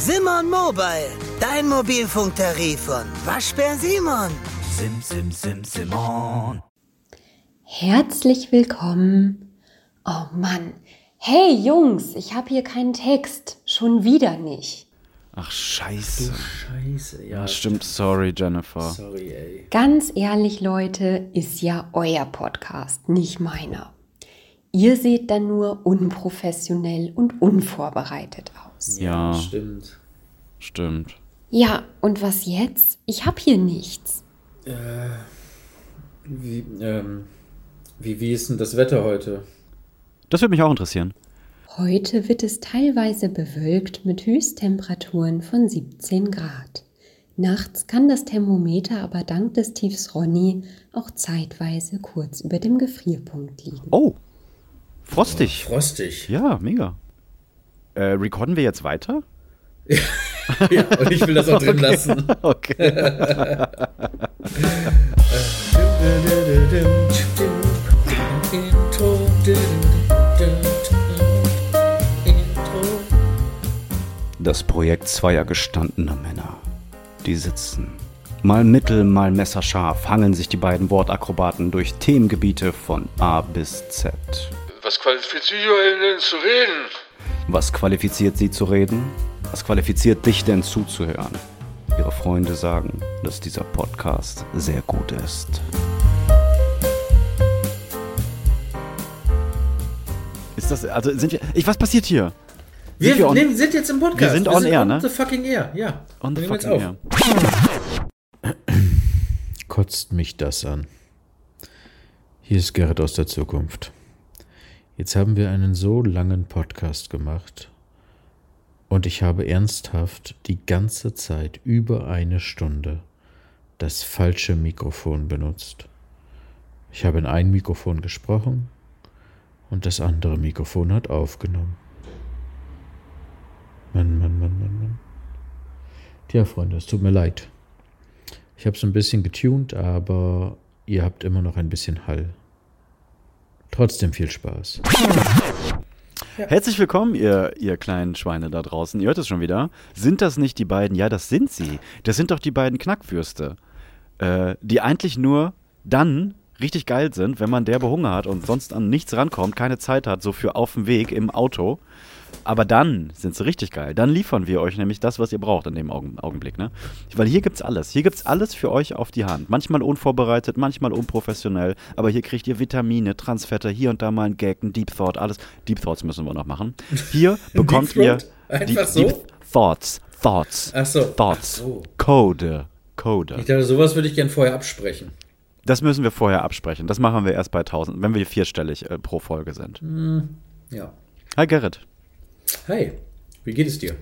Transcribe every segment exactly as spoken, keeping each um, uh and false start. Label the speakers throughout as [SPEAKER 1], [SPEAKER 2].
[SPEAKER 1] Simon Mobile, dein Mobilfunktarif von Waschbär Simon.
[SPEAKER 2] Sim, sim, sim, Simon.
[SPEAKER 3] Herzlich willkommen. Oh Mann. Hey Jungs, ich habe hier keinen Text. Schon wieder nicht.
[SPEAKER 2] Ach, scheiße.
[SPEAKER 4] Du Scheiße, ja.
[SPEAKER 2] Ja, stimmt, sorry, Jennifer.
[SPEAKER 4] Sorry, ey.
[SPEAKER 3] Ganz ehrlich, Leute, ist ja euer Podcast, nicht meiner. Ihr seht dann nur unprofessionell und unvorbereitet aus.
[SPEAKER 2] Ja,
[SPEAKER 4] Stimmt.
[SPEAKER 2] stimmt.
[SPEAKER 3] Ja, und was jetzt? Ich habe hier nichts.
[SPEAKER 4] Wie, ähm, wie, wie ist denn das Wetter heute?
[SPEAKER 2] Das würde mich auch interessieren.
[SPEAKER 3] Heute wird es teilweise bewölkt mit Höchsttemperaturen von siebzehn Grad. Nachts kann das Thermometer aber dank des Tiefs Ronny auch zeitweise kurz über dem Gefrierpunkt liegen.
[SPEAKER 2] Oh, frostig.
[SPEAKER 4] Oh, frostig.
[SPEAKER 2] Ja, mega. Äh, recorden wir jetzt weiter?
[SPEAKER 4] Ja, und ich will das auch drin lassen.
[SPEAKER 2] Okay. Das Projekt zweier gestandener Männer. Die sitzen. Mal mittel, mal messerscharf hangeln sich die beiden Wortakrobaten durch Themengebiete von A bis Z.
[SPEAKER 5] Was qualifiziert euch denn zu reden?
[SPEAKER 2] Was qualifiziert sie zu reden? Was qualifiziert dich denn zuzuhören? Ihre Freunde sagen, dass dieser Podcast sehr gut ist. Ist das, also sind wir, ich, was passiert hier?
[SPEAKER 4] Wir,
[SPEAKER 2] wir on-
[SPEAKER 4] nehmen, sind jetzt im Podcast.
[SPEAKER 2] Wir sind on air,
[SPEAKER 4] on
[SPEAKER 2] ne?
[SPEAKER 4] the fucking air, ja.
[SPEAKER 2] On the
[SPEAKER 4] Wir nehmen
[SPEAKER 2] fucking
[SPEAKER 4] jetzt
[SPEAKER 2] air.
[SPEAKER 4] auf. Kotzt mich das an. Hier ist Gerrit aus der Zukunft. Jetzt haben wir einen so langen Podcast gemacht und ich habe ernsthaft die ganze Zeit über eine Stunde das falsche Mikrofon benutzt. Ich habe in ein Mikrofon gesprochen und das andere Mikrofon hat aufgenommen. Mann, Mann, Mann, Mann, Mann. Tja, Freunde, es tut mir leid. Ich habe es ein bisschen getuned, aber ihr habt immer noch ein bisschen Hall. Trotzdem viel Spaß.
[SPEAKER 2] Herzlich willkommen, ihr, ihr kleinen Schweine da draußen. Ihr hört es schon wieder. Sind das nicht die beiden? Ja, das sind sie. Das sind doch die beiden Knackwürste, äh, die eigentlich nur dann richtig geil sind, wenn man derbe Hunger hat und sonst an nichts rankommt, keine Zeit hat, so für auf dem Weg im Auto. Aber dann sind sie richtig geil. Dann liefern wir euch nämlich das, was ihr braucht in dem Augen- Augenblick. Ne? Weil hier gibt's alles. Hier gibt's alles für euch auf die Hand. Manchmal unvorbereitet, manchmal unprofessionell. Aber hier kriegt ihr Vitamine, Transfette, hier und da mal ein Gag, ein Deep Thought, alles. Deep Thoughts müssen wir noch machen. Hier bekommt ihr
[SPEAKER 4] Einfach
[SPEAKER 2] Deep,
[SPEAKER 4] so?
[SPEAKER 2] Deep Thoughts. Thoughts.
[SPEAKER 4] Ach so.
[SPEAKER 2] Thoughts.
[SPEAKER 4] Ach so.
[SPEAKER 2] Code. Code.
[SPEAKER 4] Ich dachte, sowas würde ich gern vorher absprechen.
[SPEAKER 2] Das müssen wir vorher absprechen. Das machen wir erst bei tausend, wenn wir vierstellig äh, pro Folge sind.
[SPEAKER 4] Ja.
[SPEAKER 2] Hi Gerrit.
[SPEAKER 4] Hi, wie geht es dir?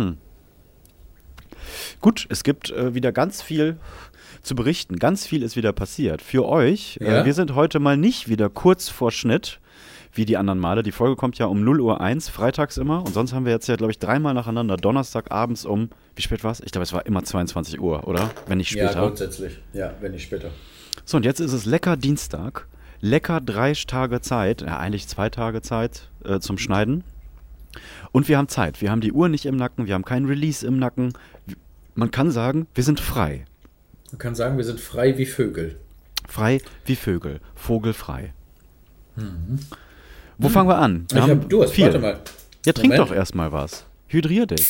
[SPEAKER 2] Gut, es gibt äh, wieder ganz viel zu berichten. Ganz viel ist wieder passiert. Für euch,
[SPEAKER 4] Ja?
[SPEAKER 2] äh, wir sind heute mal nicht wieder kurz vor Schnitt, wie die anderen Male. Die Folge kommt ja um null Uhr eins, freitags immer. Und sonst haben wir jetzt ja, glaube ich, dreimal nacheinander, Donnerstag abends um, wie spät war es? Ich glaube, es war immer zweiundzwanzig Uhr, oder? Wenn nicht
[SPEAKER 4] Ja,
[SPEAKER 2] später.
[SPEAKER 4] grundsätzlich. Ja, wenn nicht später.
[SPEAKER 2] So, und jetzt ist es lecker Dienstag. Lecker drei Tage Zeit, ja, eigentlich zwei Tage Zeit äh, zum Schneiden. Und wir haben Zeit. Wir haben die Uhr nicht im Nacken, wir haben keinen Release im Nacken. Man kann sagen, wir sind frei.
[SPEAKER 4] Man kann sagen, wir sind frei wie Vögel.
[SPEAKER 2] Frei wie Vögel. Vogelfrei. Wo fangen wir an? Wir
[SPEAKER 4] ich
[SPEAKER 2] haben
[SPEAKER 4] hab Durst,
[SPEAKER 2] viel.
[SPEAKER 4] warte mal.
[SPEAKER 2] Ja, trink
[SPEAKER 4] Moment.
[SPEAKER 2] doch erstmal was. Hydrier dich.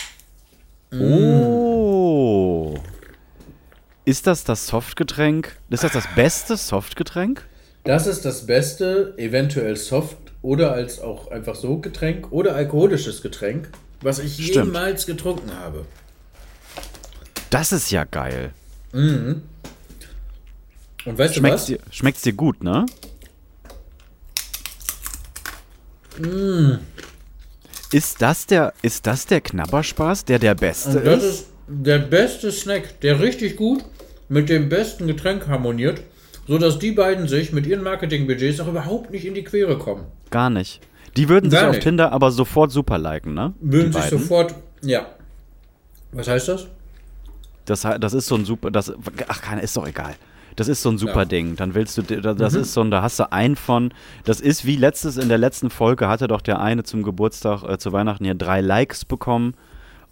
[SPEAKER 2] Oh. Ist das das Softgetränk? Ist das das beste Softgetränk?
[SPEAKER 4] Das ist das beste, eventuell Soft oder als auch einfach so Getränk oder alkoholisches Getränk, was ich
[SPEAKER 2] Stimmt.
[SPEAKER 4] jemals getrunken habe.
[SPEAKER 2] Das ist ja geil.
[SPEAKER 4] Und weißt du
[SPEAKER 2] Schmeckt's
[SPEAKER 4] was?
[SPEAKER 2] dir, schmeckt's dir gut, ne? Ist das der, ist das der Knabberspaß, der der beste
[SPEAKER 4] Und das
[SPEAKER 2] ist?
[SPEAKER 4] ist der beste Snack, der richtig gut mit dem besten Getränk harmoniert, sodass die beiden sich mit ihren Marketingbudgets auch überhaupt nicht in die Quere kommen.
[SPEAKER 2] Gar nicht. Die würden sich
[SPEAKER 4] Gar
[SPEAKER 2] auf
[SPEAKER 4] nicht.
[SPEAKER 2] Tinder aber sofort super liken, ne?
[SPEAKER 4] Würden
[SPEAKER 2] Die
[SPEAKER 4] sich
[SPEAKER 2] beiden.
[SPEAKER 4] sofort, ja. Was heißt das?
[SPEAKER 2] Das, das ist so ein super, das, ach, keine, ist doch egal. Das ist so ein super
[SPEAKER 4] Ja.
[SPEAKER 2] Ding. Dann willst du, das ist so ein, da hast du einen von, das ist wie letztes, in der letzten Folge hatte doch der eine zum Geburtstag, äh, zu Weihnachten hier drei Likes bekommen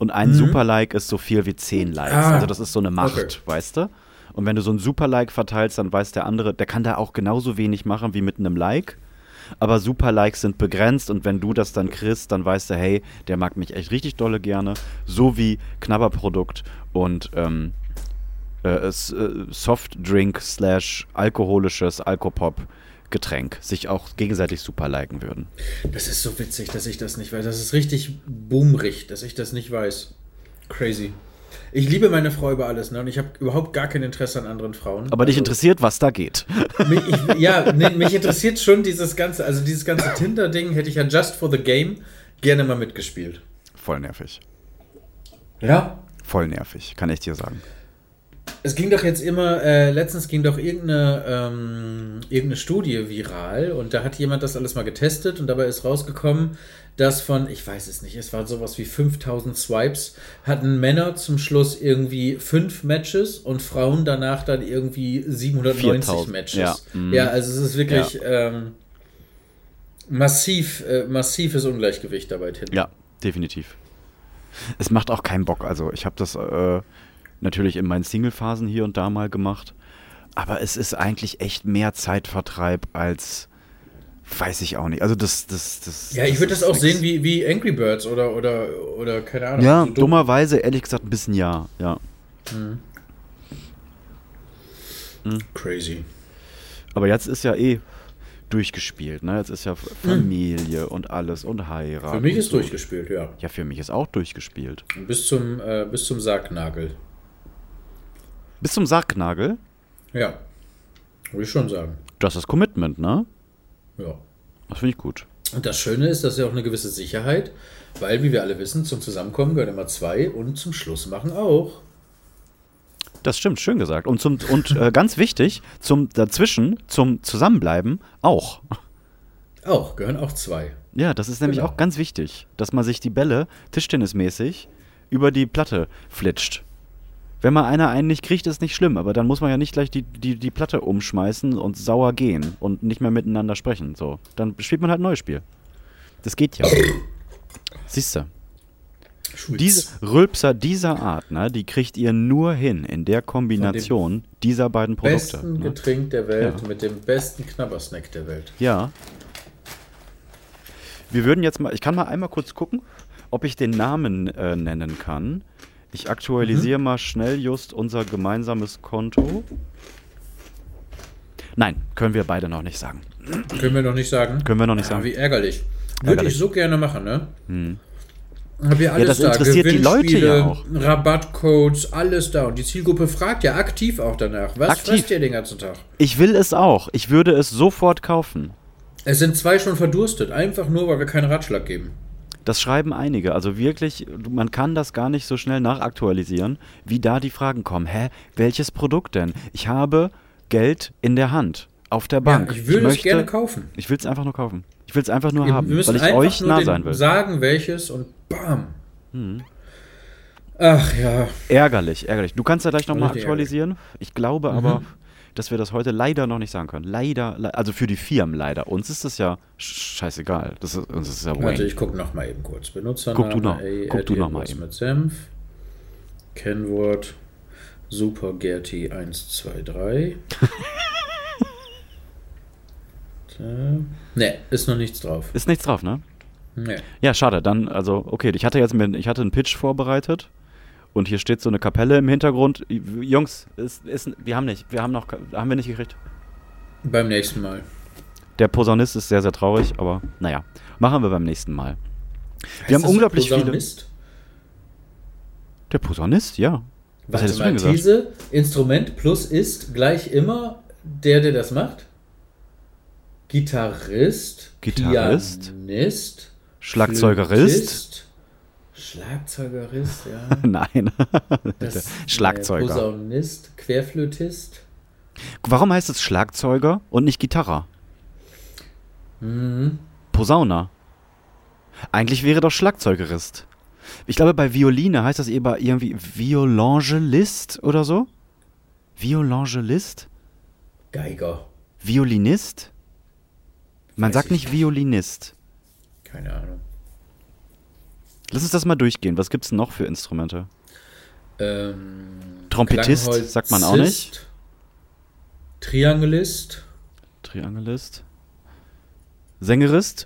[SPEAKER 2] Und ein
[SPEAKER 6] Mhm.
[SPEAKER 2] Super-Like ist so viel wie zehn Likes.
[SPEAKER 6] Ah,
[SPEAKER 2] Also das ist so eine Macht,
[SPEAKER 6] okay.
[SPEAKER 2] weißt du? Und wenn du so ein Super-Like verteilst, dann weiß der andere, der kann da auch genauso wenig machen wie mit einem Like. Aber Super-Likes sind begrenzt und wenn du das dann kriegst, dann weißt du, hey, der mag mich echt richtig dolle gerne. So wie Knabberprodukt und ähm, äh, S- äh, Softdrink slash alkoholisches Alkopop-Getränk sich auch gegenseitig super liken würden.
[SPEAKER 6] Das ist so witzig, dass ich das nicht weiß. Das ist richtig boomrig, dass ich das nicht weiß. Crazy. Ich liebe meine Frau über alles, ne? Und ich habe überhaupt gar kein Interesse an anderen Frauen.
[SPEAKER 2] Aber dich
[SPEAKER 6] Also,
[SPEAKER 2] interessiert, was da geht.
[SPEAKER 6] mich, ich, ja, nee, mich interessiert schon dieses ganze, also dieses ganze Tinder-Ding hätte ich ja just for the game gerne mal mitgespielt.
[SPEAKER 2] Voll nervig.
[SPEAKER 6] Ja.
[SPEAKER 2] Voll nervig, kann ich dir sagen.
[SPEAKER 6] Es ging doch jetzt immer, äh, letztens ging doch irgendeine, ähm, irgendeine Studie viral und da hat jemand das alles mal getestet und dabei ist rausgekommen, dass von, ich weiß es nicht, es war sowas wie fünftausend Swipes, hatten Männer zum Schluss irgendwie fünf Matches und Frauen danach dann irgendwie siebenhundertneunzig
[SPEAKER 2] viertausend,
[SPEAKER 6] Matches.
[SPEAKER 2] ja. Mhm.
[SPEAKER 6] Ja, also es ist wirklich ähm, massiv, äh, massives Ungleichgewicht dabei Tinder.
[SPEAKER 2] Ja, definitiv. Es macht auch keinen Bock. Also ich habe das äh, natürlich in meinen Single-Phasen hier und da mal gemacht. Aber es ist eigentlich echt mehr Zeitvertreib als, weiß ich auch nicht. Also das, das, das.
[SPEAKER 6] Ja, ich würde das
[SPEAKER 2] ist
[SPEAKER 6] auch
[SPEAKER 2] nix.
[SPEAKER 6] sehen wie, wie Angry Birds oder, oder, oder keine Ahnung.
[SPEAKER 2] Ja,
[SPEAKER 6] so dumm.
[SPEAKER 2] dummerweise, ehrlich gesagt, ein bisschen ja. Ja.
[SPEAKER 6] Crazy.
[SPEAKER 2] Aber jetzt ist ja eh durchgespielt, ne? Jetzt ist ja Familie und alles und Heirat.
[SPEAKER 6] Für mich
[SPEAKER 2] und
[SPEAKER 6] ist
[SPEAKER 2] so.
[SPEAKER 6] durchgespielt, ja.
[SPEAKER 2] Ja, für mich ist auch durchgespielt.
[SPEAKER 6] Bis zum, äh, bis zum Sargnagel.
[SPEAKER 2] Bis zum Sargnagel,
[SPEAKER 6] Ja. Würde ich schon sagen.
[SPEAKER 2] das ist Commitment, ne?
[SPEAKER 6] Ja.
[SPEAKER 2] Das finde ich gut.
[SPEAKER 6] Und das Schöne ist, dass ja auch eine gewisse Sicherheit, weil, wie wir alle wissen, zum Zusammenkommen gehören immer zwei und zum Schluss machen auch.
[SPEAKER 2] Das stimmt, schön gesagt. Und, zum, und äh, ganz wichtig, zum dazwischen, zum Zusammenbleiben auch.
[SPEAKER 6] Auch, gehören auch zwei.
[SPEAKER 2] Ja, das ist nämlich
[SPEAKER 6] Genau.
[SPEAKER 2] auch ganz wichtig, dass man sich die Bälle tischtennismäßig über die Platte flitscht. Wenn mal einer einen nicht kriegt, ist nicht schlimm, aber dann muss man ja nicht gleich die, die, die Platte umschmeißen und sauer gehen und nicht mehr miteinander sprechen. So, dann spielt man halt ein neues Spiel. Das geht ja. Siehst du? Diese Rülpser dieser Art, ne, die kriegt ihr nur hin in der Kombination dieser beiden Produkte.
[SPEAKER 6] besten
[SPEAKER 2] Ne?
[SPEAKER 6] Getränk der Welt
[SPEAKER 2] Ja.
[SPEAKER 6] mit dem besten Knabbersnack der Welt.
[SPEAKER 2] Ja. Wir würden jetzt mal, ich kann mal einmal kurz gucken, ob ich den Namen äh, nennen kann. Ich aktualisiere
[SPEAKER 6] Mhm.
[SPEAKER 2] mal schnell just unser gemeinsames Konto. Nein, können wir beide noch nicht sagen.
[SPEAKER 6] Können wir noch nicht sagen?
[SPEAKER 2] Können wir noch nicht
[SPEAKER 6] Ah,
[SPEAKER 2] sagen.
[SPEAKER 6] wie ärgerlich. Würde
[SPEAKER 2] Ärgerlich.
[SPEAKER 6] ich so gerne machen, ne? Hm. Hab ja alles
[SPEAKER 2] das
[SPEAKER 6] da.
[SPEAKER 2] interessiert die Leute ja
[SPEAKER 6] Gewinnspiele,
[SPEAKER 2] auch.
[SPEAKER 6] Rabattcodes, alles da. Und die Zielgruppe fragt ja aktiv auch danach. Was
[SPEAKER 2] Aktiv.
[SPEAKER 6] frisst ihr den ganzen Tag?
[SPEAKER 2] Ich will es auch. Ich würde es sofort kaufen.
[SPEAKER 6] Es sind zwei schon verdurstet. Einfach nur, weil wir keinen Ratschlag geben.
[SPEAKER 2] Das schreiben einige. Also wirklich, man kann das gar nicht so schnell nachaktualisieren, wie da die Fragen kommen. Hä, welches Produkt denn? Ich habe Geld in der Hand, auf der Bank.
[SPEAKER 6] Ja, ich würde es
[SPEAKER 2] möchte,
[SPEAKER 6] gerne kaufen.
[SPEAKER 2] Ich will es einfach nur kaufen. Ich will es einfach nur
[SPEAKER 6] Wir
[SPEAKER 2] haben,
[SPEAKER 6] müssen
[SPEAKER 2] weil ich
[SPEAKER 6] einfach
[SPEAKER 2] euch
[SPEAKER 6] nur
[SPEAKER 2] nah
[SPEAKER 6] den
[SPEAKER 2] sein will.
[SPEAKER 6] sagen, welches und bam.
[SPEAKER 2] Hm.
[SPEAKER 6] Ach ja.
[SPEAKER 2] Ärgerlich, ärgerlich. Du kannst ja gleich nochmal
[SPEAKER 6] Richtig
[SPEAKER 2] aktualisieren. Ich glaube
[SPEAKER 6] Mhm.
[SPEAKER 2] aber, dass wir das heute leider noch nicht sagen können. Leider, le- also für die Firmen leider. Uns ist das ja sch- scheißegal. Das ist, uns ist es ja
[SPEAKER 6] Warte,
[SPEAKER 2] Wayne.
[SPEAKER 6] ich gucke noch mal eben kurz. Benutzername,
[SPEAKER 2] Guck du noch-
[SPEAKER 6] ey,
[SPEAKER 2] guck du
[SPEAKER 6] Add
[SPEAKER 2] noch mal
[SPEAKER 6] irgendwas
[SPEAKER 2] eben.
[SPEAKER 6] mit Senf. Kennwort. Super Gerti eins zwei drei. Ne, ist noch nichts drauf.
[SPEAKER 2] Ist nichts drauf, ne?
[SPEAKER 6] Nee.
[SPEAKER 2] Ja, schade. Dann, also, okay, ich hatte jetzt mit, ich hatte einen Pitch vorbereitet und hier steht so eine Kapelle im Hintergrund. Jungs, ist, ist, wir haben nicht, wir haben noch, haben wir nicht gekriegt.
[SPEAKER 6] Beim nächsten Mal.
[SPEAKER 2] Der Posaunist ist sehr, sehr traurig, aber naja, machen wir beim nächsten Mal.
[SPEAKER 6] Heißt
[SPEAKER 2] Wir haben
[SPEAKER 6] das
[SPEAKER 2] unglaublich viele.
[SPEAKER 6] Posaunist?
[SPEAKER 2] Der Posaunist, ja. Was
[SPEAKER 6] Warte
[SPEAKER 2] hättest du
[SPEAKER 6] mal,
[SPEAKER 2] denn gesagt?
[SPEAKER 6] These, Instrument plus ist gleich immer der, der das macht? Gitarrist,
[SPEAKER 2] Gitarrist,
[SPEAKER 6] Pianist,
[SPEAKER 2] Schlagzeugerist.
[SPEAKER 6] Flötist, Schlagzeugerist, ja.
[SPEAKER 2] Nein.
[SPEAKER 6] Das,
[SPEAKER 2] Schlagzeuger.
[SPEAKER 6] Äh, Posaunist, Querflötist.
[SPEAKER 2] Warum heißt es Schlagzeuger und nicht Gitarre?
[SPEAKER 6] Mhm.
[SPEAKER 2] Posauner. Eigentlich wäre doch Schlagzeugerist. Ich glaube, bei Violine heißt das eher irgendwie Violongelist oder so? Violongelist?
[SPEAKER 6] Geiger.
[SPEAKER 2] Violinist? Man
[SPEAKER 6] Weiß
[SPEAKER 2] sagt
[SPEAKER 6] ich
[SPEAKER 2] nicht
[SPEAKER 6] nicht.
[SPEAKER 2] Violinist.
[SPEAKER 6] Keine Ahnung.
[SPEAKER 2] Lass uns das mal durchgehen. Was gibt's noch für Instrumente?
[SPEAKER 6] Ähm,
[SPEAKER 2] Trompetist,
[SPEAKER 6] Klangholzist,
[SPEAKER 2] sagt man auch nicht.
[SPEAKER 6] Triangulist.
[SPEAKER 2] Triangulist. Sängerist.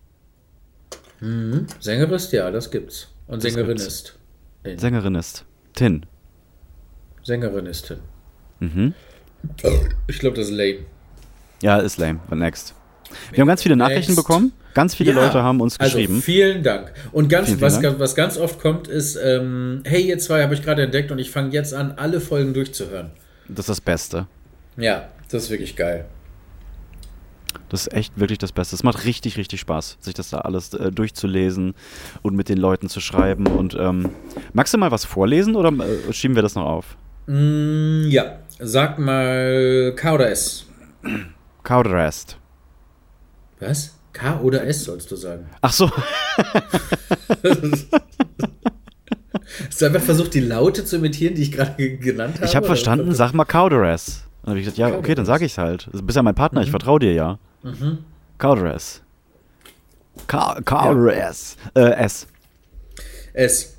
[SPEAKER 6] Mhm. Sängerist, ja, das gibt's. Und
[SPEAKER 2] Das
[SPEAKER 6] Sängerinist. In.
[SPEAKER 2] Sängerin-ist. Tin.
[SPEAKER 6] Sängeristin.
[SPEAKER 2] Mhm.
[SPEAKER 6] Ich glaube, das ist lame.
[SPEAKER 2] Ja, ist lame. But next. Wir haben ganz viele Nachrichten
[SPEAKER 6] Next.
[SPEAKER 2] bekommen. Ganz viele
[SPEAKER 6] Ja,
[SPEAKER 2] Leute haben uns geschrieben.
[SPEAKER 6] Also vielen Dank. Und ganz,
[SPEAKER 2] Vielen,
[SPEAKER 6] was,
[SPEAKER 2] vielen Dank.
[SPEAKER 6] was ganz oft kommt, ist, ähm, hey, ihr zwei habe ich gerade entdeckt und ich fange jetzt an, alle Folgen durchzuhören.
[SPEAKER 2] Das ist das Beste.
[SPEAKER 6] Ja, das ist wirklich geil.
[SPEAKER 2] Das ist echt wirklich das Beste. Es macht richtig, richtig Spaß, sich das da alles äh, durchzulesen und mit den Leuten zu schreiben. Und ähm, magst du mal was vorlesen oder äh, schieben wir das noch auf?
[SPEAKER 6] Mm, ja, sag mal K oder S.
[SPEAKER 2] Cowderest.
[SPEAKER 6] Was? K oder S sollst du sagen.
[SPEAKER 2] Ach so.
[SPEAKER 6] Hast du einfach versucht, die Laute zu imitieren, die ich gerade ge- genannt habe?
[SPEAKER 2] Ich habe
[SPEAKER 6] oder?
[SPEAKER 2] verstanden, sag mal Cowderest. Dann habe ich gesagt, ja, okay, dann sage ich es halt. Du bist ja mein Partner, ich vertraue dir ja.
[SPEAKER 6] Mhm.
[SPEAKER 2] Cowderest. Cowderest. Äh, S.
[SPEAKER 6] S.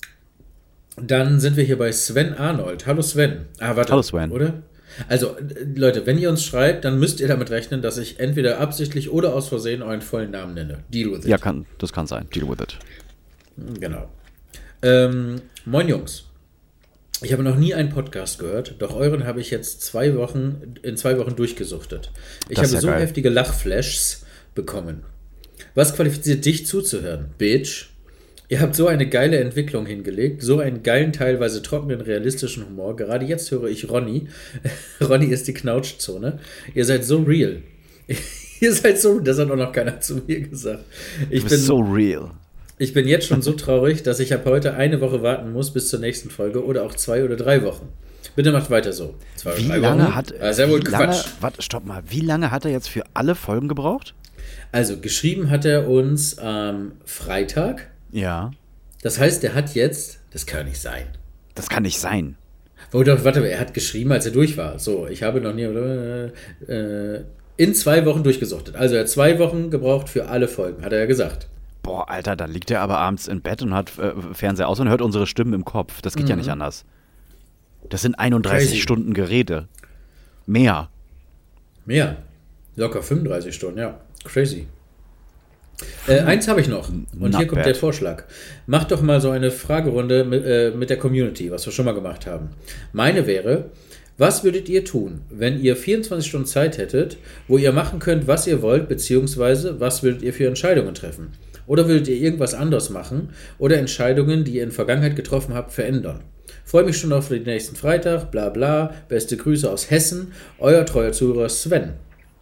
[SPEAKER 6] Dann sind wir hier bei Sven Arnold. Hallo Sven. Ah, warte.
[SPEAKER 2] Hallo Sven.
[SPEAKER 6] Oder? Also, äh, Leute, wenn ihr uns schreibt, dann müsst ihr damit rechnen, dass ich entweder absichtlich oder aus Versehen euren vollen Namen nenne. Deal with it.
[SPEAKER 2] Ja, kann, das kann sein. Deal with it.
[SPEAKER 6] Genau. Ähm, moin Jungs. Ich habe noch nie einen Podcast gehört, doch euren habe ich jetzt zwei Wochen, in zwei Wochen durchgesuchtet. Ich
[SPEAKER 2] Das ist
[SPEAKER 6] habe
[SPEAKER 2] ja
[SPEAKER 6] so
[SPEAKER 2] geil.
[SPEAKER 6] heftige Lachflashs bekommen. Was qualifiziert dich zuzuhören, Bitch? Ihr habt so eine geile Entwicklung hingelegt, so einen geilen, teilweise trockenen, realistischen Humor. Gerade jetzt höre ich Ronny. Ronny ist die Knautschzone. Ihr seid so real. Ihr seid so, das hat auch noch keiner zu mir gesagt. Ich
[SPEAKER 2] Du
[SPEAKER 6] bin
[SPEAKER 2] bist so real.
[SPEAKER 6] Ich bin jetzt schon so traurig, dass ich ab heute eine Woche warten muss bis zur nächsten Folge oder auch zwei oder drei Wochen. Bitte macht weiter so. Zwei
[SPEAKER 2] Wie
[SPEAKER 6] oder drei
[SPEAKER 2] lange
[SPEAKER 6] Wochen?
[SPEAKER 2] hat
[SPEAKER 6] Ah, ist ja wohl
[SPEAKER 2] wie lange,
[SPEAKER 6] Quatsch.
[SPEAKER 2] warte, stopp mal, wie lange hat er jetzt für alle Folgen gebraucht?
[SPEAKER 6] Also, geschrieben hat er uns am Freitag.
[SPEAKER 2] Ja.
[SPEAKER 6] Das heißt, er hat jetzt, das kann nicht sein.
[SPEAKER 2] Das kann nicht sein.
[SPEAKER 6] Oh, doch, warte, er hat geschrieben, als er durch war. So, ich habe noch nie äh, äh, in zwei Wochen durchgesuchtet. Also, er hat zwei Wochen gebraucht für alle Folgen, hat er ja gesagt.
[SPEAKER 2] Boah, Alter, dann liegt er aber abends im Bett und hat äh, Fernseher aus und hört unsere Stimmen im Kopf. Das geht ja nicht anders. Das sind einunddreißig
[SPEAKER 6] Crazy.
[SPEAKER 2] Stunden Gerede. Mehr.
[SPEAKER 6] Mehr. Locker fünfunddreißig Stunden, ja. Crazy. Äh, eins habe ich noch. Und
[SPEAKER 2] Not
[SPEAKER 6] hier kommt
[SPEAKER 2] bad.
[SPEAKER 6] der Vorschlag. Macht doch mal so eine Fragerunde mit, äh, mit der Community, was wir schon mal gemacht haben. Meine wäre, was würdet ihr tun, wenn ihr vierundzwanzig Stunden Zeit hättet, wo ihr machen könnt, was ihr wollt, beziehungsweise was würdet ihr für Entscheidungen treffen? Oder würdet ihr irgendwas anderes machen oder Entscheidungen, die ihr in der Vergangenheit getroffen habt, verändern? Freue mich schon auf den nächsten Freitag, bla bla. Beste Grüße aus Hessen, euer treuer Zuhörer Sven.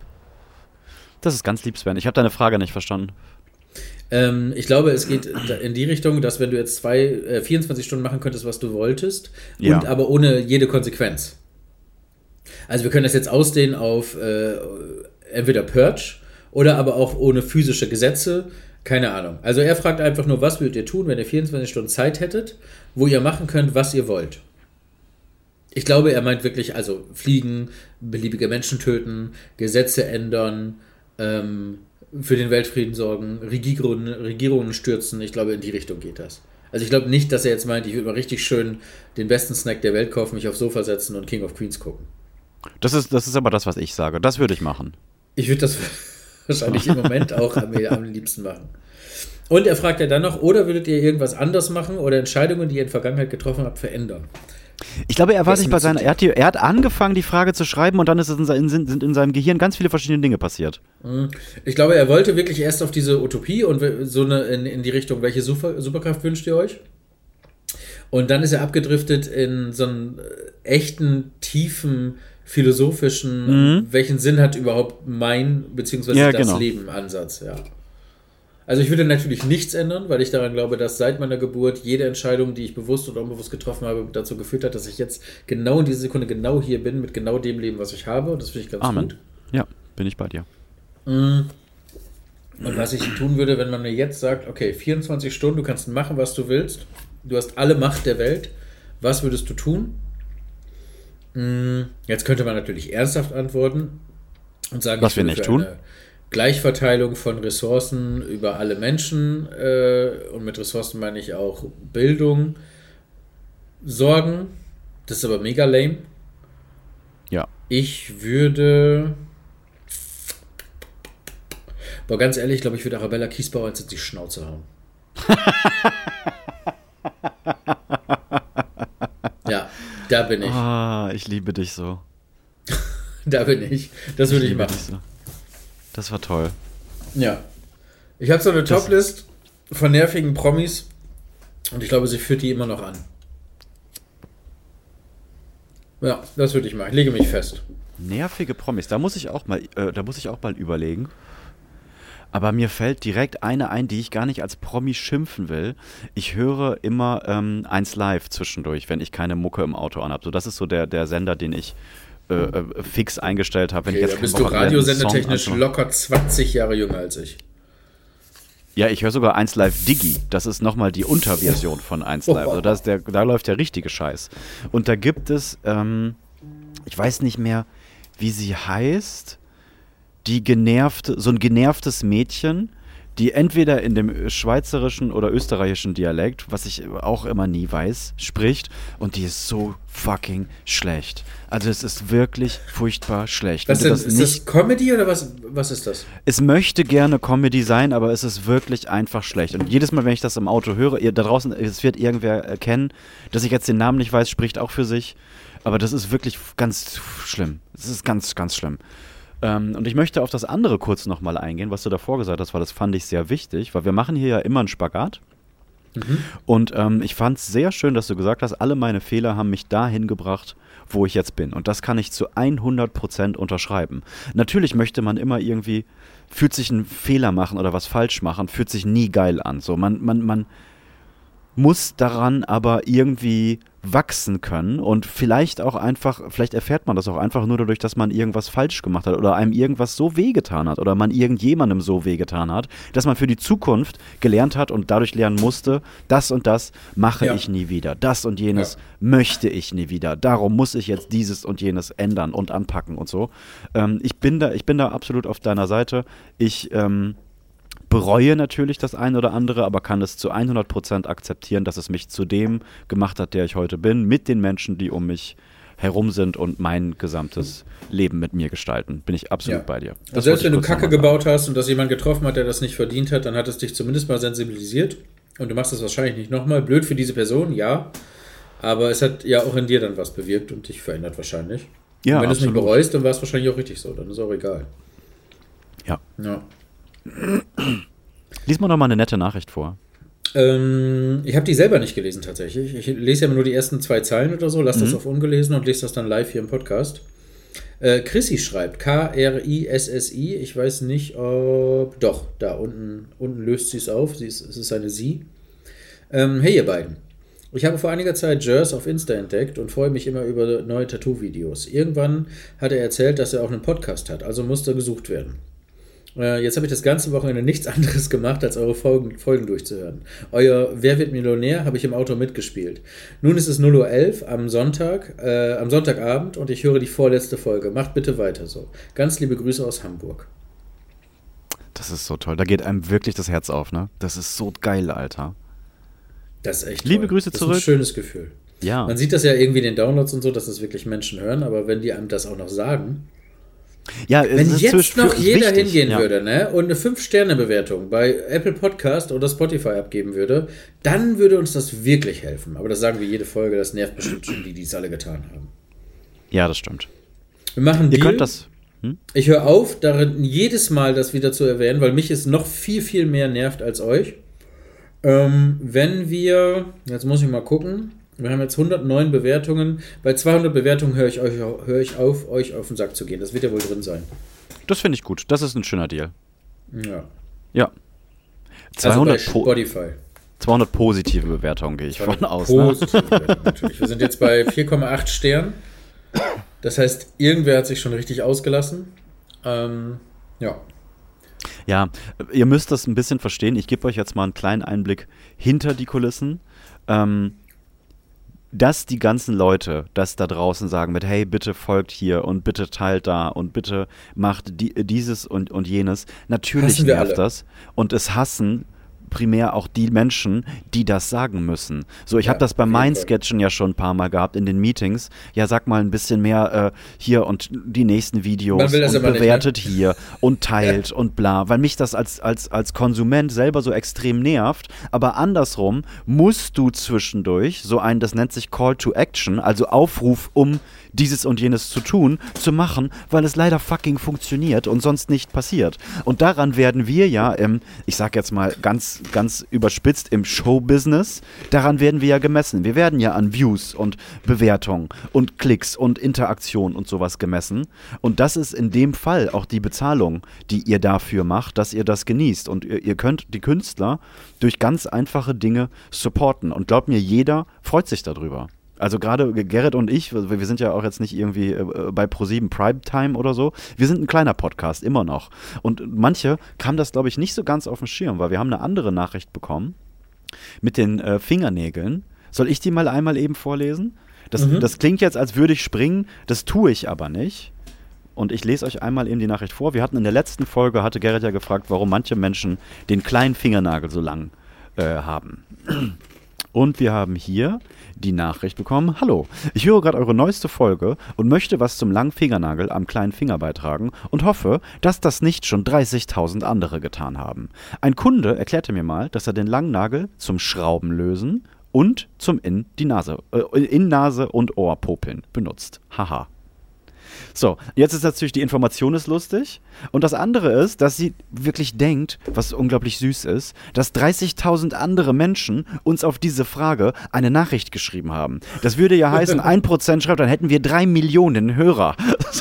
[SPEAKER 2] Das ist ganz lieb, Sven. Ich habe deine Frage nicht verstanden.
[SPEAKER 6] Ähm, ich glaube, es geht in die Richtung, dass wenn du jetzt zwei, äh, vierundzwanzig Stunden machen könntest, was du wolltest,
[SPEAKER 2] Ja.
[SPEAKER 6] und aber ohne jede Konsequenz. Also wir können das jetzt ausdehnen auf äh, entweder Purge oder aber auch ohne physische Gesetze. Keine Ahnung. Also er fragt einfach nur, was würdet ihr tun, wenn ihr vierundzwanzig Stunden Zeit hättet, wo ihr machen könnt, was ihr wollt. Ich glaube, er meint wirklich, also fliegen, beliebige Menschen töten, Gesetze ändern, ähm, für den Weltfrieden sorgen, Regierungen, Regierungen stürzen. Ich glaube, in die Richtung geht das. Also ich glaube nicht, dass er jetzt meint, ich würde mal richtig schön den besten Snack der Welt kaufen, mich aufs Sofa setzen und King of Queens gucken.
[SPEAKER 2] Das ist, das ist aber das, was ich sage. Das würde ich machen.
[SPEAKER 6] Ich würde das wahrscheinlich im Moment auch am, am liebsten machen. Und er fragt ja dann noch, oder würdet ihr irgendwas anders machen oder Entscheidungen, die ihr in der Vergangenheit getroffen habt, verändern?
[SPEAKER 2] Ich glaube, er war
[SPEAKER 6] Das
[SPEAKER 2] sich
[SPEAKER 6] ist
[SPEAKER 2] bei
[SPEAKER 6] mit
[SPEAKER 2] seiner.
[SPEAKER 6] so-
[SPEAKER 2] Er hat, die, er hat angefangen, die Frage zu schreiben und dann ist es in, sein- sind in seinem Gehirn ganz viele verschiedene Dinge passiert.
[SPEAKER 6] Ich glaube, er wollte wirklich erst auf diese Utopie und so eine in, in die Richtung, welche Super, Superkraft wünscht ihr euch? Und dann ist er abgedriftet in so einen äh, echten, tiefen, philosophischen, welchen Sinn hat überhaupt mein, beziehungsweise
[SPEAKER 2] Ja,
[SPEAKER 6] das
[SPEAKER 2] genau.
[SPEAKER 6] Leben Ansatz, ja. Also ich würde natürlich nichts ändern, weil ich daran glaube, dass seit meiner Geburt jede Entscheidung, die ich bewusst oder unbewusst getroffen habe, dazu geführt hat, dass ich jetzt genau in dieser Sekunde genau hier bin, mit genau dem Leben, was ich habe. Und das finde ich ganz
[SPEAKER 2] Amen.
[SPEAKER 6] gut.
[SPEAKER 2] Ja, bin ich bei dir.
[SPEAKER 6] Und was ich tun würde, wenn man mir jetzt sagt, okay, vierundzwanzig Stunden, du kannst machen, was du willst, du hast alle Macht der Welt, was würdest du tun? Mm, Jetzt könnte man natürlich ernsthaft antworten und sagen,
[SPEAKER 2] Was
[SPEAKER 6] ich
[SPEAKER 2] wir
[SPEAKER 6] würde
[SPEAKER 2] nicht
[SPEAKER 6] für
[SPEAKER 2] tun.
[SPEAKER 6] Eine, Gleichverteilung von Ressourcen über alle Menschen, äh, und mit Ressourcen meine ich auch Bildung, sorgen. Das ist aber mega lame.
[SPEAKER 2] Ja.
[SPEAKER 6] Ich würde... Boah, ganz ehrlich, ich glaube, ich würde Arabella Kiesbauer jetzt in die Schnauze hauen. Ja, da bin ich.
[SPEAKER 2] Ah, ich liebe dich so.
[SPEAKER 6] Da bin ich. Das würde ich, ich machen.
[SPEAKER 2] So. Das war toll.
[SPEAKER 6] Ja. Ich habe so eine das Toplist von nervigen Promis und ich glaube, sie führt die immer noch an. Ja, das würde ich machen. Ich lege mich fest.
[SPEAKER 2] Nervige Promis, da muss ich auch mal, äh, da muss ich auch mal überlegen. Aber mir fällt direkt eine ein, die ich gar nicht als Promi schimpfen will. Ich höre immer ähm, eins live zwischendurch, wenn ich keine Mucke im Auto anhabe. So, das ist so der, der Sender, den ich äh, äh, fix eingestellt habe.
[SPEAKER 6] Okay, da bist du radiosendertechnisch locker zwanzig Jahre jünger als ich.
[SPEAKER 2] Ja, ich höre sogar eins Live Digi. Das ist nochmal die Unterversion von eins Live. Also das ist der, da läuft der richtige Scheiß. Und da gibt es, ähm, ich weiß nicht mehr, wie sie heißt, die genervte, so ein genervtes Mädchen, die entweder in dem schweizerischen oder österreichischen Dialekt, was ich auch immer nie weiß, spricht, und die ist so fucking schlecht. Also es ist wirklich furchtbar schlecht.
[SPEAKER 6] Was denn, das ist nicht, das Comedy oder was, was ist das?
[SPEAKER 2] Es möchte gerne Comedy sein, aber es ist wirklich einfach schlecht. Und jedes Mal, wenn ich das im Auto höre, ihr da draußen, es wird irgendwer erkennen, dass ich jetzt den Namen nicht weiß, spricht auch für sich. Aber das ist wirklich ganz schlimm. Es ist ganz, ganz schlimm. Ähm, und ich möchte auf das andere kurz nochmal eingehen, was du davor gesagt hast, weil das fand ich sehr wichtig, weil wir machen hier ja immer einen Spagat. Mhm. Und ähm, ich fand es sehr schön, dass du gesagt hast, alle meine Fehler haben mich dahin gebracht, wo ich jetzt bin. Und das kann ich zu hundert Prozent unterschreiben. Natürlich möchte man immer irgendwie, fühlt sich einen Fehler machen oder was falsch machen, fühlt sich nie geil an. So, man, man, man muss daran aber irgendwie wachsen können und vielleicht auch einfach, vielleicht erfährt man das auch einfach nur dadurch, dass man irgendwas falsch gemacht hat oder einem irgendwas so wehgetan hat oder man irgendjemandem so wehgetan hat, dass man für die Zukunft gelernt hat und dadurch lernen musste, das und das mache ja. ich nie wieder, das und jenes ja. möchte ich nie wieder, darum muss ich jetzt dieses und jenes ändern und anpacken und so. Ähm, ich bin da, ich bin da absolut auf deiner Seite. Ich ähm, bereue natürlich das eine oder andere, aber kann es zu hundert Prozent akzeptieren, dass es mich zu dem gemacht hat, der ich heute bin, mit den Menschen, die um mich herum sind und mein gesamtes Leben mit mir gestalten. Bin ich absolut ja. bei dir.
[SPEAKER 6] Das selbst wenn du Kacke gebaut hast und dass jemand getroffen hat, der das nicht verdient hat, dann hat es dich zumindest mal sensibilisiert und du machst es wahrscheinlich nicht nochmal. Blöd für diese Person, ja, aber es hat ja auch in dir dann was bewirkt und dich verändert wahrscheinlich. Ja, und wenn du es nicht bereust, dann war es wahrscheinlich auch richtig so, dann ist auch egal.
[SPEAKER 2] Ja.
[SPEAKER 6] Ja.
[SPEAKER 2] Lies mal doch mal eine nette Nachricht vor.
[SPEAKER 6] Ähm, ich habe die selber nicht gelesen tatsächlich. Ich lese ja immer nur die ersten zwei Zeilen oder so, lass mhm. das auf ungelesen und lese das dann live hier im Podcast. Äh, Chrissy schreibt, K R I S S I, ich weiß nicht, ob... Doch, da unten, unten löst sie es auf, sie ist, es ist eine Sie. Ähm, hey ihr beiden. Ich habe vor einiger Zeit Jers auf Insta entdeckt und freue mich immer über neue Tattoo-Videos. Irgendwann hat er erzählt, dass er auch einen Podcast hat, also musste gesucht werden. Jetzt habe ich das ganze Wochenende nichts anderes gemacht, als eure Folgen, Folgen durchzuhören. Euer Wer wird Millionär habe ich im Auto mitgespielt. Nun ist es null Uhr elf am Sonntag, äh, am Sonntagabend und ich höre die vorletzte Folge. Macht bitte weiter so. Ganz liebe Grüße aus Hamburg.
[SPEAKER 2] Das ist so toll. Da geht einem wirklich das Herz auf, ne? Das ist so geil, Alter.
[SPEAKER 6] Das ist echt
[SPEAKER 2] Liebe
[SPEAKER 6] toll.
[SPEAKER 2] Grüße
[SPEAKER 6] das
[SPEAKER 2] zurück.
[SPEAKER 6] Das ist ein schönes Gefühl.
[SPEAKER 2] Ja.
[SPEAKER 6] Man sieht das ja irgendwie in den Downloads und so, dass das wirklich Menschen hören, aber wenn die einem das auch noch sagen...
[SPEAKER 2] Ja,
[SPEAKER 6] wenn jetzt noch jeder
[SPEAKER 2] wichtig,
[SPEAKER 6] hingehen
[SPEAKER 2] ja.
[SPEAKER 6] würde, ne, und eine fünf Sterne Bewertung bei Apple Podcast oder Spotify abgeben würde, dann würde uns das wirklich helfen. Aber das sagen wir jede Folge, das nervt bestimmt schon die, die es alle getan haben.
[SPEAKER 2] Ja, das stimmt.
[SPEAKER 6] Wir machen
[SPEAKER 2] Ihr
[SPEAKER 6] Deal.
[SPEAKER 2] könnt das. Hm?
[SPEAKER 6] Ich höre auf, darin jedes Mal das wieder zu erwähnen, weil mich es noch viel, viel mehr nervt als euch. Ähm, wenn wir, jetzt muss ich mal gucken, wir haben jetzt hundertneun Bewertungen. Bei zweihundert Bewertungen höre ich, euch, höre ich auf, euch auf den Sack zu gehen. Das wird ja wohl drin sein.
[SPEAKER 2] Das finde ich gut. Das ist ein schöner Deal.
[SPEAKER 6] Ja.
[SPEAKER 2] Ja. zweihundert
[SPEAKER 6] also bei Spotify.
[SPEAKER 2] zweihundert positive Bewertungen gehe ich von aus.
[SPEAKER 6] Positive ne? Bewertungen, natürlich. Wir sind jetzt bei vier Komma acht Sternen. Das heißt, irgendwer hat sich schon richtig ausgelassen. Ähm, ja.
[SPEAKER 2] Ja, ihr müsst das ein bisschen verstehen. Ich gebe euch jetzt mal einen kleinen Einblick hinter die Kulissen. Ähm, dass die ganzen Leute das da draußen sagen mit, hey, bitte folgt hier und bitte teilt da und bitte macht die, dieses und, und jenes. Natürlich
[SPEAKER 6] Hassen wir
[SPEAKER 2] nervt
[SPEAKER 6] alle.
[SPEAKER 2] das. Und es hassen primär auch die Menschen, die das sagen müssen. So, ich
[SPEAKER 6] Ja,
[SPEAKER 2] habe das bei
[SPEAKER 6] auf jeden
[SPEAKER 2] meinen
[SPEAKER 6] Fall.
[SPEAKER 2] Sketchen ja schon ein paar Mal gehabt in den Meetings. Ja, sag mal ein bisschen mehr äh, hier und die nächsten Videos
[SPEAKER 6] Man will das
[SPEAKER 2] und
[SPEAKER 6] immer nicht, ne?
[SPEAKER 2] bewertet hier und teilt und bla, weil mich das als, als, als Konsument selber so extrem nervt. Aber andersrum musst du zwischendurch so ein, das nennt sich Call to Action, also Aufruf, um dieses und jenes zu tun, zu machen, weil es leider fucking funktioniert und sonst nicht passiert. Und daran werden wir ja im, ich sag jetzt mal ganz, ganz überspitzt, im Showbusiness, daran werden wir ja gemessen. Wir werden ja an Views und Bewertungen und Klicks und Interaktion und sowas gemessen. Und das ist in dem Fall auch die Bezahlung, die ihr dafür macht, dass ihr das genießt. Und ihr, ihr könnt die Künstler durch ganz einfache Dinge supporten. Und glaubt mir, jeder freut sich darüber. Also gerade Gerrit und ich, wir sind ja auch jetzt nicht irgendwie äh, bei ProSieben Primetime oder so. Wir sind ein kleiner Podcast, immer noch. Und manche kam das, glaube ich, nicht so ganz auf den Schirm, weil wir haben eine andere Nachricht bekommen mit den äh, Fingernägeln. Soll ich die mal einmal eben vorlesen? Das,
[SPEAKER 6] Mhm.
[SPEAKER 2] das klingt jetzt, als würde ich springen, das tue ich aber nicht. Und ich lese euch einmal eben die Nachricht vor. Wir hatten in der letzten Folge, hatte Gerrit ja gefragt, warum manche Menschen den kleinen Fingernagel so lang äh, haben. Und wir haben hier die Nachricht bekommen: Hallo, ich höre gerade eure neueste Folge und möchte was zum langen Fingernagel am kleinen Finger beitragen und hoffe, dass das nicht schon dreißigtausend andere getan haben. Ein Kunde erklärte mir mal, dass er den langen Nagel zum Schraubenlösen und zum in die Nase, äh, in Nase und Ohr popeln benutzt. Haha. So, jetzt ist natürlich, die Information ist lustig. Und das andere ist, dass sie wirklich denkt, was unglaublich süß ist, dass dreißigtausend andere Menschen uns auf diese Frage eine Nachricht geschrieben haben. Das würde ja heißen, ein Prozent schreibt, dann hätten wir drei Millionen Hörer.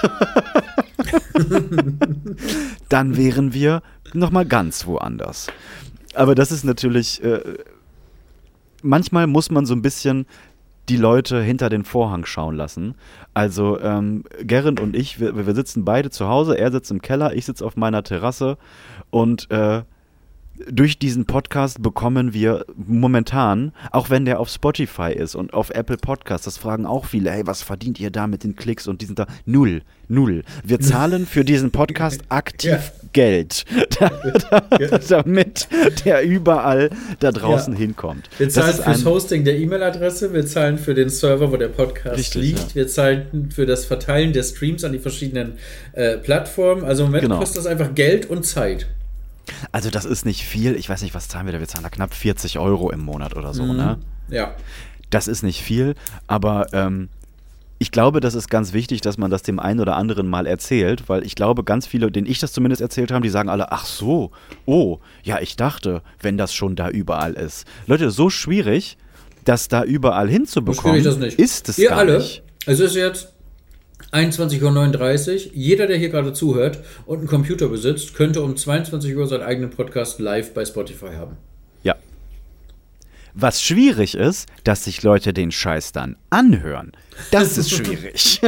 [SPEAKER 2] Dann wären wir nochmal ganz woanders. Aber das ist natürlich, äh, manchmal muss man so ein bisschen die Leute hinter den Vorhang schauen lassen. Also ähm, Gerrit und ich, wir, wir sitzen beide zu Hause, er sitzt im Keller, ich sitze auf meiner Terrasse und äh, durch diesen Podcast bekommen wir momentan, auch wenn der auf Spotify ist und auf Apple Podcasts, das fragen auch viele, hey, was verdient ihr da mit den Klicks und diesen da? Null, null. Wir zahlen für diesen Podcast aktiv
[SPEAKER 6] Ja.
[SPEAKER 2] Geld, da, da, damit der überall da draußen
[SPEAKER 6] Ja.
[SPEAKER 2] hinkommt.
[SPEAKER 6] Wir
[SPEAKER 2] Das
[SPEAKER 6] zahlen
[SPEAKER 2] ist
[SPEAKER 6] fürs
[SPEAKER 2] ein-
[SPEAKER 6] Hosting der E-Mail-Adresse, wir zahlen für den Server, wo der Podcast
[SPEAKER 2] Richtig,
[SPEAKER 6] liegt,
[SPEAKER 2] ja.
[SPEAKER 6] wir zahlen für das Verteilen der Streams an die verschiedenen äh, Plattformen. Also im Moment
[SPEAKER 2] Genau.
[SPEAKER 6] kostet das einfach Geld und Zeit.
[SPEAKER 2] Also das ist nicht viel, ich weiß nicht, was zahlen wir da, wir zahlen da knapp vierzig Euro im Monat oder so, ne?
[SPEAKER 6] Ja.
[SPEAKER 2] Das ist nicht viel, aber ähm, ich glaube, das ist ganz wichtig, dass man das dem einen oder anderen mal erzählt, weil ich glaube, ganz viele, denen ich das zumindest erzählt habe, die sagen alle, ach so, oh, ja, ich dachte, wenn das schon da überall ist. Leute, so schwierig, das da überall
[SPEAKER 6] So
[SPEAKER 2] hinzubekommen,
[SPEAKER 6] schwierig das nicht.
[SPEAKER 2] ist es
[SPEAKER 6] Ihr
[SPEAKER 2] gar
[SPEAKER 6] alle,
[SPEAKER 2] nicht.
[SPEAKER 6] es ist jetzt einundzwanzig Uhr neununddreißig. Jeder, der hier gerade zuhört und einen Computer besitzt, könnte um zweiundzwanzig Uhr seinen eigenen Podcast live bei Spotify haben.
[SPEAKER 2] Ja. Was schwierig ist, dass sich Leute den Scheiß dann anhören. Das ist schwierig.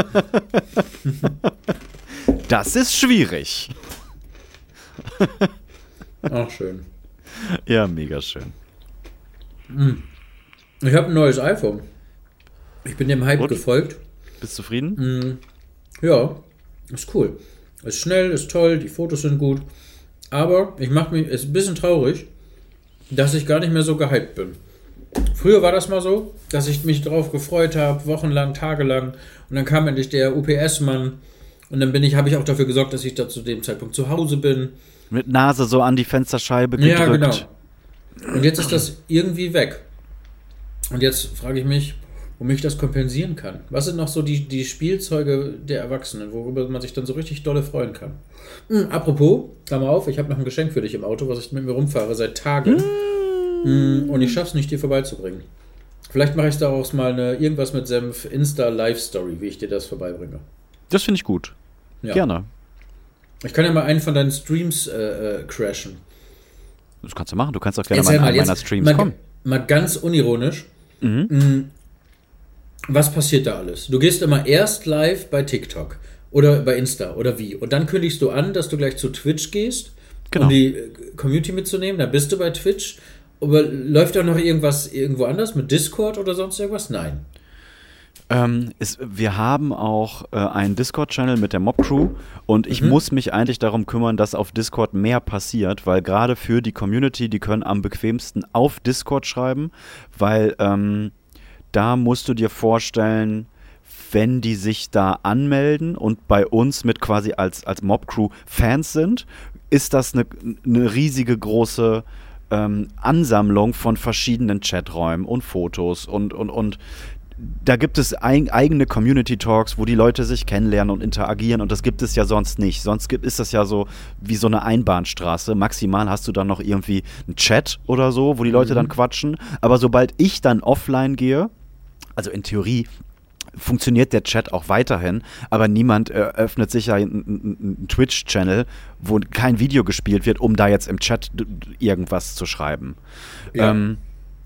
[SPEAKER 2] Das ist schwierig.
[SPEAKER 6] Ach, schön.
[SPEAKER 2] Ja, mega schön.
[SPEAKER 6] Ich habe ein neues iPhone. Ich bin dem Hype
[SPEAKER 2] Und?
[SPEAKER 6] gefolgt.
[SPEAKER 2] Bist du zufrieden?
[SPEAKER 6] Ja, ist cool. Ist schnell, ist toll, die Fotos sind gut. Aber ich mache mich, ist ein bisschen traurig, dass ich gar nicht mehr so gehypt bin. Früher war das mal so, dass ich mich darauf gefreut habe, wochenlang, tagelang. Und dann kam endlich der U P S-Mann. Und dann bin ich, habe ich auch dafür gesorgt, dass ich da zu dem Zeitpunkt zu Hause bin.
[SPEAKER 2] Mit Nase so an die Fensterscheibe gedrückt.
[SPEAKER 6] Ja, genau. Und jetzt ist das irgendwie weg. Und jetzt frage ich mich, womit ich das kompensieren kann. Was sind noch so die, die Spielzeuge der Erwachsenen, worüber man sich dann so richtig dolle freuen kann? Hm, apropos, Klammer auf, ich habe noch ein Geschenk für dich im Auto, was ich mit mir rumfahre seit Tagen. Hm, und ich schaffe es nicht, dir vorbeizubringen. Vielleicht mache ich daraus mal eine irgendwas mit Senf Insta-Live-Story, wie ich dir das vorbeibringe.
[SPEAKER 2] Das finde ich gut.
[SPEAKER 6] Ja.
[SPEAKER 2] Gerne.
[SPEAKER 6] Ich kann ja mal einen von deinen Streams äh, äh, crashen.
[SPEAKER 2] Das kannst du machen. Du kannst auch gerne
[SPEAKER 6] Erzähl
[SPEAKER 2] mal in einen
[SPEAKER 6] jetzt
[SPEAKER 2] meiner Streams
[SPEAKER 6] mal,
[SPEAKER 2] kommen.
[SPEAKER 6] mal ganz unironisch.
[SPEAKER 2] Mhm.
[SPEAKER 6] Mm, Was passiert da alles? Du gehst immer erst live bei TikTok oder bei Insta oder wie. Und dann kündigst du an, dass du gleich zu Twitch gehst,
[SPEAKER 2] Genau.
[SPEAKER 6] um die äh, Community mitzunehmen. Dann bist du bei Twitch Aber läuft da noch irgendwas irgendwo anders mit Discord oder sonst irgendwas? Nein.
[SPEAKER 2] Ähm, ist, wir haben auch äh, einen Discord-Channel mit der Mob-Crew und ich mhm. muss mich eigentlich darum kümmern, dass auf Discord mehr passiert, weil gerade für die Community, die können am bequemsten auf Discord schreiben, weil ähm, da musst du dir vorstellen, wenn die sich da anmelden und bei uns mit quasi als, als Mob-Crew Fans sind, ist das eine, eine riesige große ähm, Ansammlung von verschiedenen Chaträumen und Fotos und, und, und da gibt es ein, eigene Community-Talks, wo die Leute sich kennenlernen und interagieren und das gibt es ja sonst nicht. Sonst gibt, ist das ja so wie so eine Einbahnstraße. Maximal hast du dann noch irgendwie einen Chat oder so, wo die Leute mhm. dann quatschen. Aber sobald ich dann offline gehe, also in Theorie funktioniert der Chat auch weiterhin, aber niemand äh, öffnet sich ja einen, einen Twitch-Channel, wo kein Video gespielt wird, um da jetzt im Chat d- irgendwas zu schreiben. Ja. Ähm,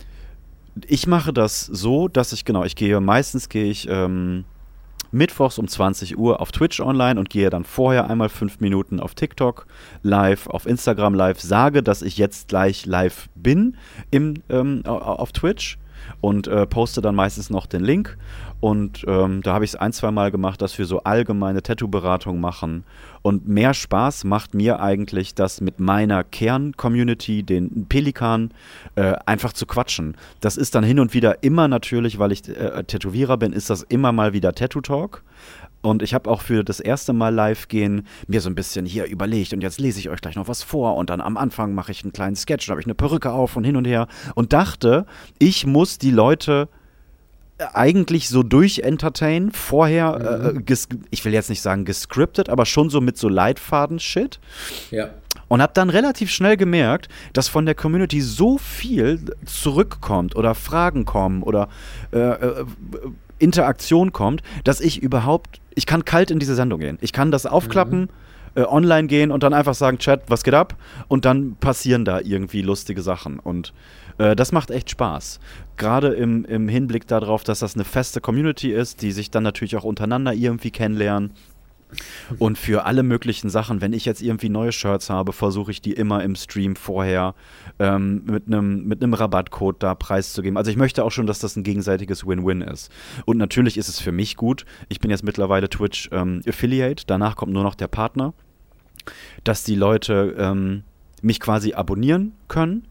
[SPEAKER 2] Ich mache das so, dass ich, genau, ich gehe, meistens gehe ich ähm, mittwochs um zwanzig Uhr auf Twitch online und gehe dann vorher einmal fünf Minuten auf TikTok live, auf Instagram live, sage, dass ich jetzt gleich live bin im, ähm, auf Twitch und äh, poste dann meistens noch den Link. Und ähm, da habe ich es ein, zwei Mal gemacht, dass wir so allgemeine Tattoo-Beratung machen. Und mehr Spaß macht mir eigentlich, das mit meiner Kern-Community, den Pelikan, äh, einfach zu quatschen. Das ist dann hin und wieder immer natürlich, weil ich äh, Tätowierer bin, ist das immer mal wieder Tattoo-Talk. Und ich habe auch für das erste Mal live gehen mir so ein bisschen hier überlegt und jetzt lese ich euch gleich noch was vor und dann am Anfang mache ich einen kleinen Sketch, da habe ich eine Perücke auf und hin und her und dachte, ich muss die Leute eigentlich so durchentertainen, vorher, mhm. äh, ges- ich will jetzt nicht sagen gescriptet, aber schon so mit so Leitfaden-Shit.
[SPEAKER 6] Ja.
[SPEAKER 2] Und habe dann relativ schnell gemerkt, dass von der Community so viel zurückkommt oder Fragen kommen oder äh, äh, Interaktion kommt, dass ich überhaupt, ich kann kalt in diese Sendung gehen. Ich kann das aufklappen, mhm. äh, online gehen und dann einfach sagen, Chat, was geht ab? Und dann passieren da irgendwie lustige Sachen. Und äh, das macht echt Spaß. Gerade im, im Hinblick darauf, dass das eine feste Community ist, die sich dann natürlich auch untereinander irgendwie kennenlernen. Und für alle möglichen Sachen, wenn ich jetzt irgendwie neue Shirts habe, versuche ich die immer im Stream vorher ähm, mit einem mit einem Rabattcode da preiszugeben. Also ich möchte auch schon, dass das ein gegenseitiges Win-Win ist. Und natürlich ist es für mich gut. Ich bin jetzt mittlerweile Twitch ähm, Affiliate. Danach kommt nur noch der Partner, dass die Leute ähm, mich quasi abonnieren können.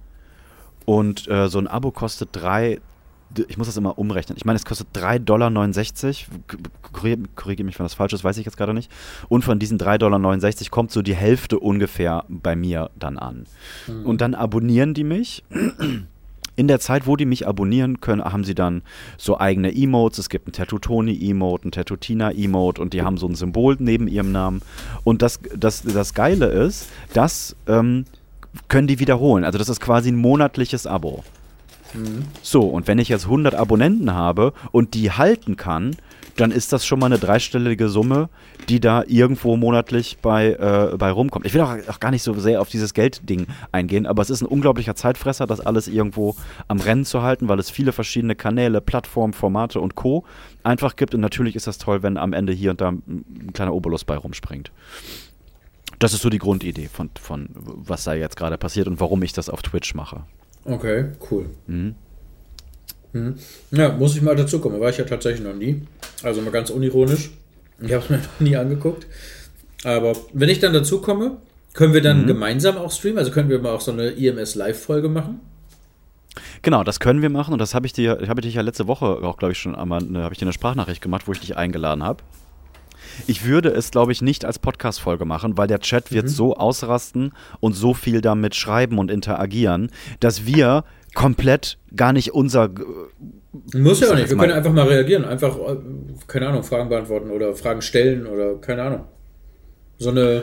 [SPEAKER 2] Und äh, so ein Abo kostet drei ich muss das immer umrechnen. Ich meine, es kostet drei Komma neunundsechzig Dollar. Korrigiere mich, wenn das falsch ist, weiß ich jetzt gerade nicht. Und von diesen drei Komma neunundsechzig Dollar kommt so die Hälfte ungefähr bei mir dann an. Mhm. Und dann abonnieren die mich. In der Zeit, wo die mich abonnieren können, haben sie dann so eigene Emotes. Es gibt ein Tattoo-Toni-Emote, ein Tattoo-Tina-Emote und die haben so ein Symbol neben ihrem Namen. Und das, das, das Geile ist, das ähm, können die wiederholen. Also das ist quasi ein monatliches Abo. Mhm. So, und wenn ich jetzt hundert Abonnenten habe und die halten kann, dann ist das schon mal eine dreistellige Summe, die da irgendwo monatlich bei, äh, bei rumkommt. Ich will auch, auch gar nicht so sehr auf dieses Geldding eingehen, aber es ist ein unglaublicher Zeitfresser, das alles irgendwo am Rennen zu halten, weil es viele verschiedene Kanäle, Plattformen, Formate und Co. einfach gibt. Und natürlich ist das toll, wenn am Ende hier und da ein kleiner Obolus bei rumspringt. Das ist so die Grundidee von, von was da jetzt gerade passiert und warum ich das auf Twitch mache.
[SPEAKER 6] Okay, cool. Mhm. Mhm. Ja, muss ich mal dazu kommen. War ich ja tatsächlich noch nie. Also mal ganz unironisch. Ich habe es mir noch nie angeguckt. Aber wenn ich dann dazu komme, können wir dann mhm. gemeinsam auch streamen? Also können wir mal auch so eine I M S-Live-Folge machen?
[SPEAKER 2] Genau, das können wir machen. Und das habe ich dir, habe ich dich ja letzte Woche auch, glaube ich, schon einmal, ne, habe ich dir eine Sprachnachricht gemacht, wo ich dich eingeladen habe. Ich würde es, glaube ich, nicht als Podcast-Folge machen, weil der Chat wird mhm. so ausrasten und so viel damit schreiben und interagieren, dass wir komplett gar nicht unser...
[SPEAKER 6] Muss ja auch nicht, wir können einfach mal reagieren, einfach, keine Ahnung, Fragen beantworten oder Fragen stellen oder keine Ahnung. So eine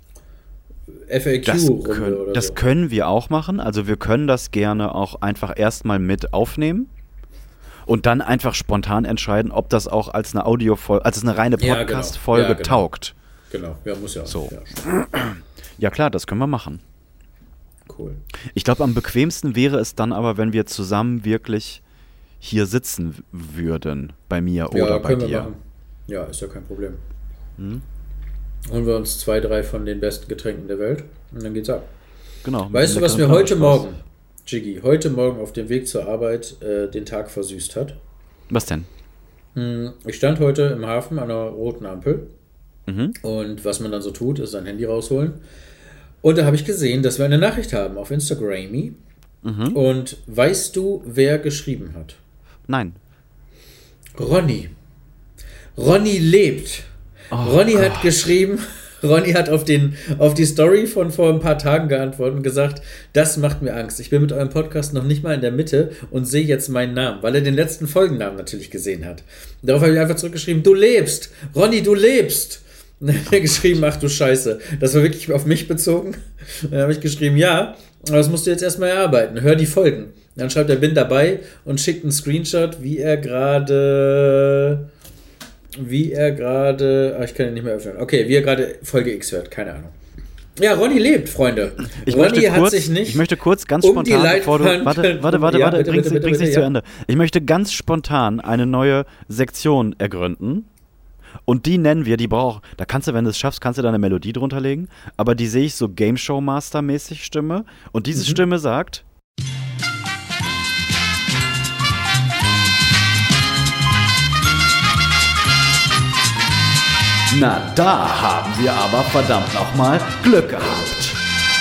[SPEAKER 6] F A Q-Runde
[SPEAKER 2] können,
[SPEAKER 6] oder
[SPEAKER 2] das
[SPEAKER 6] so.
[SPEAKER 2] Das können wir auch machen, also wir können das gerne auch einfach erstmal mit aufnehmen. Und dann einfach spontan entscheiden, ob das auch als eine Audiofolge, als eine reine Podcast-Folge
[SPEAKER 6] ja, genau. ja, genau.
[SPEAKER 2] taugt.
[SPEAKER 6] Genau, ja, muss ja auch.
[SPEAKER 2] So. Ja, ja, klar, das können wir machen.
[SPEAKER 6] Cool.
[SPEAKER 2] Ich glaube, am bequemsten wäre es dann aber, wenn wir zusammen wirklich hier sitzen würden, bei mir
[SPEAKER 6] ja,
[SPEAKER 2] oder bei
[SPEAKER 6] können
[SPEAKER 2] dir.
[SPEAKER 6] Wir machen. Ja, ist ja kein Problem. Hm? Holen wir uns zwei, drei von den besten Getränken der Welt und dann geht's ab.
[SPEAKER 2] Genau.
[SPEAKER 6] Weißt du, was wir heute Morgen Jiggy heute Morgen auf dem Weg zur Arbeit äh, den Tag versüßt hat.
[SPEAKER 2] Was denn?
[SPEAKER 6] Ich stand heute im Hafen an einer roten Ampel.
[SPEAKER 2] Mhm.
[SPEAKER 6] Und was man dann so tut, ist sein Handy rausholen. Und da habe ich gesehen, dass wir eine Nachricht haben auf Instagram. Mhm. Und weißt du, wer geschrieben hat?
[SPEAKER 2] Nein.
[SPEAKER 6] Ronny. Ronny lebt.
[SPEAKER 2] Oh
[SPEAKER 6] Ronny
[SPEAKER 2] Gott.
[SPEAKER 6] hat geschrieben, Ronny hat auf, den, auf die Story von vor ein paar Tagen geantwortet und gesagt, das macht mir Angst. Ich bin mit eurem Podcast noch nicht mal in der Mitte und sehe jetzt meinen Namen, weil er den letzten Folgennamen natürlich gesehen hat. Darauf habe ich einfach zurückgeschrieben, du lebst. Ronny, du lebst. Und dann hat er geschrieben, ach du Scheiße. Das war wirklich auf mich bezogen. Und dann habe ich geschrieben, ja, aber das musst du jetzt erstmal erarbeiten. Hör die Folgen. Und dann schreibt er, bin dabei und schickt einen Screenshot, wie er gerade... Wie er gerade... Ah, ich kann ihn nicht mehr öffnen. Okay, wie er gerade Folge X hört. Keine Ahnung. Ja, Ronny lebt, Freunde.
[SPEAKER 2] Ich
[SPEAKER 6] Ronny
[SPEAKER 2] möchte
[SPEAKER 6] hat
[SPEAKER 2] kurz,
[SPEAKER 6] sich nicht
[SPEAKER 2] ich möchte kurz ganz
[SPEAKER 6] um
[SPEAKER 2] spontan,
[SPEAKER 6] die
[SPEAKER 2] bevor du...
[SPEAKER 6] Leitplanken-
[SPEAKER 2] Warte, warte, warte,
[SPEAKER 6] Ja,
[SPEAKER 2] warte,
[SPEAKER 6] bitte,
[SPEAKER 2] bring's,
[SPEAKER 6] bitte, bitte,
[SPEAKER 2] bring's nicht
[SPEAKER 6] bitte,
[SPEAKER 2] zu
[SPEAKER 6] ja.
[SPEAKER 2] Ende. Ich möchte ganz spontan eine neue Sektion ergründen. Und die nennen wir, die braucht, da kannst du, wenn du es schaffst, kannst du da eine Melodie drunter legen. Aber die sehe ich so Game Show Master mäßig Stimme. Und diese
[SPEAKER 6] Mhm.
[SPEAKER 2] Stimme sagt... Na, da haben wir aber verdammt nochmal Glück gehabt.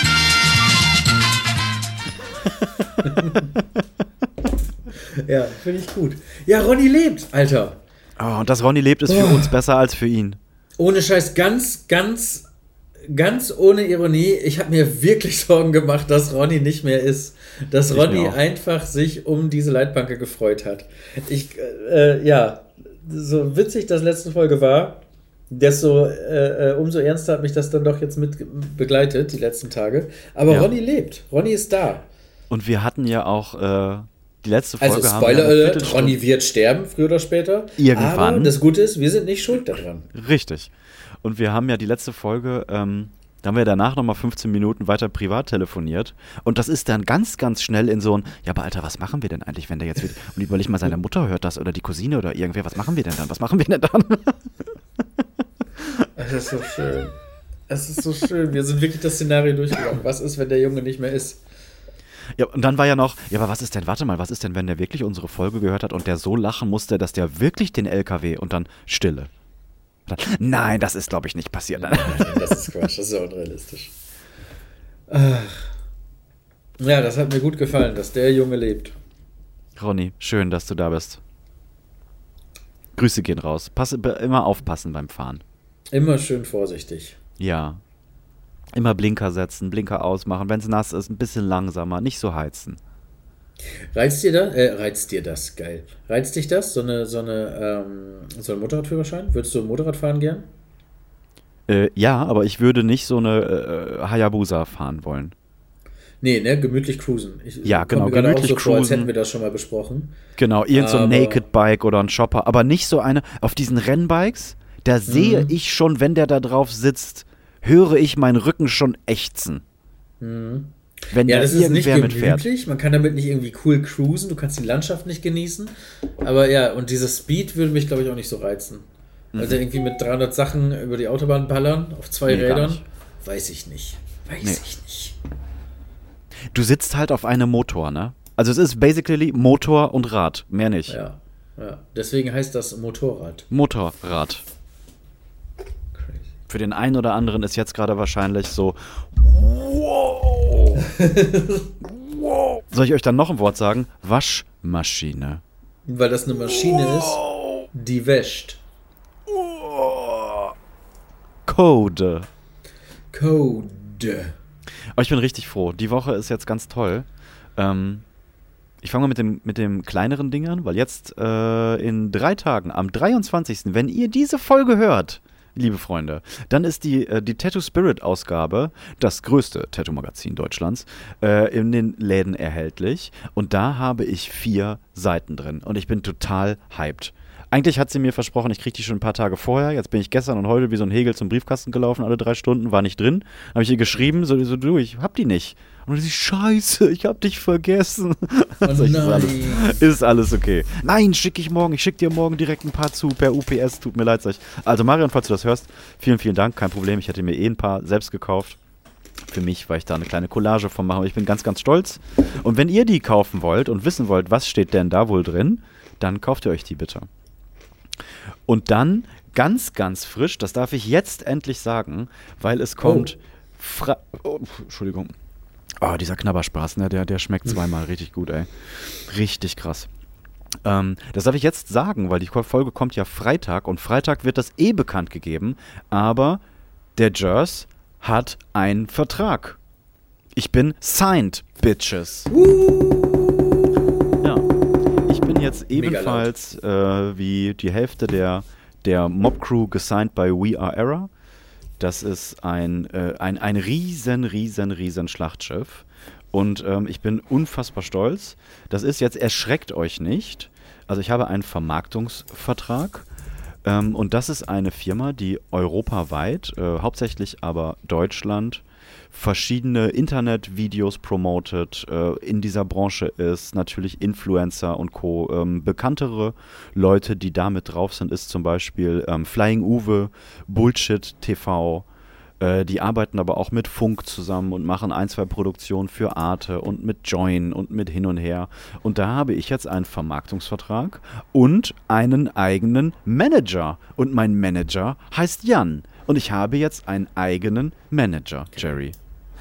[SPEAKER 6] Ja, finde ich gut. Ja, Ronny lebt, Alter.
[SPEAKER 2] Oh, und dass Ronny lebt, ist für
[SPEAKER 6] Oh.
[SPEAKER 2] uns besser als für ihn.
[SPEAKER 6] Ohne Scheiß, ganz, ganz, ganz ohne Ironie. Ich habe mir wirklich Sorgen gemacht, dass Ronny nicht mehr ist. Dass
[SPEAKER 2] Ich
[SPEAKER 6] Ronny
[SPEAKER 2] mir auch.
[SPEAKER 6] einfach sich um diese Leitplanke gefreut hat. Ich, äh, ja, so witzig das letzte Folge war, desto äh, äh, umso ernster hat mich das dann doch jetzt mit begleitet, die letzten Tage. Aber
[SPEAKER 2] Ja.
[SPEAKER 6] Ronny lebt. Ronny ist da.
[SPEAKER 2] Und wir hatten ja auch äh, die letzte Folge.
[SPEAKER 6] Also
[SPEAKER 2] haben wir
[SPEAKER 6] Spoiler
[SPEAKER 2] eine
[SPEAKER 6] Alert,
[SPEAKER 2] Viertelstunde-
[SPEAKER 6] Ronny wird sterben, früher oder später.
[SPEAKER 2] Irgendwann.
[SPEAKER 6] Aber das Gute ist, wir sind nicht schuld daran.
[SPEAKER 2] Richtig. Und wir haben ja die letzte Folge, ähm, da haben wir danach nochmal fünfzehn Minuten weiter privat telefoniert. Und das ist dann ganz, ganz schnell in so ein, ja, aber Alter, was machen wir denn eigentlich, wenn der jetzt wieder, und überleg mal, seine Mutter hört das oder die Cousine oder irgendwer, was machen wir denn dann? Was machen wir denn dann?
[SPEAKER 6] Es ist so schön. Es ist so schön. Wir sind wirklich das Szenario durchgegangen. Was ist, wenn der Junge nicht mehr ist?
[SPEAKER 2] Ja, und dann war ja noch, ja, aber was ist denn, warte mal, was ist denn, wenn der wirklich unsere Folge gehört hat und der so lachen musste, dass der wirklich den L K W und dann Stille. Dann, nein, das ist, glaube ich, nicht passiert.
[SPEAKER 6] Nein, das ist Quatsch. Das ist ja unrealistisch. Ach. Ja, das hat mir gut gefallen, dass der Junge lebt.
[SPEAKER 2] Ronny, schön, dass du da bist. Grüße gehen raus. Pass, immer aufpassen beim Fahren.
[SPEAKER 6] Immer schön vorsichtig.
[SPEAKER 2] Ja. Immer Blinker setzen, Blinker ausmachen. Wenn es nass ist, ein bisschen langsamer, nicht so heizen.
[SPEAKER 6] Reizt dir das? Äh, reizt dir das? Geil. Reizt dich das? So eine, so eine, ähm, so ein Motorradführerschein? Würdest du Motorrad fahren gern?
[SPEAKER 2] Äh, ja, aber ich würde nicht so eine äh, Hayabusa fahren wollen.
[SPEAKER 6] Nee, ne? Gemütlich cruisen. Ich,
[SPEAKER 2] Ja,
[SPEAKER 6] kommt
[SPEAKER 2] genau,
[SPEAKER 6] mir gerade auch
[SPEAKER 2] gemütlich
[SPEAKER 6] so vor, als
[SPEAKER 2] cruisen.
[SPEAKER 6] hätten wir das schon mal besprochen.
[SPEAKER 2] Genau, irgend so ein
[SPEAKER 6] Aber-
[SPEAKER 2] Naked Bike oder ein Chopper. Aber nicht so eine, auf diesen Rennbikes, da sehe ich schon, wenn der da drauf sitzt, höre ich meinen Rücken schon ächzen. Wenn
[SPEAKER 6] Ja,
[SPEAKER 2] da
[SPEAKER 6] das ist nicht
[SPEAKER 2] irgendwer mitfährt.
[SPEAKER 6] gemütlich. Man kann damit nicht irgendwie cool cruisen. Du kannst die Landschaft nicht genießen. Aber ja, und dieses Speed würde mich, glaube ich, auch nicht so reizen. Also irgendwie mit dreihundert Sachen über die Autobahn ballern, auf zwei
[SPEAKER 2] Nee, gar
[SPEAKER 6] Rädern,
[SPEAKER 2] nicht.
[SPEAKER 6] weiß ich nicht. Weiß
[SPEAKER 2] Nee.
[SPEAKER 6] ich nicht.
[SPEAKER 2] Du sitzt halt auf einem Motor, ne? Also es ist basically Motor und Rad, mehr nicht.
[SPEAKER 6] Ja, ja. Deswegen heißt das Motorrad.
[SPEAKER 2] Motorrad.
[SPEAKER 6] Crazy.
[SPEAKER 2] Für den einen oder anderen ist jetzt gerade wahrscheinlich so, wow. wow. Soll ich euch dann noch ein Wort sagen? Waschmaschine.
[SPEAKER 6] Weil das eine Maschine ist, die wäscht.
[SPEAKER 2] Code.
[SPEAKER 6] Code.
[SPEAKER 2] Aber ich bin richtig froh. Die Woche ist jetzt ganz toll. Ähm, ich fange mal mit dem, mit dem kleineren Ding an, weil jetzt äh, in drei Tagen, am dreiundzwanzigsten, wenn ihr diese Folge hört, liebe Freunde, dann ist die, äh, die Tattoo Spirit Ausgabe, das größte Tattoo-Magazin Deutschlands, äh, in den Läden erhältlich. Und da habe ich vier Seiten drin. Und ich bin total hyped. Eigentlich hat sie mir versprochen, ich kriege die schon ein paar Tage vorher. Jetzt bin ich gestern und heute wie so ein Hegel zum Briefkasten gelaufen, alle drei Stunden, war nicht drin. Habe ich ihr geschrieben, so, so du, ich hab die nicht. Und sie, scheiße, ich hab dich vergessen. Also ich, ist, alles, ist alles okay. Nein, schicke ich morgen. Ich schicke dir morgen direkt ein paar zu per U P S. Tut mir leid. Sag ich. Also Marion, falls du das hörst, vielen, vielen Dank. Kein Problem. Ich hätte mir eh ein paar selbst gekauft. für mich, weil ich da eine kleine Collage von mache. Ich bin ganz, ganz stolz. Und wenn ihr die kaufen wollt und wissen wollt, was steht denn da wohl drin, dann kauft ihr euch die bitte. Und dann ganz, ganz frisch, das darf ich jetzt endlich sagen, weil es kommt... Oh. Fra- oh, Entschuldigung. Oh, dieser Knabberspaß, ne, der, der schmeckt zweimal richtig gut, ey. Richtig krass. Ähm, das darf ich jetzt sagen, weil die Folge kommt ja Freitag und Freitag wird das eh bekannt gegeben, aber der Jers hat einen Vertrag. Ich bin signed, Bitches. Ja, ich bin jetzt ebenfalls äh, wie die Hälfte der, der Mob-Crew gesigned bei We Are Era. Das ist ein, äh, ein, ein riesen, riesen, riesen Schlachtschiff. Und ähm, ich bin unfassbar stolz. Das ist jetzt, erschreckt euch nicht. Also ich habe einen Vermarktungsvertrag. Ähm, und das ist eine Firma, die europaweit, äh, hauptsächlich aber Deutschland, verschiedene Internetvideos promotet, äh, in dieser Branche ist, natürlich Influencer und Co. Ähm, bekanntere Leute, die da mit drauf sind, ist zum Beispiel ähm, Flying Uwe, Bullshit T V. Äh, die arbeiten aber auch mit Funk zusammen und machen ein, zwei Produktionen für Arte und mit Join und mit hin und her. Und da habe ich jetzt einen Vermarktungsvertrag und einen eigenen Manager. Und mein Manager heißt Jan. Und ich habe jetzt einen eigenen Manager, Jerry.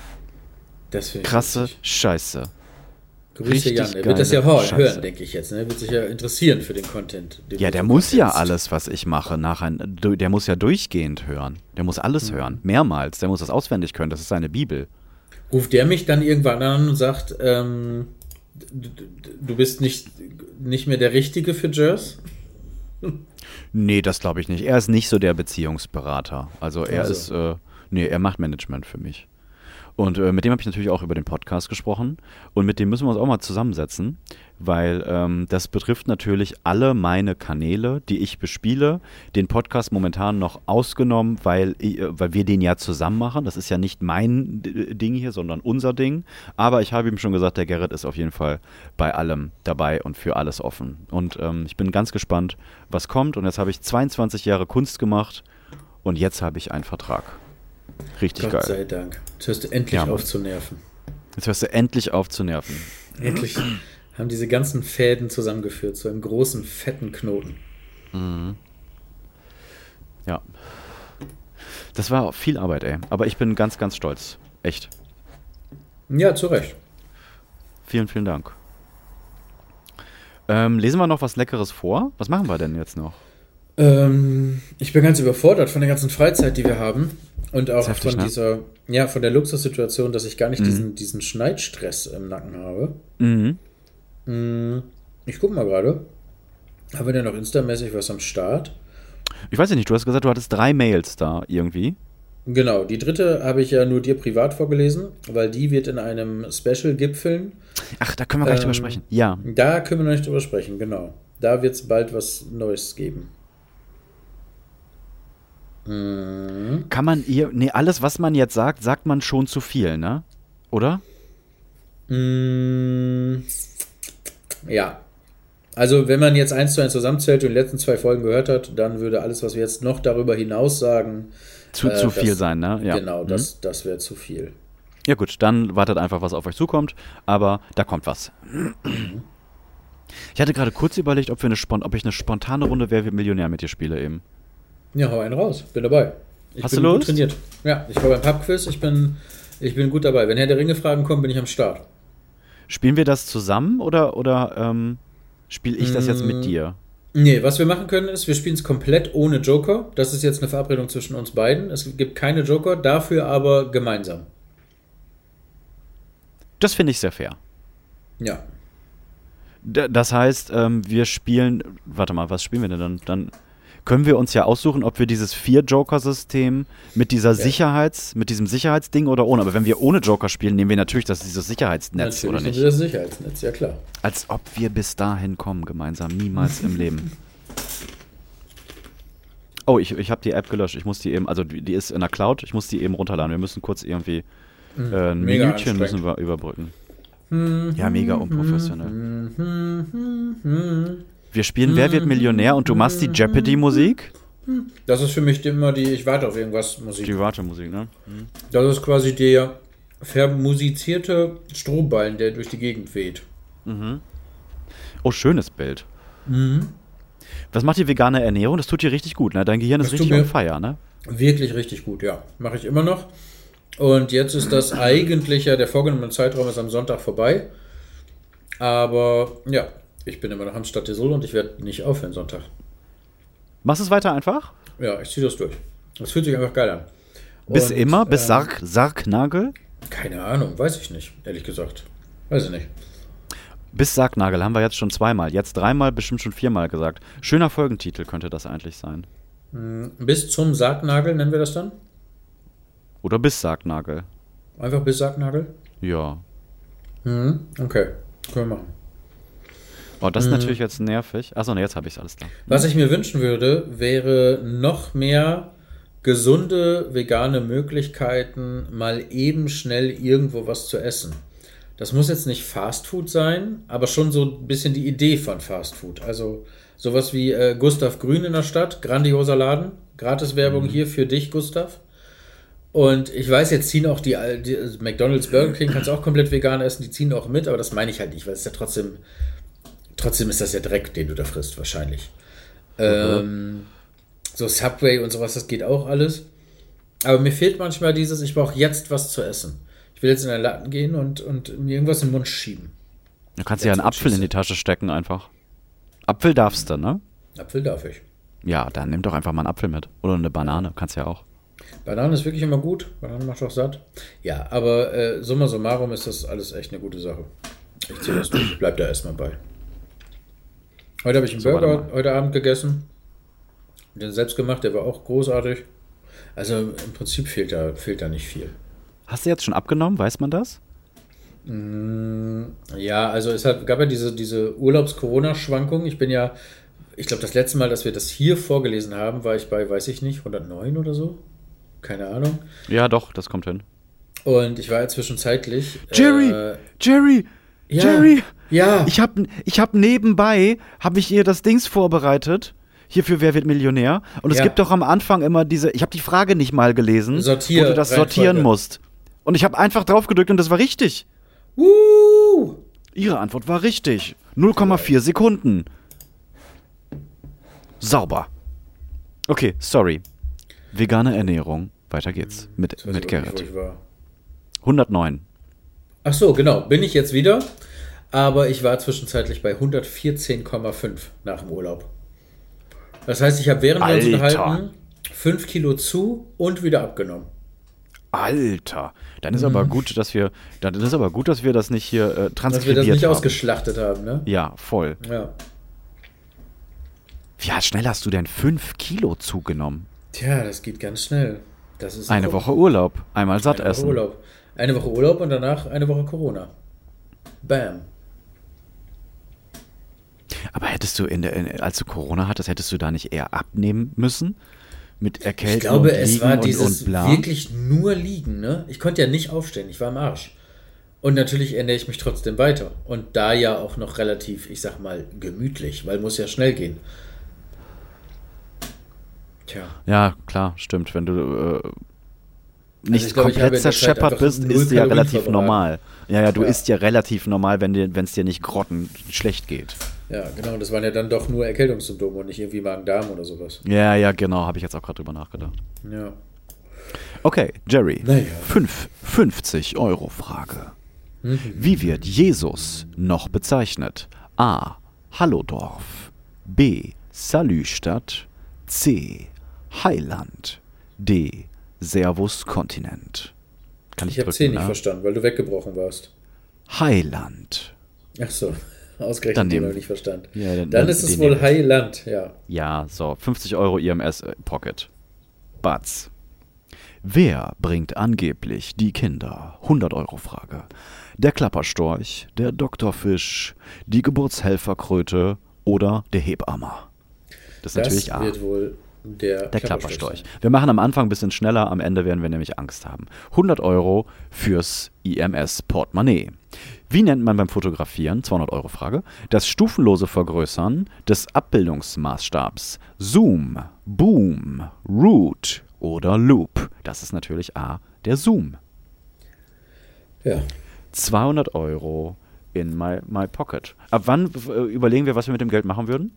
[SPEAKER 6] Das finde ich
[SPEAKER 2] krasse
[SPEAKER 6] richtig.
[SPEAKER 2] Scheiße.
[SPEAKER 6] Grüße Jan. Er wird das ja hören, denke ich jetzt. Ne? Er wird sich ja interessieren für den Content. Den
[SPEAKER 2] ja, der muss ja alles, was ich mache, nachher, der muss ja durchgehend hören. Der muss alles mhm. hören. Mehrmals. Der muss das auswendig können. Das ist seine Bibel.
[SPEAKER 6] Ruft der mich dann irgendwann an und sagt, ähm, du, du bist nicht, nicht mehr der Richtige für Jers?
[SPEAKER 2] Nee, das glaube ich nicht. Er ist nicht so der Beziehungsberater. Also er
[SPEAKER 6] also.
[SPEAKER 2] ist, äh, nee, er macht Management für mich. Und äh, mit dem habe ich natürlich auch über den Podcast gesprochen. Und mit dem müssen wir uns auch mal zusammensetzen, weil ähm, das betrifft natürlich alle meine Kanäle, die ich bespiele. Den Podcast momentan noch ausgenommen, weil, äh, weil wir den ja zusammen machen. Das ist ja nicht mein D- Ding hier, sondern unser Ding. Aber ich habe ihm schon gesagt, der Gerrit ist auf jeden Fall bei allem dabei und für alles offen. Und ähm, ich bin ganz gespannt, was kommt. Und jetzt habe ich zweiundzwanzig Jahre Kunst gemacht und jetzt habe ich einen Vertrag. Richtig
[SPEAKER 6] Gott
[SPEAKER 2] geil.
[SPEAKER 6] Gott sei Dank. Jetzt hörst du endlich
[SPEAKER 2] ja,
[SPEAKER 6] auf zu nerven.
[SPEAKER 2] Jetzt hörst du endlich auf zu nerven.
[SPEAKER 6] Endlich haben diese ganzen Fäden zusammengeführt zu einem großen, fetten Knoten.
[SPEAKER 2] Mhm. Ja. Das war viel Arbeit, ey. Aber ich bin ganz, ganz stolz. Echt.
[SPEAKER 6] Ja, zu Recht.
[SPEAKER 2] Vielen, vielen Dank. Ähm, lesen wir noch was Leckeres vor? Was machen wir denn jetzt noch?
[SPEAKER 6] Ähm, ich bin ganz überfordert von der ganzen Freizeit, die wir haben. Und auch
[SPEAKER 2] heftig,
[SPEAKER 6] von
[SPEAKER 2] ne?
[SPEAKER 6] dieser, ja, von der Luxussituation, dass ich gar nicht
[SPEAKER 2] Mhm.
[SPEAKER 6] diesen, diesen Schneidstress im Nacken habe.
[SPEAKER 2] Mhm.
[SPEAKER 6] Mhm. Ich guck mal gerade. Haben wir denn noch instamäßig was am Start?
[SPEAKER 2] Ich weiß ja nicht, du hast gesagt, du hattest drei Mails da irgendwie.
[SPEAKER 6] Genau, die dritte habe ich ja nur dir privat vorgelesen, weil die wird in einem Special gipfeln.
[SPEAKER 2] Ach, da können wir gleich
[SPEAKER 6] Ähm,
[SPEAKER 2] drüber sprechen. Ja.
[SPEAKER 6] Da können wir noch nicht drüber sprechen, genau. Da wird es bald was Neues geben. Mhm.
[SPEAKER 2] Kann man ihr, nee, alles, was man jetzt sagt, sagt man schon zu viel, ne? Oder?
[SPEAKER 6] Mm, ja. Also, wenn man jetzt eins zu eins zusammenzählt und die letzten zwei Folgen gehört hat, dann würde alles, was wir jetzt noch darüber hinaus sagen,
[SPEAKER 2] Zu,
[SPEAKER 6] äh,
[SPEAKER 2] zu
[SPEAKER 6] das,
[SPEAKER 2] viel sein, ne? Ja.
[SPEAKER 6] Genau,
[SPEAKER 2] Mhm.
[SPEAKER 6] das, das wäre zu viel.
[SPEAKER 2] Ja gut, dann wartet einfach, was auf euch zukommt, aber da kommt was. Ich hatte gerade kurz überlegt, ob, wir eine Spont- ob ich eine spontane Runde Wer wird Millionär mit dir spiele eben.
[SPEAKER 6] Ja, hau einen raus. Bin dabei. Ich
[SPEAKER 2] Hast
[SPEAKER 6] bin
[SPEAKER 2] du
[SPEAKER 6] gut
[SPEAKER 2] Lust?
[SPEAKER 6] trainiert. Ja, ich war beim Pubquiz. Ich bin, ich bin gut dabei. Wenn Herr der Ringe-Fragen kommen, bin ich am Start.
[SPEAKER 2] Spielen wir das zusammen oder, oder ähm, spiele ich das jetzt
[SPEAKER 6] Mm.
[SPEAKER 2] mit dir?
[SPEAKER 6] Nee, was wir machen können ist, wir spielen es komplett ohne Joker. Das ist jetzt eine Verabredung zwischen uns beiden. Es gibt keine Joker, dafür aber gemeinsam.
[SPEAKER 2] Das finde ich sehr fair.
[SPEAKER 6] Ja.
[SPEAKER 2] D- das heißt, ähm, wir spielen, warte mal, was spielen wir denn dann? Dann können wir uns ja aussuchen, ob wir dieses Vier-Joker-System mit dieser Sicherheits, mit diesem Sicherheitsding oder ohne. Aber wenn wir ohne Joker spielen, nehmen wir natürlich das, dieses Sicherheitsnetz,
[SPEAKER 6] Natürlich
[SPEAKER 2] oder
[SPEAKER 6] nehmen
[SPEAKER 2] nicht?
[SPEAKER 6] wir das Sicherheitsnetz, ja klar.
[SPEAKER 2] Als ob wir bis dahin kommen, gemeinsam. Niemals im Leben. Oh, ich, ich habe die App gelöscht. Ich muss die eben, also die, die ist in der Cloud, ich muss die eben runterladen. Wir müssen kurz irgendwie äh, ein
[SPEAKER 6] Mega
[SPEAKER 2] Minütchen
[SPEAKER 6] anstrengend.
[SPEAKER 2] müssen wir überbrücken. Ja, mega unprofessionell. Wir spielen Wer wird Millionär und du machst die Jeopardy-Musik?
[SPEAKER 6] Das ist für mich immer die, ich warte auf irgendwas Musik.
[SPEAKER 2] Die Warte-Musik, ne?
[SPEAKER 6] Das ist quasi der, vermusizierte Strohballen, der durch die Gegend weht.
[SPEAKER 2] Oh, schönes Bild.
[SPEAKER 6] Mhm.
[SPEAKER 2] Was macht die vegane Ernährung? Das tut dir richtig gut, ne? Dein Gehirn ist
[SPEAKER 6] Das tut
[SPEAKER 2] richtig
[SPEAKER 6] mir-
[SPEAKER 2] on fire, ne?
[SPEAKER 6] Wirklich richtig gut, ja. Mache ich immer noch. Und jetzt ist das eigentlich ja, der vorgenommene Zeitraum ist am Sonntag vorbei. Aber ja, ich bin immer noch am Stadtisol und ich werde nicht aufhören Sonntag.
[SPEAKER 2] Machst du es weiter einfach?
[SPEAKER 6] Ja, ich ziehe das durch. Das fühlt sich einfach geil an.
[SPEAKER 2] Bis
[SPEAKER 6] Und,
[SPEAKER 2] immer? Bis
[SPEAKER 6] ähm,
[SPEAKER 2] Sarg, Sargnagel?
[SPEAKER 6] Keine Ahnung, weiß ich nicht, ehrlich gesagt. Weiß ich nicht.
[SPEAKER 2] Bis Sargnagel haben wir jetzt schon zweimal. Jetzt dreimal, bestimmt schon viermal gesagt. Schöner Folgentitel könnte das eigentlich sein.
[SPEAKER 6] Bis zum Sargnagel nennen wir das dann?
[SPEAKER 2] Oder bis Sargnagel.
[SPEAKER 6] Einfach bis Sargnagel?
[SPEAKER 2] Ja.
[SPEAKER 6] Mhm. Okay, können wir machen.
[SPEAKER 2] Oh, das ist natürlich jetzt nervig. Achso, ne, jetzt habe ich es alles da.
[SPEAKER 6] Was ich mir wünschen würde, wäre noch mehr gesunde vegane Möglichkeiten, mal eben schnell irgendwo was zu essen. Das muss jetzt nicht Fastfood sein, aber schon so ein bisschen die Idee von Fastfood. Also sowas wie äh, Gustav Grün in der Stadt, grandioser Laden, Gratiswerbung hier für dich, Gustav. Und ich weiß, jetzt ziehen auch die, die also McDonald's, Burger King kannst du auch komplett vegan essen, die ziehen auch mit, aber das meine ich halt nicht, weil es ist ja trotzdem, trotzdem ist das ja Dreck, den du da frisst, wahrscheinlich. Ähm, so Subway und sowas, das geht auch alles. Aber mir fehlt manchmal dieses, ich brauche jetzt was zu essen. Ich will jetzt in den Laden gehen und, und mir irgendwas in den Mund schieben.
[SPEAKER 2] Du kannst ja einen Apfel in die Tasche stecken einfach. Apfel darfst du, ne?
[SPEAKER 6] Apfel darf ich.
[SPEAKER 2] Ja, dann nimm doch einfach mal einen Apfel mit. Oder eine Banane, kannst ja auch.
[SPEAKER 6] Banane ist wirklich immer gut. Banane macht auch satt. Ja, aber äh, summa summarum ist das alles echt eine gute Sache. Ich ziehe das durch. Ich bleib da erstmal bei. Heute habe ich einen
[SPEAKER 2] So, warte
[SPEAKER 6] Burger
[SPEAKER 2] mal.
[SPEAKER 6] heute Abend gegessen. Den selbst gemacht, der war auch großartig. Also im Prinzip fehlt da, fehlt da nicht viel.
[SPEAKER 2] Hast du jetzt schon abgenommen? Weiß man das?
[SPEAKER 6] Ja, also es hat, gab ja diese, diese Urlaubs-Corona-Schwankung. Ich bin ja, ich glaube, das letzte Mal, dass wir das hier vorgelesen haben, war ich bei, weiß ich nicht, hundertneun oder so. Keine Ahnung.
[SPEAKER 2] Ja, doch, das kommt hin.
[SPEAKER 6] Und ich war ja zwischenzeitlich.
[SPEAKER 2] Jerry!
[SPEAKER 6] Äh,
[SPEAKER 2] Jerry!
[SPEAKER 6] ja,
[SPEAKER 2] Jerry!
[SPEAKER 6] Ja.
[SPEAKER 2] Ich hab, ich hab nebenbei, habe ich ihr das Dings vorbereitet. Hier für Wer wird Millionär? Und es
[SPEAKER 6] Ja.
[SPEAKER 2] gibt doch am Anfang immer diese, ich habe die Frage nicht mal gelesen,
[SPEAKER 6] Sortier-
[SPEAKER 2] wo du das
[SPEAKER 6] Reihenfolge.
[SPEAKER 2] sortieren musst. Und ich habe einfach drauf gedrückt und das war richtig.
[SPEAKER 6] Woo!
[SPEAKER 2] Ihre Antwort war richtig. null Komma vier Sekunden. Sauber. Okay, sorry. Vegane Ernährung. Weiter geht's. Mit,
[SPEAKER 6] Ich weiß
[SPEAKER 2] mit
[SPEAKER 6] aber nicht, wo
[SPEAKER 2] Gerrit.
[SPEAKER 6] ich war.
[SPEAKER 2] hundertneun.
[SPEAKER 6] Ach so, genau. Bin ich jetzt wieder. Aber ich war zwischenzeitlich bei hundertvierzehn Komma fünf nach dem Urlaub. Das heißt, ich habe während wir uns
[SPEAKER 2] Alter.
[SPEAKER 6] unterhalten fünf Kilo zu und wieder abgenommen.
[SPEAKER 2] Alter. Dann ist aber gut, dass wir, dann ist aber gut, dass wir das nicht hier äh,
[SPEAKER 6] Dass wir
[SPEAKER 2] transkribiert
[SPEAKER 6] das nicht
[SPEAKER 2] haben.
[SPEAKER 6] ausgeschlachtet haben, ne?
[SPEAKER 2] Ja, voll.
[SPEAKER 6] Ja.
[SPEAKER 2] Wie schnell hast du denn fünf Kilo zugenommen?
[SPEAKER 6] Tja, das geht ganz schnell. Das ist
[SPEAKER 2] Eine Woche Urlaub. Einmal satt
[SPEAKER 6] Eine Woche
[SPEAKER 2] essen.
[SPEAKER 6] Urlaub. Eine Woche Urlaub und danach eine Woche Corona. Bam.
[SPEAKER 2] Aber hättest du, in der, in, als du Corona hattest, hättest du da nicht eher abnehmen müssen? Mit Erkältung
[SPEAKER 6] Ich glaube,
[SPEAKER 2] und
[SPEAKER 6] es
[SPEAKER 2] Liegen
[SPEAKER 6] war
[SPEAKER 2] und,
[SPEAKER 6] dieses
[SPEAKER 2] und bla?
[SPEAKER 6] wirklich nur Liegen, ne? Ich konnte ja nicht aufstehen, ich war am Arsch. Und natürlich ernähre ich mich trotzdem weiter. Und da ja auch noch relativ, ich sag mal, gemütlich, weil muss ja schnell gehen. Tja.
[SPEAKER 2] Ja, klar, stimmt. Wenn du äh, nicht
[SPEAKER 6] ich glaube, ich habe
[SPEAKER 2] komplett
[SPEAKER 6] in der Zeit
[SPEAKER 2] zerscheppert
[SPEAKER 6] einfach
[SPEAKER 2] bist,
[SPEAKER 6] null
[SPEAKER 2] ist ja
[SPEAKER 6] Kalorien
[SPEAKER 2] relativ
[SPEAKER 6] verbraten.
[SPEAKER 2] normal. Ja, ja, du
[SPEAKER 6] Ja.
[SPEAKER 2] isst ja relativ normal, wenn dir, wenn es dir nicht grotten schlecht geht.
[SPEAKER 6] Ja, genau. Und das waren ja dann doch nur Erkältungssymptome und nicht irgendwie Magen-Darm oder sowas.
[SPEAKER 2] Ja, ja, genau, habe ich jetzt auch gerade drüber nachgedacht.
[SPEAKER 6] Ja.
[SPEAKER 2] Okay, Jerry.
[SPEAKER 6] Naja.
[SPEAKER 2] Fünf, fünfzig Euro Frage. Wie wird Jesus noch bezeichnet? A. Hallodorf. B. Salüstadt. C. Heiland. D. Servus Kontinent. Kann ich,
[SPEAKER 6] Ich habe
[SPEAKER 2] drücken,
[SPEAKER 6] C nicht
[SPEAKER 2] ne?
[SPEAKER 6] verstanden, weil du weggebrochen warst.
[SPEAKER 2] Heiland.
[SPEAKER 6] Ach so. Ausgerechnet
[SPEAKER 2] Dann
[SPEAKER 6] den
[SPEAKER 2] nehmen-
[SPEAKER 6] noch nicht verstanden.
[SPEAKER 2] Ja, dann-
[SPEAKER 6] dann
[SPEAKER 2] dann
[SPEAKER 6] ist es
[SPEAKER 2] den
[SPEAKER 6] wohl
[SPEAKER 2] nehmen.
[SPEAKER 6] Heiland, ja.
[SPEAKER 2] Ja, so, fünfzig Euro I M S äh, Pocket. Batz. Wer bringt angeblich die Kinder? hundert Euro Frage. Der Klapperstorch, der Doktorfisch, die Geburtshelferkröte oder der Hebammer? Das ist
[SPEAKER 6] Das
[SPEAKER 2] natürlich A.
[SPEAKER 6] wird wohl der,
[SPEAKER 2] Der Klapperstorch.
[SPEAKER 6] sein.
[SPEAKER 2] Wir machen am Anfang ein bisschen schneller, am Ende werden wir nämlich Angst haben. hundert Euro fürs I M S-Portemonnaie. Wie nennt man beim Fotografieren, zweihundert Euro Frage, das stufenlose Vergrößern des Abbildungsmaßstabs? Zoom, Boom, Root oder Loop? Das ist natürlich A, der Zoom.
[SPEAKER 6] Ja.
[SPEAKER 2] zweihundert Euro in my, my pocket. Ab wann äh, überlegen wir, was wir mit dem Geld machen würden?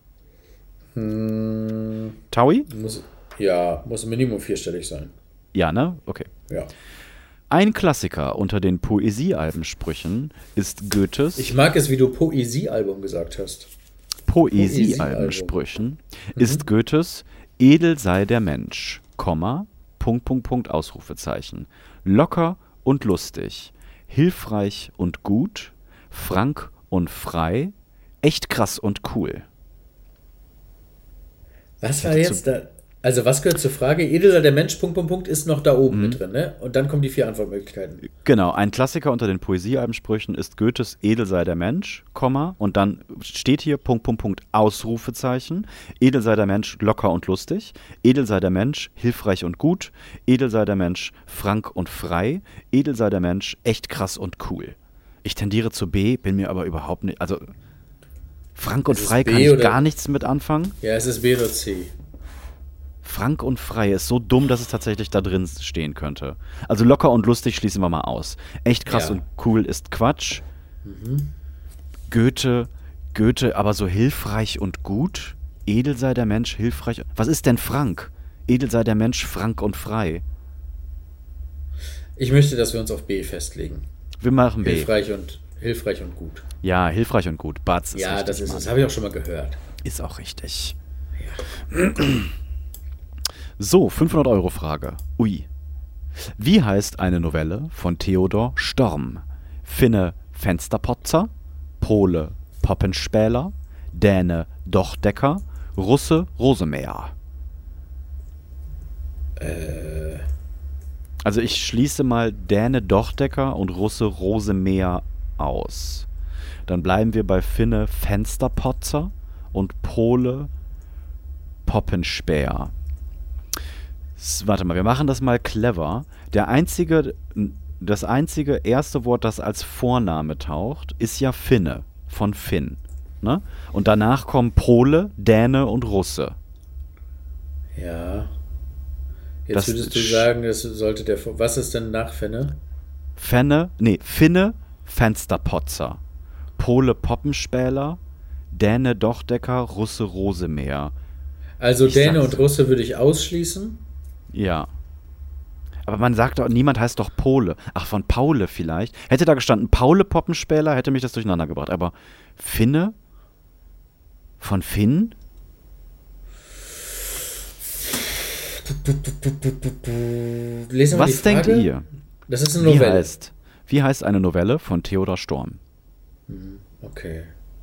[SPEAKER 6] Hm,
[SPEAKER 2] Taui?
[SPEAKER 6] muss, ja, muss Minimum vierstellig sein.
[SPEAKER 2] Ja, ne? Okay.
[SPEAKER 6] Ja.
[SPEAKER 2] Ein Klassiker unter den Poesiealbensprüchen ist Goethes
[SPEAKER 6] Ich mag es, wie du Poesiealbum gesagt hast.
[SPEAKER 2] Poesiealbensprüchen ist Goethes Edel sei der Mensch, Komma, Punkt, Punkt, Punkt, Ausrufezeichen. Locker und lustig, hilfreich und gut, frank und frei, echt krass und cool.
[SPEAKER 6] Was war jetzt da? Also was gehört zur Frage? Edel sei der Mensch, Punkt, Punkt, Punkt, ist noch da oben
[SPEAKER 2] Mhm.
[SPEAKER 6] mit drin, ne? Und dann kommen die vier Antwortmöglichkeiten.
[SPEAKER 2] Genau, ein Klassiker unter den Poesiealbensprüchen ist Goethes Edel sei der Mensch, Komma, und dann steht hier Punkt, Punkt, Punkt, Ausrufezeichen. Edel sei der Mensch, locker und lustig. Edel sei der Mensch, hilfreich und gut. Edel sei der Mensch, frank und frei. Edel sei der Mensch, echt krass und cool. Ich tendiere zu B, bin mir aber überhaupt nicht, also frank und
[SPEAKER 6] Ist es
[SPEAKER 2] frei
[SPEAKER 6] B
[SPEAKER 2] kann ich
[SPEAKER 6] oder-
[SPEAKER 2] gar nichts mit anfangen.
[SPEAKER 6] Ja, es ist B oder C.
[SPEAKER 2] Frank und frei ist so dumm, dass es tatsächlich da drin stehen könnte. Also locker und lustig schließen wir mal aus. Echt krass
[SPEAKER 6] Ja.
[SPEAKER 2] und cool ist Quatsch. Goethe, Goethe, aber so hilfreich und gut. Edel sei der Mensch, hilfreich. Was ist denn Frank? Edel sei der Mensch, frank und frei.
[SPEAKER 6] Ich möchte, dass wir uns auf B festlegen.
[SPEAKER 2] Wir machen B.
[SPEAKER 6] Hilfreich und, hilfreich und gut.
[SPEAKER 2] Ja, hilfreich und gut. Batz ist
[SPEAKER 6] ja,
[SPEAKER 2] richtig.
[SPEAKER 6] das ist
[SPEAKER 2] Mann.
[SPEAKER 6] es. Habe ich auch schon mal gehört.
[SPEAKER 2] Ist auch richtig. So, fünfhundert Euro Frage. Ui. Wie heißt eine Novelle von Theodor Storm? Finne Fensterpotzer, Pole Poppenspäler, Däne Dochdecker, Russe Rosemäher.
[SPEAKER 6] Äh,
[SPEAKER 2] Also ich schließe mal Däne Dochdecker und Russe Rosemäher aus. Dann bleiben wir bei Finne Fensterpotzer und Pole Poppenspäher. S- Warte mal, wir machen das mal clever. Der einzige, das einzige erste Wort, das als Vorname taucht, ist ja Finne, von Finn. Ne? Und danach kommen Pole, Däne und Russe.
[SPEAKER 6] ja. Jetzt
[SPEAKER 2] Das
[SPEAKER 6] würdest du
[SPEAKER 2] sch-
[SPEAKER 6] sagen, das sollte der. Was ist denn nach Fenne?
[SPEAKER 2] Fenne, nee, Finne Fensterpotzer, Pole Poppenspäler, Däne Dochdecker, Russe Rosemäher.
[SPEAKER 6] Also
[SPEAKER 2] Ich
[SPEAKER 6] Däne
[SPEAKER 2] sag's.
[SPEAKER 6] und Russe würde ich ausschließen.
[SPEAKER 2] Ja. Aber man sagt doch, niemand heißt doch Pole. Ach, von Paule vielleicht. Hätte da gestanden Paule Poppenspäler, hätte mich das durcheinander gebracht. Aber Finne? Von Finn?
[SPEAKER 6] Lesen wir
[SPEAKER 2] Was
[SPEAKER 6] die Frage.
[SPEAKER 2] denkt ihr?
[SPEAKER 6] Das ist eine
[SPEAKER 2] Wie
[SPEAKER 6] Novelle.
[SPEAKER 2] heißt, wie heißt eine Novelle von Theodor Storm?
[SPEAKER 6] Okay.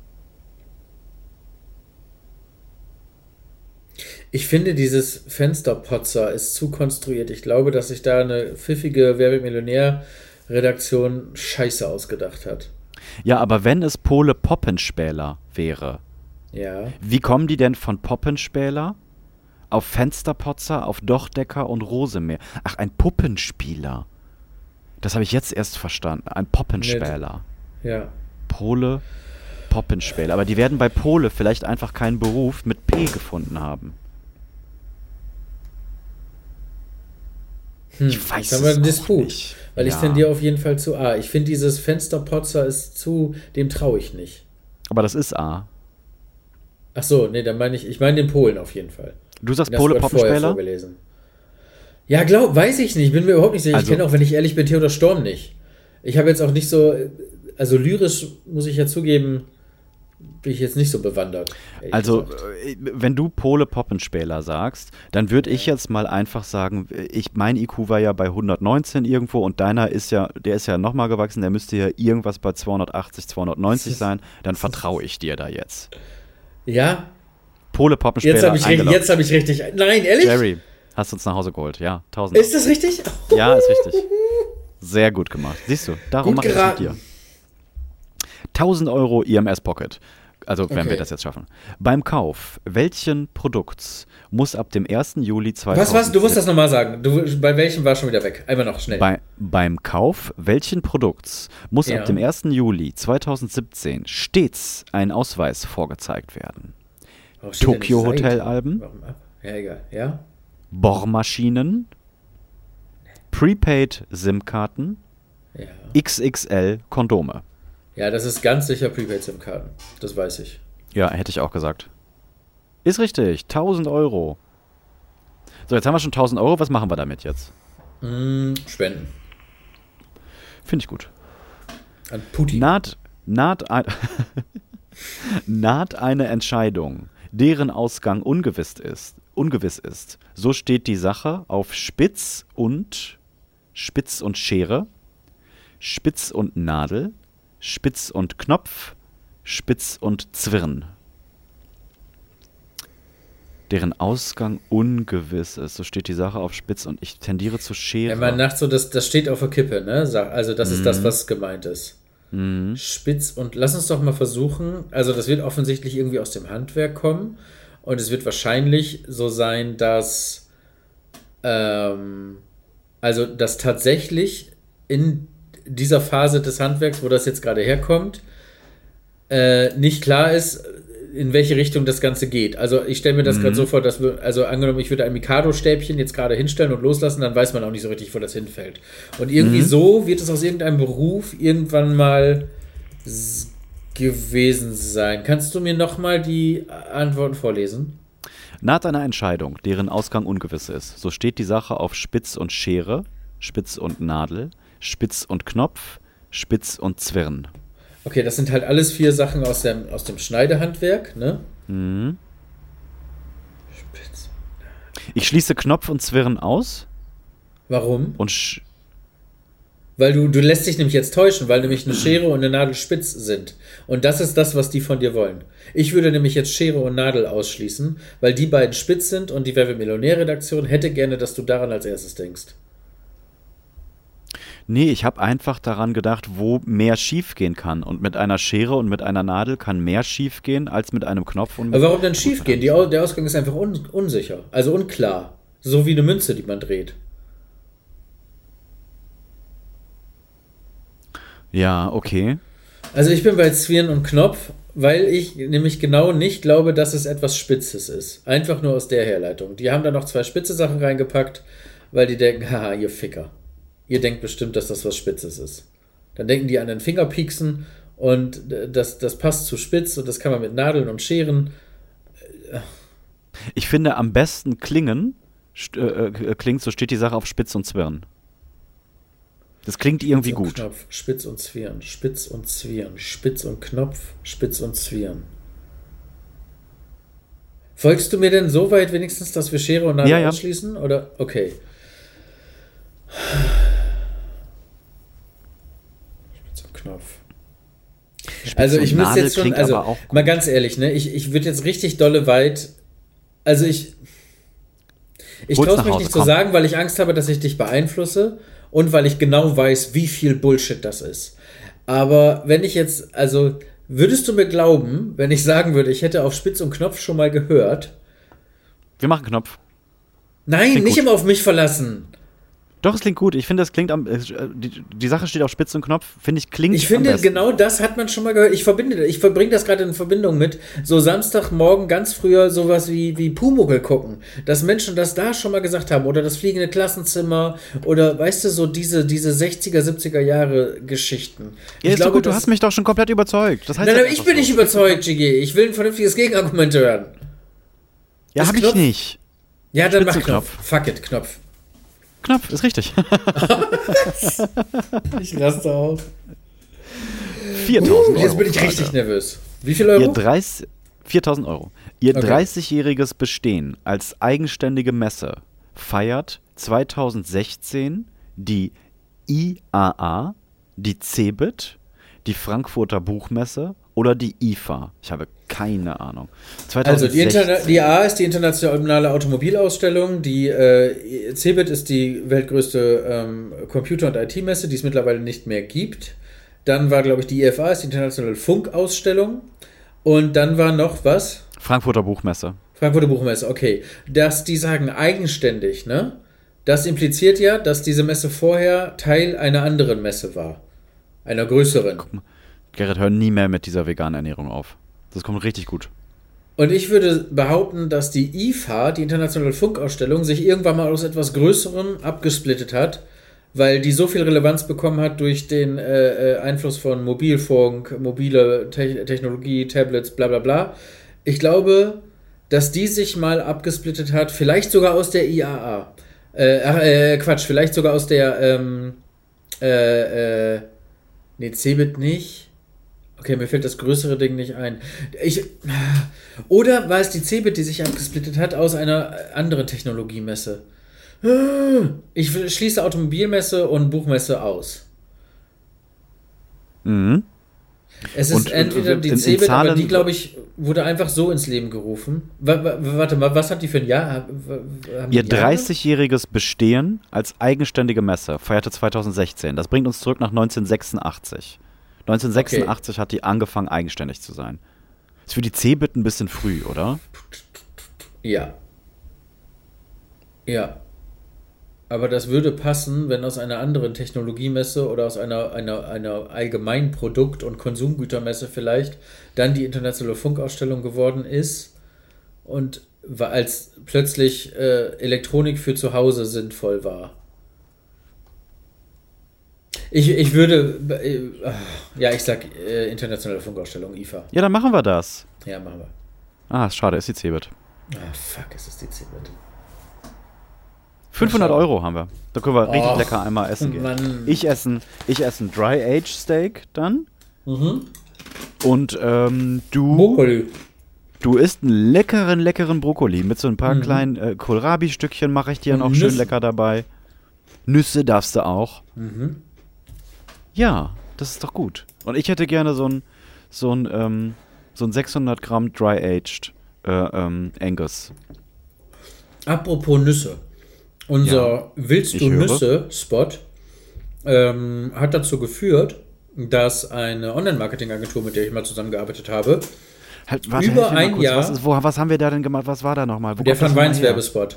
[SPEAKER 6] Ich finde, dieses Fensterpotzer ist zu konstruiert. Ich glaube, dass sich da eine pfiffige Wer wird Millionär-Redaktion Scheiße ausgedacht hat.
[SPEAKER 2] Ja, aber wenn es Pole Poppenspäler wäre,
[SPEAKER 6] Ja.
[SPEAKER 2] wie kommen die denn von Poppenspäler auf Fensterpotzer, auf Dochdecker und Rosemäher? Ach, ein Puppenspieler. Das habe ich jetzt erst verstanden. Ein Poppenspäler.
[SPEAKER 6] Ja.
[SPEAKER 2] Pole Poppenspäler. Aber die werden bei Pole vielleicht einfach keinen Beruf mit P gefunden haben.
[SPEAKER 6] Hm.
[SPEAKER 2] Ich weiß
[SPEAKER 6] Jetzt haben wir
[SPEAKER 2] es
[SPEAKER 6] einen
[SPEAKER 2] auch
[SPEAKER 6] Disput.
[SPEAKER 2] nicht.
[SPEAKER 6] Weil ich
[SPEAKER 2] Ja.
[SPEAKER 6] tendiere auf jeden Fall zu A. Ich finde, dieses Fensterpotzer ist zu. Dem traue ich nicht.
[SPEAKER 2] Aber das ist A.
[SPEAKER 6] Ach so, nee, dann meine ich. Ich meine den Polen auf jeden Fall.
[SPEAKER 2] Du sagst
[SPEAKER 6] Das
[SPEAKER 2] Pole
[SPEAKER 6] wird vorher
[SPEAKER 2] Poppenspäler?
[SPEAKER 6] vorgelesen. Ja, glaub, weiß ich nicht. Bin mir überhaupt nicht sicher.
[SPEAKER 2] Also-
[SPEAKER 6] ich kenne auch, wenn ich ehrlich bin, Theodor Storm nicht. Ich habe jetzt auch nicht so, also lyrisch muss ich ja zugeben, bin ich jetzt nicht so bewandert. ehrlich
[SPEAKER 2] Also,
[SPEAKER 6] gesagt.
[SPEAKER 2] äh, wenn du Pole Poppenspäler sagst, dann würde ich jetzt mal einfach sagen, ich, mein I Q war ja bei hundertneunzehn irgendwo und deiner ist ja, der ist ja nochmal gewachsen, der müsste ja irgendwas bei zweihundertachtzig, zweihundertneunzig sein, dann vertraue ich dir da jetzt.
[SPEAKER 6] Ja,
[SPEAKER 2] Pole Poppenspäler
[SPEAKER 6] jetzt habe ich, richtig-
[SPEAKER 2] eingeloggt.
[SPEAKER 6] jetzt hab ich richtig. Nein, ehrlich?
[SPEAKER 2] Jerry, hast uns nach Hause geholt, ja, tausend.
[SPEAKER 6] Ist das richtig?
[SPEAKER 2] Ja, ist richtig. Sehr gut gemacht. Siehst du, darum
[SPEAKER 6] Gut
[SPEAKER 2] mache ich es mit
[SPEAKER 6] geraten.
[SPEAKER 2] dir. tausend Euro I M S Pocket. Also, wenn
[SPEAKER 6] Okay.
[SPEAKER 2] wir das jetzt schaffen. Beim Kauf welchen Produkts muss ab dem ersten Juli zweitausend...
[SPEAKER 6] Was, was? Du musst das nochmal sagen. Du, bei welchem war schon wieder weg? Einmal noch, schnell.
[SPEAKER 2] Bei, beim Kauf welchen Produkts muss
[SPEAKER 6] Ja.
[SPEAKER 2] ab dem ersten Juli zweitausendsiebzehn stets ein Ausweis vorgezeigt werden?
[SPEAKER 6] Warum steht da nicht
[SPEAKER 2] Tokyo
[SPEAKER 6] Seite?
[SPEAKER 2] Hotel Alben,
[SPEAKER 6] Warum ab? Ja, egal. Ja?
[SPEAKER 2] Bohrmaschinen, Prepaid SIM-Karten,
[SPEAKER 6] Ja.
[SPEAKER 2] X X L Kondome.
[SPEAKER 6] Ja, das ist ganz sicher Prepaid-SIM-Karten. Das weiß ich.
[SPEAKER 2] Ja, hätte ich auch gesagt. Ist richtig, tausend Euro. So, jetzt haben wir schon tausend Euro. Was machen wir damit jetzt?
[SPEAKER 6] Mm, Spenden.
[SPEAKER 2] Finde ich gut.
[SPEAKER 6] An Putin.
[SPEAKER 2] Naht, naht, ein, naht eine Entscheidung, deren Ausgang ungewiss ist, ungewiss ist. So steht die Sache auf Spitz und Spitz und Schere, Spitz und Nadel, Spitz und Knopf, Spitz und Zwirn. Deren Ausgang ungewiss ist. So steht die Sache auf Spitz und ich tendiere zu Schere.
[SPEAKER 6] Ja, man sagt so, das, das steht auf der Kippe, ne? Also das ist
[SPEAKER 2] Mhm.
[SPEAKER 6] das, was gemeint ist.
[SPEAKER 2] Mhm.
[SPEAKER 6] Spitz und lass uns doch mal versuchen, also das wird offensichtlich irgendwie aus dem Handwerk kommen und es wird wahrscheinlich so sein, dass ähm, also dass tatsächlich in dieser Phase des Handwerks, wo das jetzt gerade herkommt, äh, nicht klar ist, in welche Richtung das Ganze geht. Also ich stelle mir das
[SPEAKER 2] Mhm.
[SPEAKER 6] gerade so vor, dass wir, also angenommen, ich würde ein Mikado-Stäbchen jetzt gerade hinstellen und loslassen, dann weiß man auch nicht so richtig, wo das hinfällt. Und irgendwie
[SPEAKER 2] Mhm.
[SPEAKER 6] so wird es aus irgendeinem Beruf irgendwann mal s- gewesen sein. Kannst du mir nochmal die Antworten vorlesen?
[SPEAKER 2] Naht einer Entscheidung, deren Ausgang ungewiss ist. So steht die Sache auf Spitz und Schere, Spitz und Nadel, Spitz und Knopf, Spitz und Zwirn.
[SPEAKER 6] Okay, das sind halt alles vier Sachen aus dem, aus dem Schneidehandwerk, ne?
[SPEAKER 2] Mhm.
[SPEAKER 6] Spitz.
[SPEAKER 2] Ich schließe Knopf und Zwirn aus
[SPEAKER 6] Warum?
[SPEAKER 2] und sch
[SPEAKER 6] Weil du, du lässt dich nämlich jetzt täuschen, weil nämlich eine Schere und eine Nadel spitz sind. Und das ist das, was die von dir wollen. Ich würde nämlich jetzt Schere und Nadel ausschließen, weil die beiden spitz sind und die Wer wird Millionär-Redaktion hätte gerne, dass du daran als erstes denkst.
[SPEAKER 2] Nee, ich habe einfach daran gedacht, wo mehr schief gehen kann. Und mit einer Schere und mit einer Nadel kann mehr schief gehen als mit einem Knopf. Und mit
[SPEAKER 6] Aber warum denn schief gehen? Die, Au- der Ausgang ist einfach un, unsicher, also unklar. So wie eine Münze, die man dreht.
[SPEAKER 2] Ja, okay.
[SPEAKER 6] Also ich bin bei Zwirn und Knopf, weil ich nämlich genau nicht glaube, dass es etwas Spitzes ist. Einfach nur aus der Herleitung. Die haben da noch zwei spitze Sachen reingepackt, weil die denken, haha, ihr Ficker. Ihr denkt bestimmt, dass das was Spitzes ist. Dann denken die an den Fingerpieksen und das, das passt zu spitz und das kann man mit Nadeln und Scheren.
[SPEAKER 2] Ich finde, am besten klingen, st- äh, äh, klingt, so steht die Sache auf Spitz und Zwirn. Das klingt irgendwie
[SPEAKER 6] Spitz und
[SPEAKER 2] gut.
[SPEAKER 6] Knopf, Spitz und Zwirn, Spitz und Zwirn, Spitz und Knopf, Spitz und Zwirn. Folgst du mir denn so weit wenigstens, dass wir Schere und Nadel
[SPEAKER 2] Ja, ja.
[SPEAKER 6] ausschließen? Oder? Okay. Spitz und Knopf. Also ich
[SPEAKER 2] und
[SPEAKER 6] muss
[SPEAKER 2] Nadel
[SPEAKER 6] jetzt schon,
[SPEAKER 2] klingt
[SPEAKER 6] also
[SPEAKER 2] aber auch gut.
[SPEAKER 6] mal ganz ehrlich, ne, ich, ich würde jetzt richtig dolle weit, also ich, ich
[SPEAKER 2] Hol's
[SPEAKER 6] traue
[SPEAKER 2] nach
[SPEAKER 6] mich
[SPEAKER 2] Hause,
[SPEAKER 6] nicht zu
[SPEAKER 2] komm.
[SPEAKER 6] sagen, weil ich Angst habe, dass ich dich beeinflusse und weil ich genau weiß, wie viel Bullshit das ist. Aber wenn ich jetzt, also würdest du mir glauben, wenn ich sagen würde, ich hätte auf Spitz und Knopf schon mal gehört?
[SPEAKER 2] Wir machen Knopf.
[SPEAKER 6] Nein,
[SPEAKER 2] Klingt
[SPEAKER 6] nicht
[SPEAKER 2] gut.
[SPEAKER 6] immer auf mich verlassen.
[SPEAKER 2] Doch, es klingt gut. Ich finde, das klingt am. äh, Die, die Sache steht auf Spitz und Knopf. Finde ich, klingt
[SPEAKER 6] Ich
[SPEAKER 2] am
[SPEAKER 6] finde,
[SPEAKER 2] besten.
[SPEAKER 6] genau das hat man schon mal gehört. Ich verbinde, ich verbringe das gerade in Verbindung mit so Samstagmorgen ganz früher sowas wie, wie Pumuckl gucken. Dass Menschen das da schon mal gesagt haben. Oder das fliegende Klassenzimmer. Oder, weißt du, so diese, diese sechziger, siebziger Jahre Geschichten.
[SPEAKER 2] Ja, ist so gut, du
[SPEAKER 6] das-
[SPEAKER 2] hast mich doch schon komplett überzeugt. Das heißt
[SPEAKER 6] Nein,
[SPEAKER 2] halt
[SPEAKER 6] aber ich
[SPEAKER 2] einfach
[SPEAKER 6] bin
[SPEAKER 2] so.
[SPEAKER 6] nicht überzeugt, G G. Ich will ein vernünftiges Gegenargument hören.
[SPEAKER 2] Ja,
[SPEAKER 6] Ist
[SPEAKER 2] hab ich
[SPEAKER 6] Knopf-
[SPEAKER 2] nicht.
[SPEAKER 6] Ja, dann mach
[SPEAKER 2] Spitzenknopf.
[SPEAKER 6] Knopf. Fuck it, Knopf.
[SPEAKER 2] Knopf, ist richtig.
[SPEAKER 6] Ich raste auf.
[SPEAKER 2] viertausend Euro.
[SPEAKER 6] Jetzt bin ich
[SPEAKER 2] Frage.
[SPEAKER 6] richtig nervös. Wie viel
[SPEAKER 2] Ihr
[SPEAKER 6] Euro?
[SPEAKER 2] dreißig, viertausend Euro. Ihr
[SPEAKER 6] Okay.
[SPEAKER 2] dreißigjähriges Bestehen als eigenständige Messe feiert zweitausendsechzehn die I A A, die CeBIT, die Frankfurter Buchmesse oder die I F A. Ich habe keine Ahnung.
[SPEAKER 6] Also die, Interna
[SPEAKER 2] zweitausendsechzehn.
[SPEAKER 6] die A ist die internationale Automobilausstellung, die äh, CeBIT ist die weltgrößte ähm, Computer- und I T-Messe, die es mittlerweile nicht mehr gibt. Dann war, glaube ich, die I F A, ist die internationale Funkausstellung. Und dann war noch was?
[SPEAKER 2] Frankfurter Buchmesse.
[SPEAKER 6] Frankfurter Buchmesse, okay. Dass die sagen eigenständig, ne? Das impliziert ja, dass diese Messe vorher Teil einer anderen Messe war. Einer größeren.
[SPEAKER 2] Gerrit, hör nie mehr mit dieser veganen Ernährung auf. Das kommt richtig gut.
[SPEAKER 6] Und ich würde behaupten, dass die I F A, die internationale Funkausstellung, sich irgendwann mal aus etwas Größerem abgesplittet hat, weil die so viel Relevanz bekommen hat durch den äh, Einfluss von Mobilfunk, mobile Te- Technologie, Tablets, bla bla bla. Ich glaube, dass die sich mal abgesplittet hat, vielleicht sogar aus der I A A. Äh, äh, Quatsch, vielleicht sogar aus der, ähm, äh, äh, nee, Cebit nicht. Okay, mir fällt das größere Ding nicht ein. Ich, oder war es die Cebit, die sich abgesplittet hat aus einer anderen Technologiemesse? Ich schließe Automobilmesse und Buchmesse aus.
[SPEAKER 2] Mhm.
[SPEAKER 6] Es ist
[SPEAKER 2] Und,
[SPEAKER 6] entweder
[SPEAKER 2] und,
[SPEAKER 6] die
[SPEAKER 2] in- in
[SPEAKER 6] Cebit, aber
[SPEAKER 2] Zahlen-
[SPEAKER 6] die, glaube ich, wurde einfach so ins Leben gerufen. Wa- wa- Warte mal, was hat die für ein Jahr? Haben die
[SPEAKER 2] Ihr
[SPEAKER 6] ein Jahr?
[SPEAKER 2] dreißigjähriges Bestehen als eigenständige Messe feierte zweitausendsechzehn. Das bringt uns zurück nach neunzehnhundertsechsundachtzig. neunzehnhundertsechsundachtzig hat die angefangen, eigenständig zu sein. Ist für die Cebit ein bisschen früh, oder?
[SPEAKER 6] Ja. Ja. Aber das würde passen, wenn aus einer anderen Technologiemesse oder aus einer, einer, einer allgemeinen Produkt- und Konsumgütermesse vielleicht dann die internationale Funkausstellung geworden ist und wa- als plötzlich äh, Elektronik für zu Hause sinnvoll war. Ich, ich würde, äh, ja, ich sag äh, internationale Funkausstellung, I F A.
[SPEAKER 2] Ja, dann machen wir das.
[SPEAKER 6] Ja, machen wir.
[SPEAKER 2] Ah, ist schade, ist die Cebit.
[SPEAKER 6] Ah, fuck, es ist die Cebit.
[SPEAKER 2] fünfhundert Euro haben wir. Da können wir richtig
[SPEAKER 6] Och,
[SPEAKER 2] lecker einmal essen gehen.
[SPEAKER 6] Mann.
[SPEAKER 2] Ich essen, ich essen Dry-Aged Steak dann.
[SPEAKER 6] Mhm.
[SPEAKER 2] Und ähm, du,
[SPEAKER 6] Brokkoli.
[SPEAKER 2] du isst einen leckeren, leckeren Brokkoli. Mit so ein paar
[SPEAKER 6] Mhm.
[SPEAKER 2] kleinen äh, Kohlrabi-Stückchen mache ich dir
[SPEAKER 6] Und
[SPEAKER 2] noch schön
[SPEAKER 6] Nüsse.
[SPEAKER 2] lecker dabei. Nüsse darfst du auch.
[SPEAKER 6] Mhm.
[SPEAKER 2] Ja, das ist doch gut. Und ich hätte gerne so ein, so ein, ähm, so ein sechshundert Gramm Dry-Aged äh, ähm, Angus.
[SPEAKER 6] Apropos Nüsse. Unser
[SPEAKER 2] Ja,
[SPEAKER 6] Willst
[SPEAKER 2] ich
[SPEAKER 6] du
[SPEAKER 2] höre.
[SPEAKER 6] Nüsse-Spot ähm, hat dazu geführt, dass eine Online-Marketing-Agentur, mit der ich mal zusammengearbeitet habe,
[SPEAKER 2] Halt, warte,
[SPEAKER 6] Über
[SPEAKER 2] helf mir mal
[SPEAKER 6] ein
[SPEAKER 2] kurz.
[SPEAKER 6] Jahr-
[SPEAKER 2] Was, ist, wo, was haben wir da denn gemacht? Was war da nochmal? Wo
[SPEAKER 6] der
[SPEAKER 2] kommt das
[SPEAKER 6] Van
[SPEAKER 2] nochmal
[SPEAKER 6] Weins
[SPEAKER 2] her?
[SPEAKER 6] Werbespot.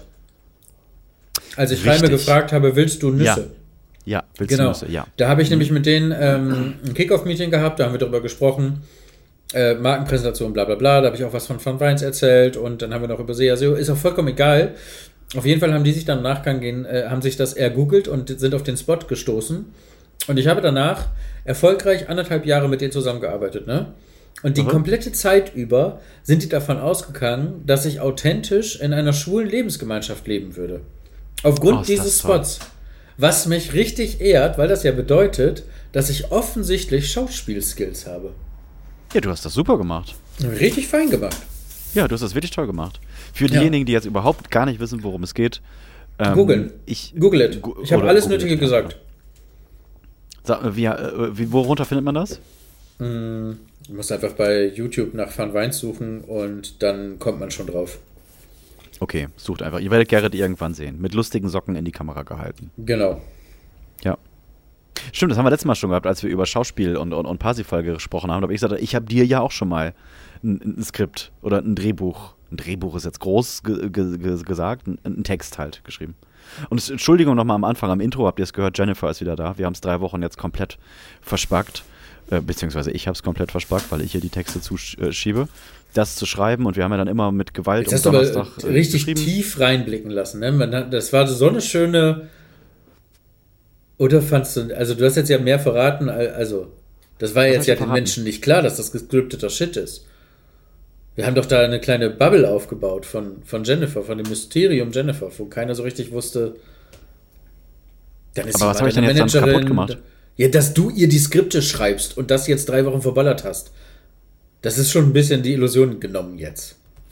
[SPEAKER 6] Als ich Reime
[SPEAKER 2] Richtig.
[SPEAKER 6] gefragt habe, willst du Nüsse?
[SPEAKER 2] Ja, willst
[SPEAKER 6] Genau.
[SPEAKER 2] du Nüsse? Ja.
[SPEAKER 6] Da habe ich nämlich mit denen ähm, ein Kick-Off-Meeting gehabt, da haben wir darüber gesprochen, äh, Markenpräsentation, bla bla bla, da habe ich auch was von Van Weins erzählt und dann haben wir noch über S E O, ist auch vollkommen egal. Auf jeden Fall haben die sich dann im Nachgang gehen, äh, haben sich das ergoogelt und sind auf den Spot gestoßen. Und ich habe danach erfolgreich anderthalb Jahre mit denen zusammengearbeitet, ne? Und die
[SPEAKER 2] Aha.
[SPEAKER 6] komplette Zeit über sind die davon ausgegangen, dass ich authentisch in einer schwulen Lebensgemeinschaft leben würde. Aufgrund
[SPEAKER 2] Oh, ist
[SPEAKER 6] dieses
[SPEAKER 2] das toll.
[SPEAKER 6] Spots. Was mich richtig ehrt, weil das ja bedeutet, dass ich offensichtlich Schauspielskills habe.
[SPEAKER 2] Ja, du hast das super gemacht.
[SPEAKER 6] Richtig fein gemacht.
[SPEAKER 2] Ja, du hast das wirklich toll gemacht. Für
[SPEAKER 6] Ja.
[SPEAKER 2] diejenigen, die jetzt überhaupt gar nicht wissen, worum es geht. Ähm,
[SPEAKER 6] Googeln.
[SPEAKER 2] Ich,
[SPEAKER 6] Google it.
[SPEAKER 2] Gu-
[SPEAKER 6] Ich habe
[SPEAKER 2] oder
[SPEAKER 6] alles
[SPEAKER 2] Google
[SPEAKER 6] Nötige
[SPEAKER 2] it, ja.
[SPEAKER 6] gesagt.
[SPEAKER 2] Sag, wie, äh, wie, worunter findet man das?
[SPEAKER 6] Hm, du musst einfach bei YouTube nach Van Weins suchen und dann kommt man schon drauf.
[SPEAKER 2] Okay, sucht einfach. Ihr werdet Gerrit irgendwann sehen. Mit lustigen Socken in die Kamera gehalten.
[SPEAKER 6] Genau.
[SPEAKER 2] Ja. Stimmt, das haben wir letztes Mal schon gehabt, als wir über Schauspiel und, und, und Parsifal gesprochen haben. Da habe ich gesagt, ich habe dir ja auch schon mal ein, ein Skript oder ein Drehbuch. Ein Drehbuch ist jetzt groß ge ge ge gesagt, ein, ein Text halt geschrieben. Und es, Entschuldigung nochmal am Anfang, am Intro habt ihr es gehört, Jennifer ist wieder da. Wir haben es drei Wochen jetzt komplett verspackt. Äh, beziehungsweise ich habe es komplett verspackt, weil ich hier die Texte zuschiebe. Das zu schreiben und wir haben ja dann immer mit Gewalt
[SPEAKER 6] Jetzt hast du
[SPEAKER 2] um
[SPEAKER 6] aber
[SPEAKER 2] Donnerstag äh,
[SPEAKER 6] richtig
[SPEAKER 2] geschrieben.
[SPEAKER 6] tief reinblicken lassen. Ne? Man hat, das war so eine schöne. Oder fandst du. Also, du hast jetzt ja mehr verraten. al- Also, das war
[SPEAKER 2] Was hab
[SPEAKER 6] jetzt
[SPEAKER 2] ich
[SPEAKER 6] ja
[SPEAKER 2] denn
[SPEAKER 6] den
[SPEAKER 2] verraten?
[SPEAKER 6] Menschen nicht klar, dass das gescripteter Shit ist. Wir haben doch da eine kleine Bubble aufgebaut von, von Jennifer, von dem Mysterium Jennifer, wo keiner so richtig wusste. Dann ist
[SPEAKER 2] Aber
[SPEAKER 6] sie
[SPEAKER 2] was
[SPEAKER 6] mal
[SPEAKER 2] hab ich denn
[SPEAKER 6] deine
[SPEAKER 2] jetzt dann kaputt
[SPEAKER 6] Managerin.
[SPEAKER 2] gemacht?
[SPEAKER 6] Ja, dass du ihr die Skripte schreibst und das jetzt drei Wochen verballert hast. Das ist schon ein bisschen die Illusion genommen jetzt.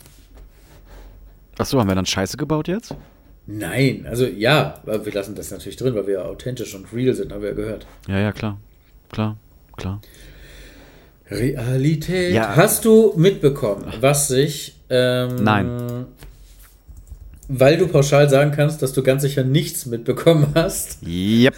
[SPEAKER 2] Achso, haben wir dann Scheiße gebaut jetzt?
[SPEAKER 6] Nein, also ja, aber wir lassen das natürlich drin, weil wir ja authentisch und real sind, haben wir ja gehört.
[SPEAKER 2] Ja, ja, klar. Klar, klar.
[SPEAKER 6] Realität.
[SPEAKER 2] Ja.
[SPEAKER 6] Hast du mitbekommen, was sich. Ähm,
[SPEAKER 2] Nein.
[SPEAKER 6] Weil du pauschal sagen kannst, dass du ganz sicher nichts mitbekommen hast,
[SPEAKER 2] Yep.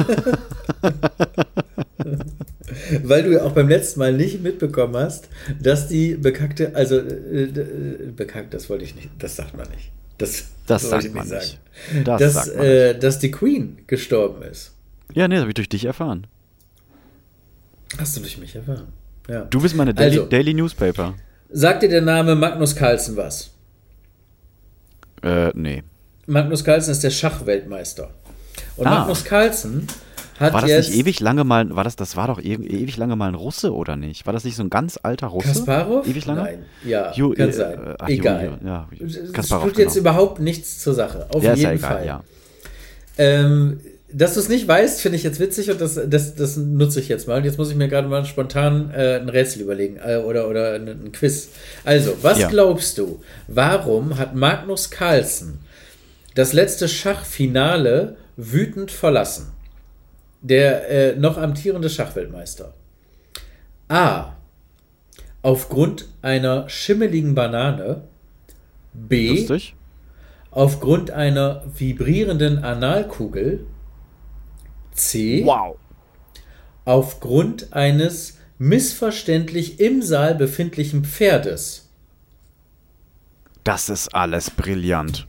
[SPEAKER 6] weil du ja auch beim letzten Mal nicht mitbekommen hast, dass die bekackte, also äh, äh, bekackt, das wollte ich nicht, das sagt man nicht. Das,
[SPEAKER 2] Das
[SPEAKER 6] wollte
[SPEAKER 2] sagt
[SPEAKER 6] ich
[SPEAKER 2] man
[SPEAKER 6] sagen.
[SPEAKER 2] nicht. Das
[SPEAKER 6] dass,
[SPEAKER 2] sagt man
[SPEAKER 6] äh, dass die Queen gestorben ist.
[SPEAKER 2] Ja, nee, das habe ich durch dich erfahren.
[SPEAKER 6] Hast du durch mich erfahren? Ja.
[SPEAKER 2] Du bist meine Daily,
[SPEAKER 6] Also.
[SPEAKER 2] Daily Newspaper.
[SPEAKER 6] Sagt dir der Name Magnus Carlsen was?
[SPEAKER 2] Äh, nee.
[SPEAKER 6] Magnus Carlsen ist der Schachweltmeister. Und
[SPEAKER 2] Ah.
[SPEAKER 6] Magnus Carlsen hat
[SPEAKER 2] War das
[SPEAKER 6] jetzt...
[SPEAKER 2] nicht ewig lange mal, war das, das war doch e ewig lange mal ein Russe, oder nicht? War das nicht so ein ganz alter Russe?
[SPEAKER 6] Kasparov?
[SPEAKER 2] Ewig lange?
[SPEAKER 6] Nein, ja,
[SPEAKER 2] Ju,
[SPEAKER 6] kann
[SPEAKER 2] äh,
[SPEAKER 6] sein.
[SPEAKER 2] äh, ach,
[SPEAKER 6] Egal.
[SPEAKER 2] Ju, Ju, ja,
[SPEAKER 6] Es
[SPEAKER 2] Kasparov,
[SPEAKER 6] tut jetzt
[SPEAKER 2] genau.
[SPEAKER 6] überhaupt nichts zur Sache. Auf
[SPEAKER 2] Ja, ist
[SPEAKER 6] jeden
[SPEAKER 2] ja egal,
[SPEAKER 6] Fall.
[SPEAKER 2] ja.
[SPEAKER 6] Ähm, dass du es nicht weißt, finde ich jetzt witzig und das, das, das nutze ich jetzt mal. Und jetzt muss ich mir gerade mal spontan äh, ein Rätsel überlegen äh, oder, oder ein, ein Quiz. Also, was
[SPEAKER 2] Ja.
[SPEAKER 6] glaubst du, warum hat Magnus Carlsen das letzte Schachfinale wütend verlassen? Der äh, noch amtierende Schachweltmeister. A. Aufgrund einer schimmeligen Banane. B.
[SPEAKER 2] Lustig.
[SPEAKER 6] Aufgrund einer vibrierenden Analkugel. C.
[SPEAKER 2] Wow.
[SPEAKER 6] Aufgrund eines missverständlich im Saal befindlichen Pferdes.
[SPEAKER 2] Das ist alles brillant.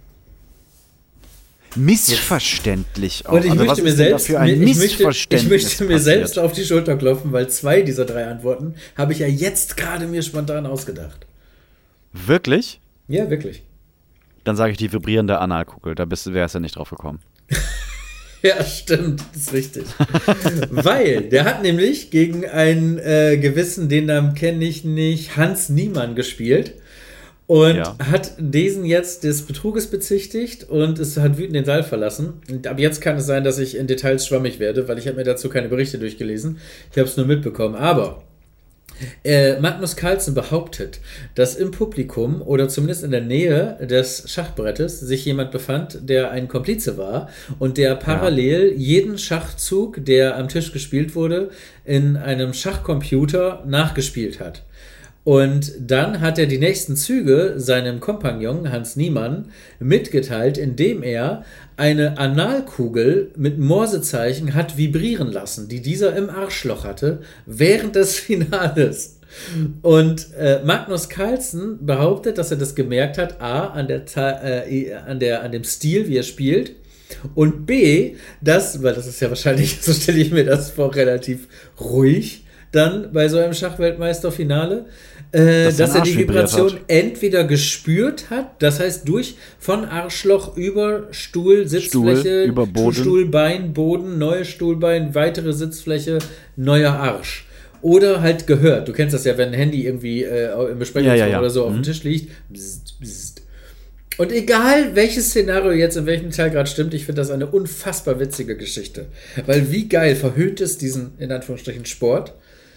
[SPEAKER 2] Missverständlich auch.
[SPEAKER 6] Und ich
[SPEAKER 2] Also, was
[SPEAKER 6] möchte mir
[SPEAKER 2] ist denn
[SPEAKER 6] selbst,
[SPEAKER 2] da für ein
[SPEAKER 6] mir- ich möchte, ich
[SPEAKER 2] Missverständnis
[SPEAKER 6] möchte mir
[SPEAKER 2] passiert?
[SPEAKER 6] selbst auf die Schulter klopfen, weil zwei dieser drei Antworten habe ich ja jetzt gerade mir spontan ausgedacht.
[SPEAKER 2] Wirklich?
[SPEAKER 6] Ja, wirklich.
[SPEAKER 2] Dann sage ich die vibrierende Analkugel. Da bist du, wärst du nicht drauf gekommen.
[SPEAKER 6] Ja, stimmt, das ist richtig. Weil, der hat nämlich gegen einen äh, gewissen, den Namen kenne ich nicht, Hans Niemann gespielt und
[SPEAKER 2] Ja.
[SPEAKER 6] hat diesen jetzt des Betruges bezichtigt und es hat wütend den Saal verlassen. Und ab jetzt kann es sein, dass ich in Details schwammig werde, weil ich habe mir dazu keine Berichte durchgelesen. Ich habe es nur mitbekommen. Aber Äh, Magnus Carlsen behauptet, dass im Publikum oder zumindest in der Nähe des Schachbrettes sich jemand befand, der ein Komplize war und der parallel jeden Schachzug, der am Tisch gespielt wurde, in einem Schachcomputer nachgespielt hat. Und dann hat er die nächsten Züge seinem Kompagnon Hans Niemann mitgeteilt, indem er eine Analkugel mit Morsezeichen hat vibrieren lassen, die dieser im Arschloch hatte, während des Finales. Und äh, Magnus Carlsen behauptet, dass er das gemerkt hat, a, an, der, äh, an, der, an dem Stil, wie er spielt, und b, dass, weil das ist ja wahrscheinlich, so stelle ich mir das vor, relativ ruhig, dann bei so einem Schachweltmeisterfinale, äh,
[SPEAKER 2] Dass
[SPEAKER 6] dass
[SPEAKER 2] sein
[SPEAKER 6] er die
[SPEAKER 2] Arsch vibriert
[SPEAKER 6] Vibration
[SPEAKER 2] hat.
[SPEAKER 6] entweder gespürt hat, das heißt durch von Arschloch über Stuhl, Sitzfläche,
[SPEAKER 2] Stuhl, über Boden.
[SPEAKER 6] Stuhlbein, Boden, neues Stuhlbein, weitere Sitzfläche, neuer Arsch. Oder halt gehört. Du kennst das ja, wenn ein Handy irgendwie äh, im Besprechungsraum
[SPEAKER 2] Ja, ja, ja.
[SPEAKER 6] oder so auf dem Tisch liegt. Bzzt, bzzt. Und egal, welches Szenario jetzt in welchem Teil gerade stimmt, ich finde das eine unfassbar witzige Geschichte. Weil wie geil verhöhnt es diesen, in Anführungsstrichen, Sport.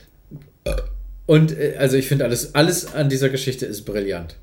[SPEAKER 6] Und äh, also ich finde, alles, alles an dieser Geschichte ist brillant.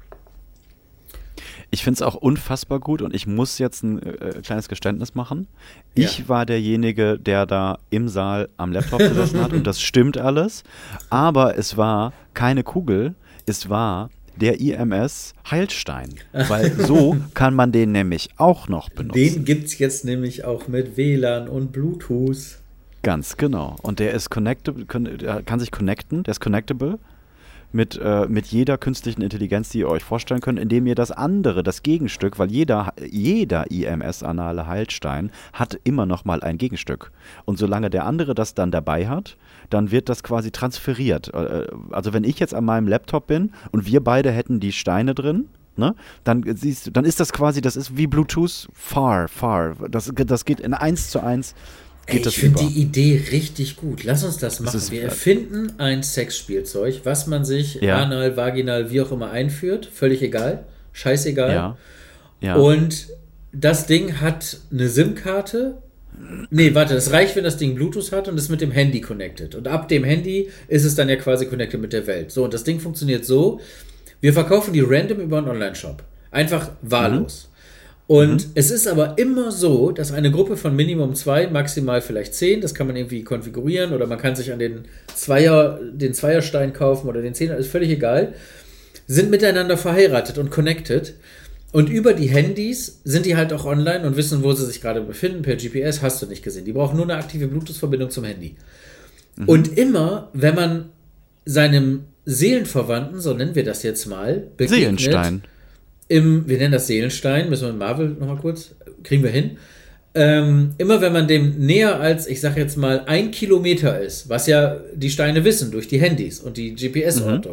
[SPEAKER 2] Ich finde es auch unfassbar gut und ich muss jetzt ein äh, kleines Geständnis machen.
[SPEAKER 6] Ja.
[SPEAKER 2] Ich war derjenige, der da im Saal am Laptop gesessen hat und das stimmt alles. Aber es war keine Kugel, es war der I M S Heilstein. Weil so kann man den nämlich auch noch benutzen.
[SPEAKER 6] Den gibt es jetzt nämlich auch mit W L A N und Bluetooth.
[SPEAKER 2] Ganz genau. Und der ist connectable, der kann sich connecten, der ist connectable mit, äh, mit jeder künstlichen Intelligenz, die ihr euch vorstellen könnt, indem ihr das andere, das Gegenstück, weil jeder, jeder I M S-anale Heilstein hat immer noch mal ein Gegenstück. Und solange der andere das dann dabei hat, dann wird das quasi transferiert. Äh, also wenn ich jetzt an meinem Laptop bin und wir beide hätten die Steine drin, ne, dann siehst du, dann ist das quasi, das ist wie Bluetooth far, far. Das, das geht in eins zu eins.
[SPEAKER 6] Ey,
[SPEAKER 2] Geht das
[SPEAKER 6] ich finde
[SPEAKER 2] über.
[SPEAKER 6] die Idee richtig gut. Lass uns das machen.
[SPEAKER 2] ist-
[SPEAKER 6] Wir erfinden ein Sexspielzeug, was man sich
[SPEAKER 2] Ja.
[SPEAKER 6] anal, vaginal, wie auch immer einführt. Völlig egal. Scheißegal.
[SPEAKER 2] Ja. Ja.
[SPEAKER 6] Und das Ding hat eine SIM-Karte. Nee, warte, es reicht, wenn das Ding Bluetooth hat und ist mit dem Handy connected. Und ab dem Handy ist es dann ja quasi connected mit der Welt. So, und das Ding funktioniert so: Wir verkaufen die random über einen Online-Shop. Einfach wahllos. Und es ist aber immer so, dass eine Gruppe von Minimum zwei, maximal vielleicht zehn, das kann man irgendwie konfigurieren oder man kann sich an den Zweier, den Zweierstein kaufen oder den Zehner, ist völlig egal, sind miteinander verheiratet und connected. Und über die Handys sind die halt auch online und wissen, wo sie sich gerade befinden. Per G P S hast du nicht gesehen. Die brauchen nur eine aktive Bluetooth-Verbindung zum Handy. Und immer, wenn man seinem Seelenverwandten, so nennen wir das jetzt mal, begegnet,
[SPEAKER 2] Seelenstein.
[SPEAKER 6] im, wir nennen das Seelenstein, müssen wir in Marvel nochmal kurz, kriegen wir hin. Ähm, immer wenn man dem näher als, ich sag jetzt mal, ein Kilometer ist, was ja die Steine wissen durch die Handys und die G P S-Ortung,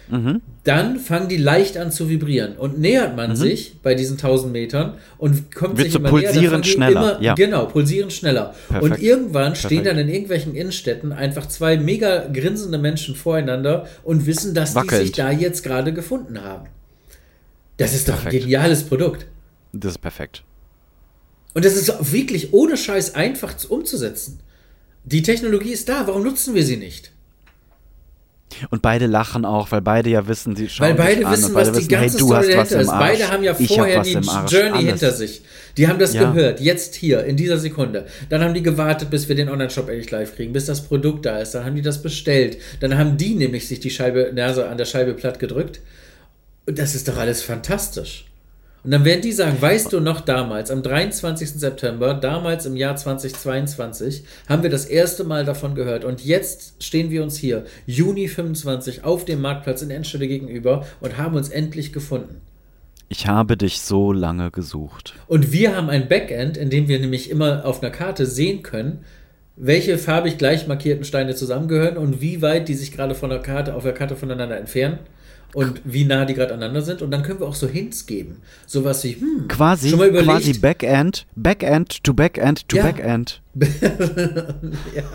[SPEAKER 2] Mhm.
[SPEAKER 6] Dann fangen die leicht an zu vibrieren. Und nähert man mhm. sich bei diesen tausend Metern und kommt
[SPEAKER 2] Wird
[SPEAKER 6] sich
[SPEAKER 2] so
[SPEAKER 6] immer
[SPEAKER 2] pulsierend
[SPEAKER 6] näher, dann fangen die
[SPEAKER 2] schneller.
[SPEAKER 6] Immer,
[SPEAKER 2] ja.
[SPEAKER 6] Genau, pulsierend schneller.
[SPEAKER 2] Perfekt.
[SPEAKER 6] Und irgendwann stehen
[SPEAKER 2] Perfekt.
[SPEAKER 6] dann in irgendwelchen Innenstädten einfach zwei mega grinsende Menschen voreinander und wissen, dass
[SPEAKER 2] Wackelnd.
[SPEAKER 6] die sich da jetzt gerade gefunden haben. Das ist doch
[SPEAKER 2] Perfekt.
[SPEAKER 6] ein geniales Produkt.
[SPEAKER 2] Das ist perfekt.
[SPEAKER 6] Und das ist wirklich ohne Scheiß einfach umzusetzen. Die Technologie ist da, warum nutzen wir sie nicht?
[SPEAKER 2] Und beide lachen auch, weil beide ja wissen, sie schauen
[SPEAKER 6] Weil beide
[SPEAKER 2] sich an
[SPEAKER 6] wissen,
[SPEAKER 2] und
[SPEAKER 6] was
[SPEAKER 2] beide
[SPEAKER 6] die
[SPEAKER 2] wissen,
[SPEAKER 6] ganze
[SPEAKER 2] hey, du
[SPEAKER 6] Story
[SPEAKER 2] hast was
[SPEAKER 6] dahinter
[SPEAKER 2] im
[SPEAKER 6] ist.
[SPEAKER 2] Arsch.
[SPEAKER 6] Beide haben ja
[SPEAKER 2] Ich hab
[SPEAKER 6] vorher
[SPEAKER 2] was
[SPEAKER 6] die
[SPEAKER 2] im Arsch.
[SPEAKER 6] Journey
[SPEAKER 2] Alles.
[SPEAKER 6] hinter sich. Die haben das
[SPEAKER 2] Ja.
[SPEAKER 6] gehört, jetzt hier, in dieser Sekunde. Dann haben die gewartet, bis wir den Online-Shop endlich live kriegen, bis das Produkt da ist. Dann haben die das bestellt. Dann haben die nämlich sich die Scheibe, Nase an der Scheibe platt gedrückt. Und das ist doch alles fantastisch. Und dann werden die sagen, weißt du noch damals, am dreiundzwanzigsten September, damals im Jahr zweitausendzweiundzwanzig, haben wir das erste Mal davon gehört. Und jetzt stehen wir uns hier, Juni fünfundzwanzig, auf dem Marktplatz in Endstede gegenüber und haben uns endlich gefunden.
[SPEAKER 2] Ich habe dich so lange gesucht.
[SPEAKER 6] Und wir haben ein Backend, in dem wir nämlich immer auf einer Karte sehen können, welche farbig gleich markierten Steine zusammengehören und wie weit die sich gerade von der Karte, auf der Karte voneinander entfernen. Und wie nah die gerade aneinander sind. Und dann können wir auch so Hints geben. Sowas wie, hm,
[SPEAKER 2] Quasi,
[SPEAKER 6] schon mal überlegt.
[SPEAKER 2] quasi Backend, Backend to Backend to
[SPEAKER 6] Ja.
[SPEAKER 2] Backend.
[SPEAKER 6] Ja.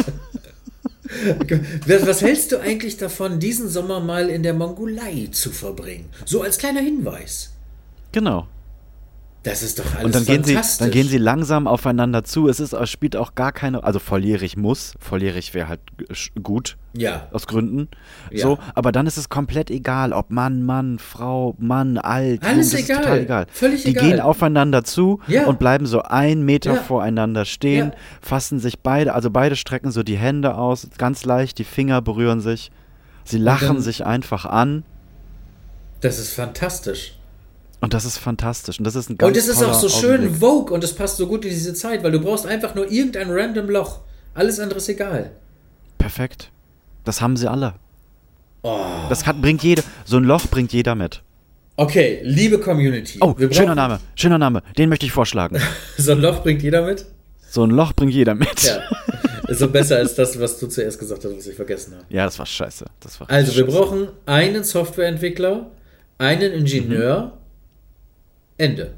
[SPEAKER 6] Was hältst du eigentlich davon, diesen Sommer mal in der Mongolei zu verbringen? So als kleiner Hinweis.
[SPEAKER 2] Genau.
[SPEAKER 6] Das ist doch alles
[SPEAKER 2] Und dann gehen, sie,
[SPEAKER 6] fantastisch.
[SPEAKER 2] dann gehen sie langsam aufeinander zu. Es ist, es spielt auch gar keine, also volljährig muss, volljährig wäre halt g- gut,
[SPEAKER 6] Ja.
[SPEAKER 2] aus Gründen.
[SPEAKER 6] Ja.
[SPEAKER 2] So, aber dann ist es komplett egal, ob Mann, Mann, Frau, Mann, alt,
[SPEAKER 6] Alles
[SPEAKER 2] jung, das
[SPEAKER 6] egal.
[SPEAKER 2] ist total egal.
[SPEAKER 6] Völlig
[SPEAKER 2] die
[SPEAKER 6] egal.
[SPEAKER 2] gehen aufeinander zu
[SPEAKER 6] Ja.
[SPEAKER 2] und bleiben so einen Meter
[SPEAKER 6] Ja.
[SPEAKER 2] voreinander stehen,
[SPEAKER 6] Ja.
[SPEAKER 2] fassen sich beide, also beide strecken so die Hände aus, ganz leicht, die Finger berühren sich. Sie lachen
[SPEAKER 6] dann-
[SPEAKER 2] sich einfach an.
[SPEAKER 6] Das ist fantastisch.
[SPEAKER 2] Und das ist fantastisch. Und das ist ein ganz
[SPEAKER 6] Und es ist auch so
[SPEAKER 2] toller
[SPEAKER 6] schön
[SPEAKER 2] Augenblick.
[SPEAKER 6] Vogue und es passt so gut in diese Zeit, weil du brauchst einfach nur irgendein random Loch. Alles andere ist egal.
[SPEAKER 2] Perfekt. Das haben sie alle.
[SPEAKER 6] Oh.
[SPEAKER 2] Das hat, bringt jeder. So ein Loch bringt jeder mit.
[SPEAKER 6] Okay, liebe Community.
[SPEAKER 2] Oh,
[SPEAKER 6] wir
[SPEAKER 2] schöner
[SPEAKER 6] brauchen-
[SPEAKER 2] Name. Schöner Name. Den möchte ich vorschlagen.
[SPEAKER 6] So ein Loch bringt jeder mit?
[SPEAKER 2] So ein Loch bringt jeder mit.
[SPEAKER 6] Ja. Ist so besser als das, was du zuerst gesagt hast, was ich vergessen habe.
[SPEAKER 2] Ja, das war scheiße. Das war
[SPEAKER 6] Also, wir
[SPEAKER 2] scheiße.
[SPEAKER 6] brauchen einen Softwareentwickler, einen Ingenieur,
[SPEAKER 2] Mhm.
[SPEAKER 6] Ende.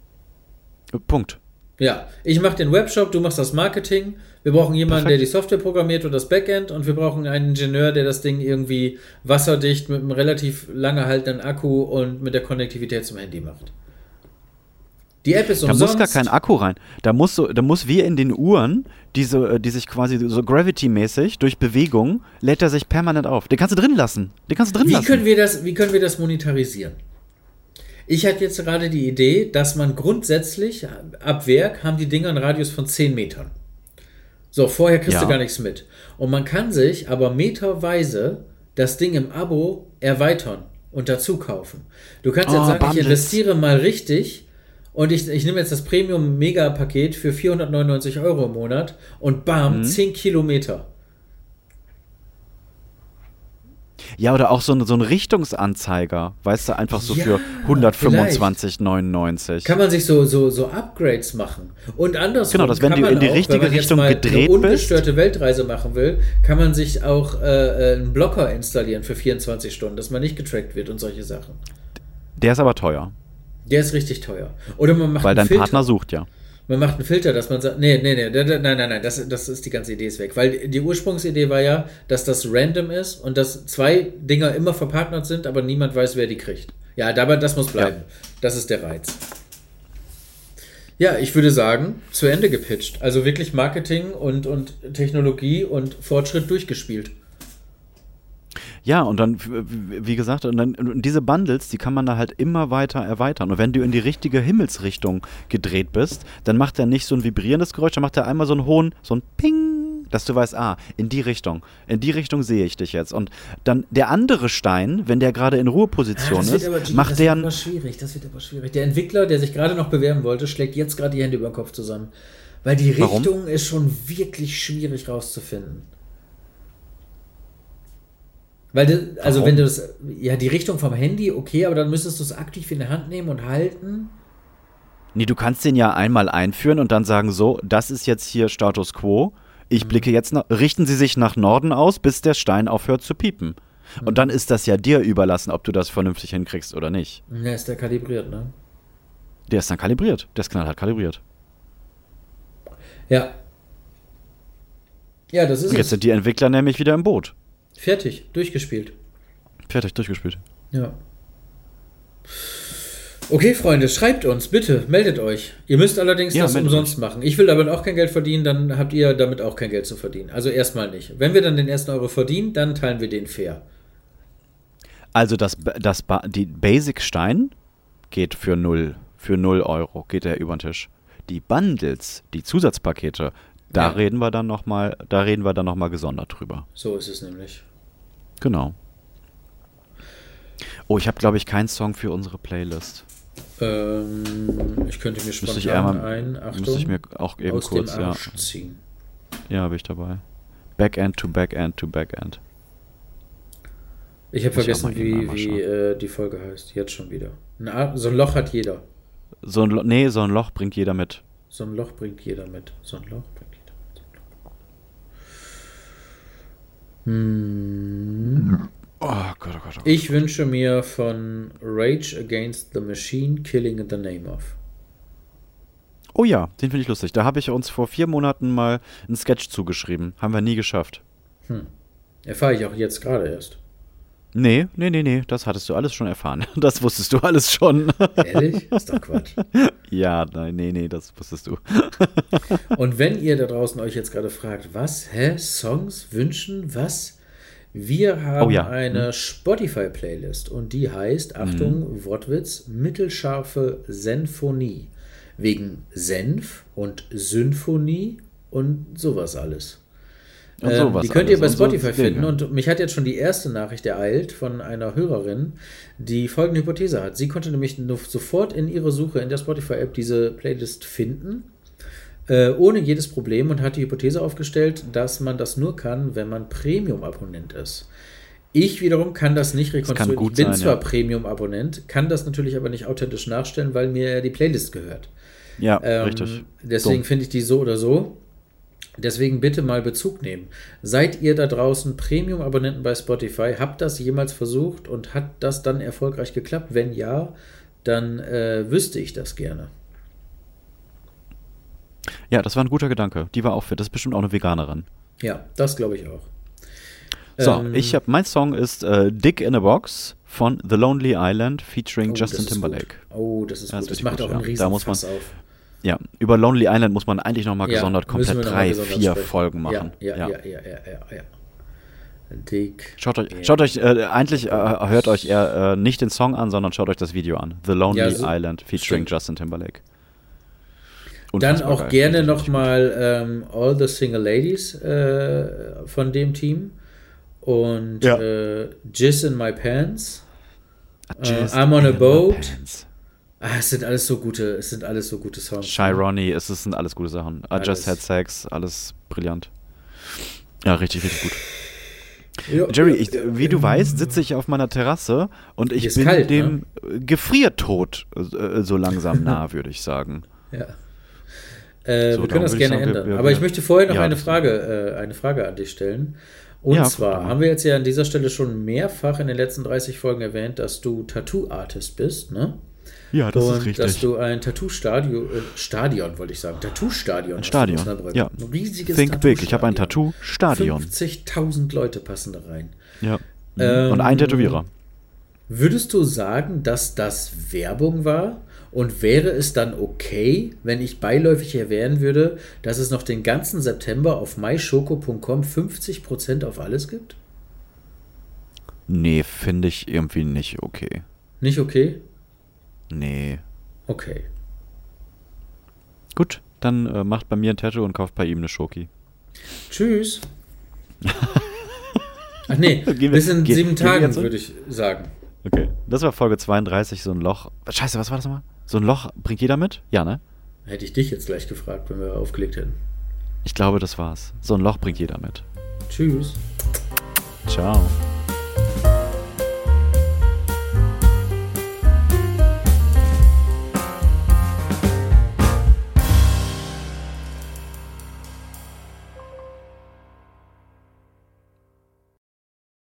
[SPEAKER 2] Punkt.
[SPEAKER 6] Ja, ich mache den Webshop, du machst das Marketing. Wir brauchen jemanden,
[SPEAKER 2] Perfekt.
[SPEAKER 6] der die Software programmiert und das Backend. Und wir brauchen einen Ingenieur, der das Ding irgendwie wasserdicht mit einem relativ lange haltenden Akku und mit der Konnektivität zum Handy macht. Die App ist
[SPEAKER 2] Da
[SPEAKER 6] umsonst.
[SPEAKER 2] muss gar kein Akku rein. Da muss, so, da muss wie in den Uhren, diese, äh, die sich quasi so Gravity-mäßig durch Bewegung, lädt er sich permanent auf. Den kannst du drin lassen. Den kannst du drin
[SPEAKER 6] Wie
[SPEAKER 2] lassen.
[SPEAKER 6] können wir das, wie können wir das monetarisieren? Ich hatte jetzt gerade die Idee, dass man grundsätzlich, ab Werk haben die Dinger einen Radius von zehn Metern. So, vorher kriegst
[SPEAKER 2] Ja.
[SPEAKER 6] du gar nichts mit. Und man kann sich aber meterweise das Ding im Abo erweitern und dazu kaufen. Du kannst jetzt
[SPEAKER 2] Oh,
[SPEAKER 6] sagen,
[SPEAKER 2] Bundles.
[SPEAKER 6] ich investiere mal richtig und ich, ich nehme jetzt das Premium-Mega-Paket für vierhundertneunundneunzig Euro im Monat und bam,
[SPEAKER 2] Mhm.
[SPEAKER 6] zehn Kilometer.
[SPEAKER 2] Ja, oder auch so, ein- so ein Richtungsanzeiger, weißt du, einfach so
[SPEAKER 6] Ja,
[SPEAKER 2] für hundertfünfundzwanzig neunundneunzig.
[SPEAKER 6] Kann man sich so, so, so Upgrades machen. Und andersrum
[SPEAKER 2] Genau, dass wenn
[SPEAKER 6] kann
[SPEAKER 2] du
[SPEAKER 6] man
[SPEAKER 2] in die
[SPEAKER 6] auch,
[SPEAKER 2] richtige
[SPEAKER 6] wenn man jetzt
[SPEAKER 2] Richtung
[SPEAKER 6] mal
[SPEAKER 2] gedreht
[SPEAKER 6] eine
[SPEAKER 2] bist-
[SPEAKER 6] ungestörte Weltreise machen will, kann man sich auch äh, einen Blocker installieren für vierundzwanzig Stunden, dass man nicht getrackt wird und solche Sachen.
[SPEAKER 2] Der ist aber teuer,
[SPEAKER 6] Der ist richtig teuer. Oder man macht
[SPEAKER 2] weil
[SPEAKER 6] einen
[SPEAKER 2] dein
[SPEAKER 6] Filter.
[SPEAKER 2] Partner sucht ja.
[SPEAKER 6] Man macht einen Filter, dass man sagt, nee, nee, nee, da- da- nein, nein, nein, das, das ist die ganze Idee ist weg. Weil die Ursprungsidee war ja, dass das random ist und dass zwei Dinger immer verpartnert sind, aber niemand weiß, wer die kriegt. Ja, aber das muss bleiben. Das ist der Reiz. Ja, ich würde sagen, zu Ende gepitcht. Also wirklich Marketing und, und Technologie und Fortschritt durchgespielt.
[SPEAKER 2] Ja, und dann, w- wie gesagt, und dann und diese Bundles, die kann man da halt immer weiter erweitern. Und wenn du in die richtige Himmelsrichtung gedreht bist, dann macht er nicht so ein vibrierendes Geräusch, dann macht er einmal so einen hohen, so ein Ping, dass du weißt, ah, in die Richtung, in die Richtung sehe ich dich jetzt. Und dann der andere Stein, wenn der gerade in Ruheposition
[SPEAKER 6] das wird
[SPEAKER 2] ist,
[SPEAKER 6] aber, Gigi,
[SPEAKER 2] macht
[SPEAKER 6] das
[SPEAKER 2] der
[SPEAKER 6] wird
[SPEAKER 2] ein,
[SPEAKER 6] aber schwierig, das wird aber schwierig. Der Entwickler, der sich gerade noch bewerben wollte, schlägt jetzt gerade die Hände über den Kopf zusammen. Weil die
[SPEAKER 2] Warum?
[SPEAKER 6] Richtung ist schon wirklich schwierig rauszufinden. Weil du, also
[SPEAKER 2] Warum?
[SPEAKER 6] wenn du das, ja, die Richtung vom Handy, okay, aber dann müsstest du es aktiv in der Hand nehmen und halten.
[SPEAKER 2] nee, du kannst den ja einmal einführen und dann sagen, so, das ist jetzt hier Status Quo, ich blicke jetzt nach, richten Sie sich nach Norden aus, bis der Stein aufhört zu piepen. Und dann ist das ja dir überlassen, ob du das vernünftig hinkriegst oder nicht.
[SPEAKER 6] Ja, ist der kalibriert, ne?
[SPEAKER 2] Der ist dann kalibriert. Der ist knallhart kalibriert.
[SPEAKER 6] Ja. Ja, das ist
[SPEAKER 2] Und jetzt
[SPEAKER 6] es.
[SPEAKER 2] sind die Entwickler nämlich wieder im Boot.
[SPEAKER 6] Fertig, durchgespielt.
[SPEAKER 2] Fertig, durchgespielt.
[SPEAKER 6] Ja. Okay, Freunde, schreibt uns, bitte, meldet euch. Ihr müsst allerdings
[SPEAKER 2] Ja,
[SPEAKER 6] das
[SPEAKER 2] meldet
[SPEAKER 6] umsonst
[SPEAKER 2] euch.
[SPEAKER 6] machen. Ich will damit auch kein Geld verdienen, dann habt ihr damit auch kein Geld zu verdienen. Also erstmal nicht. Wenn wir dann den ersten Euro verdienen, dann teilen wir den fair.
[SPEAKER 2] Also das, das ba- die Basic Stein geht für null, für null Euro, geht der über den Tisch. Die Bundles, die Zusatzpakete, da
[SPEAKER 6] Ja.
[SPEAKER 2] reden wir dann noch mal, da reden wir dann noch mal gesondert drüber.
[SPEAKER 6] So ist es nämlich.
[SPEAKER 2] Genau. Oh, ich habe, glaube ich, keinen Song für unsere Playlist.
[SPEAKER 6] Ähm, ich könnte mir
[SPEAKER 2] Müsste ich
[SPEAKER 6] spontan
[SPEAKER 2] einmal,
[SPEAKER 6] ein, Achtung,
[SPEAKER 2] müsste ich mir auch eben
[SPEAKER 6] aus
[SPEAKER 2] kurz,
[SPEAKER 6] dem
[SPEAKER 2] ja.
[SPEAKER 6] Arsch ziehen.
[SPEAKER 2] Ja, habe ich dabei. Backend to Backend to Backend.
[SPEAKER 6] Ich habe
[SPEAKER 2] Muss ich auch
[SPEAKER 6] vergessen,
[SPEAKER 2] mal eben
[SPEAKER 6] wie,
[SPEAKER 2] einmal
[SPEAKER 6] wie
[SPEAKER 2] schauen.
[SPEAKER 6] äh, die Folge heißt. Jetzt schon wieder. Ein Ar- so ein Loch hat jeder.
[SPEAKER 2] So ein, Lo- nee, so ein Loch bringt jeder mit.
[SPEAKER 6] So ein Loch bringt jeder mit. So ein Loch bringt jeder mit. So ein Loch. Hm.
[SPEAKER 2] Oh Gott, oh Gott, oh Gott.
[SPEAKER 6] Ich wünsche mir von Rage Against the Machine Killing in the Name of.
[SPEAKER 2] Oh ja, den finde ich lustig. Da habe ich uns vor vier Monaten mal einen Sketch zugeschrieben. Haben wir nie geschafft.
[SPEAKER 6] Hm. Erfahre ich auch jetzt gerade erst.
[SPEAKER 2] Nee, nee, nee, nee, das hattest du alles schon erfahren. Das wusstest du alles schon.
[SPEAKER 6] Ehrlich? Ist doch Quatsch.
[SPEAKER 2] Ja, nein, nee, nee, das wusstest du.
[SPEAKER 6] Und wenn ihr da draußen euch jetzt gerade fragt, was, hä, Songs wünschen, was? Wir haben
[SPEAKER 2] Oh ja.
[SPEAKER 6] eine
[SPEAKER 2] Hm.
[SPEAKER 6] Spotify-Playlist und die heißt, Achtung, Wortwitz, mittelscharfe Senfonie. Wegen Senf und Symphonie und sowas alles.
[SPEAKER 2] Und
[SPEAKER 6] Ähm,
[SPEAKER 2] sowas
[SPEAKER 6] die könnt ihr bei
[SPEAKER 2] alles. Und so
[SPEAKER 6] Spotify
[SPEAKER 2] Dinge.
[SPEAKER 6] finden und mich hat jetzt schon die erste Nachricht ereilt von einer Hörerin, die folgende Hypothese hat. Sie konnte nämlich nur sofort in ihrer Suche in der Spotify-App diese Playlist finden, äh, ohne jedes Problem, und hat die Hypothese aufgestellt, dass man das nur kann, wenn man Premium-Abonnent ist. Ich wiederum kann das nicht rekonstruieren.
[SPEAKER 2] kann gut
[SPEAKER 6] Ich bin
[SPEAKER 2] sein,
[SPEAKER 6] zwar
[SPEAKER 2] ja.
[SPEAKER 6] Premium-Abonnent, kann das natürlich aber nicht authentisch nachstellen, weil mir ja die Playlist gehört.
[SPEAKER 2] Ja,
[SPEAKER 6] Ähm,
[SPEAKER 2] richtig.
[SPEAKER 6] Deswegen
[SPEAKER 2] Dumm.
[SPEAKER 6] finde ich die so oder so. Deswegen bitte mal Bezug nehmen. Seid ihr da draußen Premium-Abonnenten bei Spotify? Habt das jemals versucht und hat das dann erfolgreich geklappt? Wenn ja, dann äh, wüsste ich das gerne.
[SPEAKER 2] Ja, das war ein guter Gedanke. Die war auch fit. Das ist bestimmt auch eine Veganerin.
[SPEAKER 6] Ja, das glaube ich auch.
[SPEAKER 2] So,
[SPEAKER 6] Ähm,
[SPEAKER 2] ich habe, mein Song ist äh, Dick in a Box von The Lonely Island featuring
[SPEAKER 6] oh,
[SPEAKER 2] Justin
[SPEAKER 6] das ist
[SPEAKER 2] Timberlake.
[SPEAKER 6] gut. Oh, das ist
[SPEAKER 2] Ja, das
[SPEAKER 6] gut. Das
[SPEAKER 2] ist
[SPEAKER 6] macht
[SPEAKER 2] richtig
[SPEAKER 6] auch
[SPEAKER 2] gut,
[SPEAKER 6] einen
[SPEAKER 2] ja.
[SPEAKER 6] riesen
[SPEAKER 2] Da muss man-
[SPEAKER 6] Fass auf.
[SPEAKER 2] Ja, über Lonely Island muss man eigentlich nochmal
[SPEAKER 6] Ja,
[SPEAKER 2] gesondert
[SPEAKER 6] müssen
[SPEAKER 2] komplett
[SPEAKER 6] wir noch mal
[SPEAKER 2] drei,
[SPEAKER 6] gesondert
[SPEAKER 2] vier
[SPEAKER 6] sprechen.
[SPEAKER 2] Folgen machen.
[SPEAKER 6] Ja, ja,
[SPEAKER 2] Ja.
[SPEAKER 6] ja, ja, ja, ja, ja. Dick.
[SPEAKER 2] Schaut euch,
[SPEAKER 6] Ja.
[SPEAKER 2] schaut euch äh, eigentlich, äh, hört euch eher äh, nicht den Song an, sondern schaut euch das Video an. The Lonely
[SPEAKER 6] Ja, so-
[SPEAKER 2] Island featuring
[SPEAKER 6] stimmt.
[SPEAKER 2] Justin Timberlake.
[SPEAKER 6] Dann
[SPEAKER 2] Unfassbar
[SPEAKER 6] auch
[SPEAKER 2] geil.
[SPEAKER 6] gerne
[SPEAKER 2] Richtig, richtig
[SPEAKER 6] nochmal ähm, All the Single Ladies äh, von dem Team. Und
[SPEAKER 2] Ja.
[SPEAKER 6] äh, Jizz in My Pants.
[SPEAKER 2] gut.
[SPEAKER 6] äh,
[SPEAKER 2] Just
[SPEAKER 6] I'm on a
[SPEAKER 2] in my
[SPEAKER 6] boat.
[SPEAKER 2] pants.
[SPEAKER 6] Ah, es sind alles so gute, es sind alles so gute Songs.
[SPEAKER 2] Shy Ronnie, es sind alles gute Sachen. I
[SPEAKER 6] Alles.
[SPEAKER 2] Just Had Sex, alles brillant. Ja, richtig, richtig gut.
[SPEAKER 6] Ja,
[SPEAKER 2] Jerry,
[SPEAKER 6] ja,
[SPEAKER 2] ich,
[SPEAKER 6] ja,
[SPEAKER 2] wie du weißt, sitze ich auf meiner Terrasse und ich
[SPEAKER 6] Ist
[SPEAKER 2] bin
[SPEAKER 6] kalt,
[SPEAKER 2] dem äh, Gefriertod äh, so langsam nah, würde ich sagen.
[SPEAKER 6] Ja. Äh,
[SPEAKER 2] So,
[SPEAKER 6] wir
[SPEAKER 2] dann
[SPEAKER 6] können das
[SPEAKER 2] würde ich
[SPEAKER 6] gerne
[SPEAKER 2] sagen, wir-
[SPEAKER 6] ändern.
[SPEAKER 2] wir-
[SPEAKER 6] Aber ich
[SPEAKER 2] wir-
[SPEAKER 6] möchte vorher noch
[SPEAKER 2] Ja,
[SPEAKER 6] eine
[SPEAKER 2] das-
[SPEAKER 6] Frage, äh, eine Frage an dich stellen. Und
[SPEAKER 2] Ja, guck
[SPEAKER 6] zwar
[SPEAKER 2] doch mal.
[SPEAKER 6] haben wir jetzt ja an dieser Stelle schon mehrfach in den letzten dreißig Folgen erwähnt, dass du Tattoo-Artist bist, ne?
[SPEAKER 2] Ja, das
[SPEAKER 6] Und
[SPEAKER 2] ist richtig.
[SPEAKER 6] dass du ein Tattoo-Stadion, äh, Stadion wollte ich sagen, Tattoo-Stadion
[SPEAKER 2] Ein
[SPEAKER 6] hast
[SPEAKER 2] Stadion,
[SPEAKER 6] in Osnabrück.
[SPEAKER 2] ja.
[SPEAKER 6] Ein riesiges
[SPEAKER 2] Think big, ich habe ein
[SPEAKER 6] Tattoo-Stadion.
[SPEAKER 2] Tattoo-Stadion.
[SPEAKER 6] fünfzigtausend Leute passen da rein.
[SPEAKER 2] Ja.
[SPEAKER 6] Ähm,
[SPEAKER 2] Und ein Tätowierer.
[SPEAKER 6] Würdest du sagen, dass das Werbung war? Und wäre es dann okay, wenn ich beiläufig erwähnen würde, dass es noch den ganzen September auf myschoko punkt com fünfzig Prozent auf alles gibt?
[SPEAKER 2] Nee, finde ich irgendwie nicht okay.
[SPEAKER 6] Nicht okay?
[SPEAKER 2] Nee.
[SPEAKER 6] Okay.
[SPEAKER 2] Gut, dann äh, macht bei mir ein Tattoo und kauft bei ihm eine Schoki.
[SPEAKER 6] Tschüss. Ach nee,
[SPEAKER 2] Gehen wir-
[SPEAKER 6] bis in
[SPEAKER 2] gehen-
[SPEAKER 6] sieben
[SPEAKER 2] gehen wir
[SPEAKER 6] Tagen,
[SPEAKER 2] jetzt?
[SPEAKER 6] würde ich sagen.
[SPEAKER 2] Okay. Das war Folge zweiunddreißig, so ein Loch. Scheiße, was war das nochmal? So ein Loch bringt jeder mit? Ja, ne?
[SPEAKER 6] Hätte ich dich jetzt gleich gefragt, wenn wir aufgelegt hätten.
[SPEAKER 2] Ich glaube, das war's. So ein Loch bringt jeder mit.
[SPEAKER 6] Tschüss.
[SPEAKER 2] Ciao.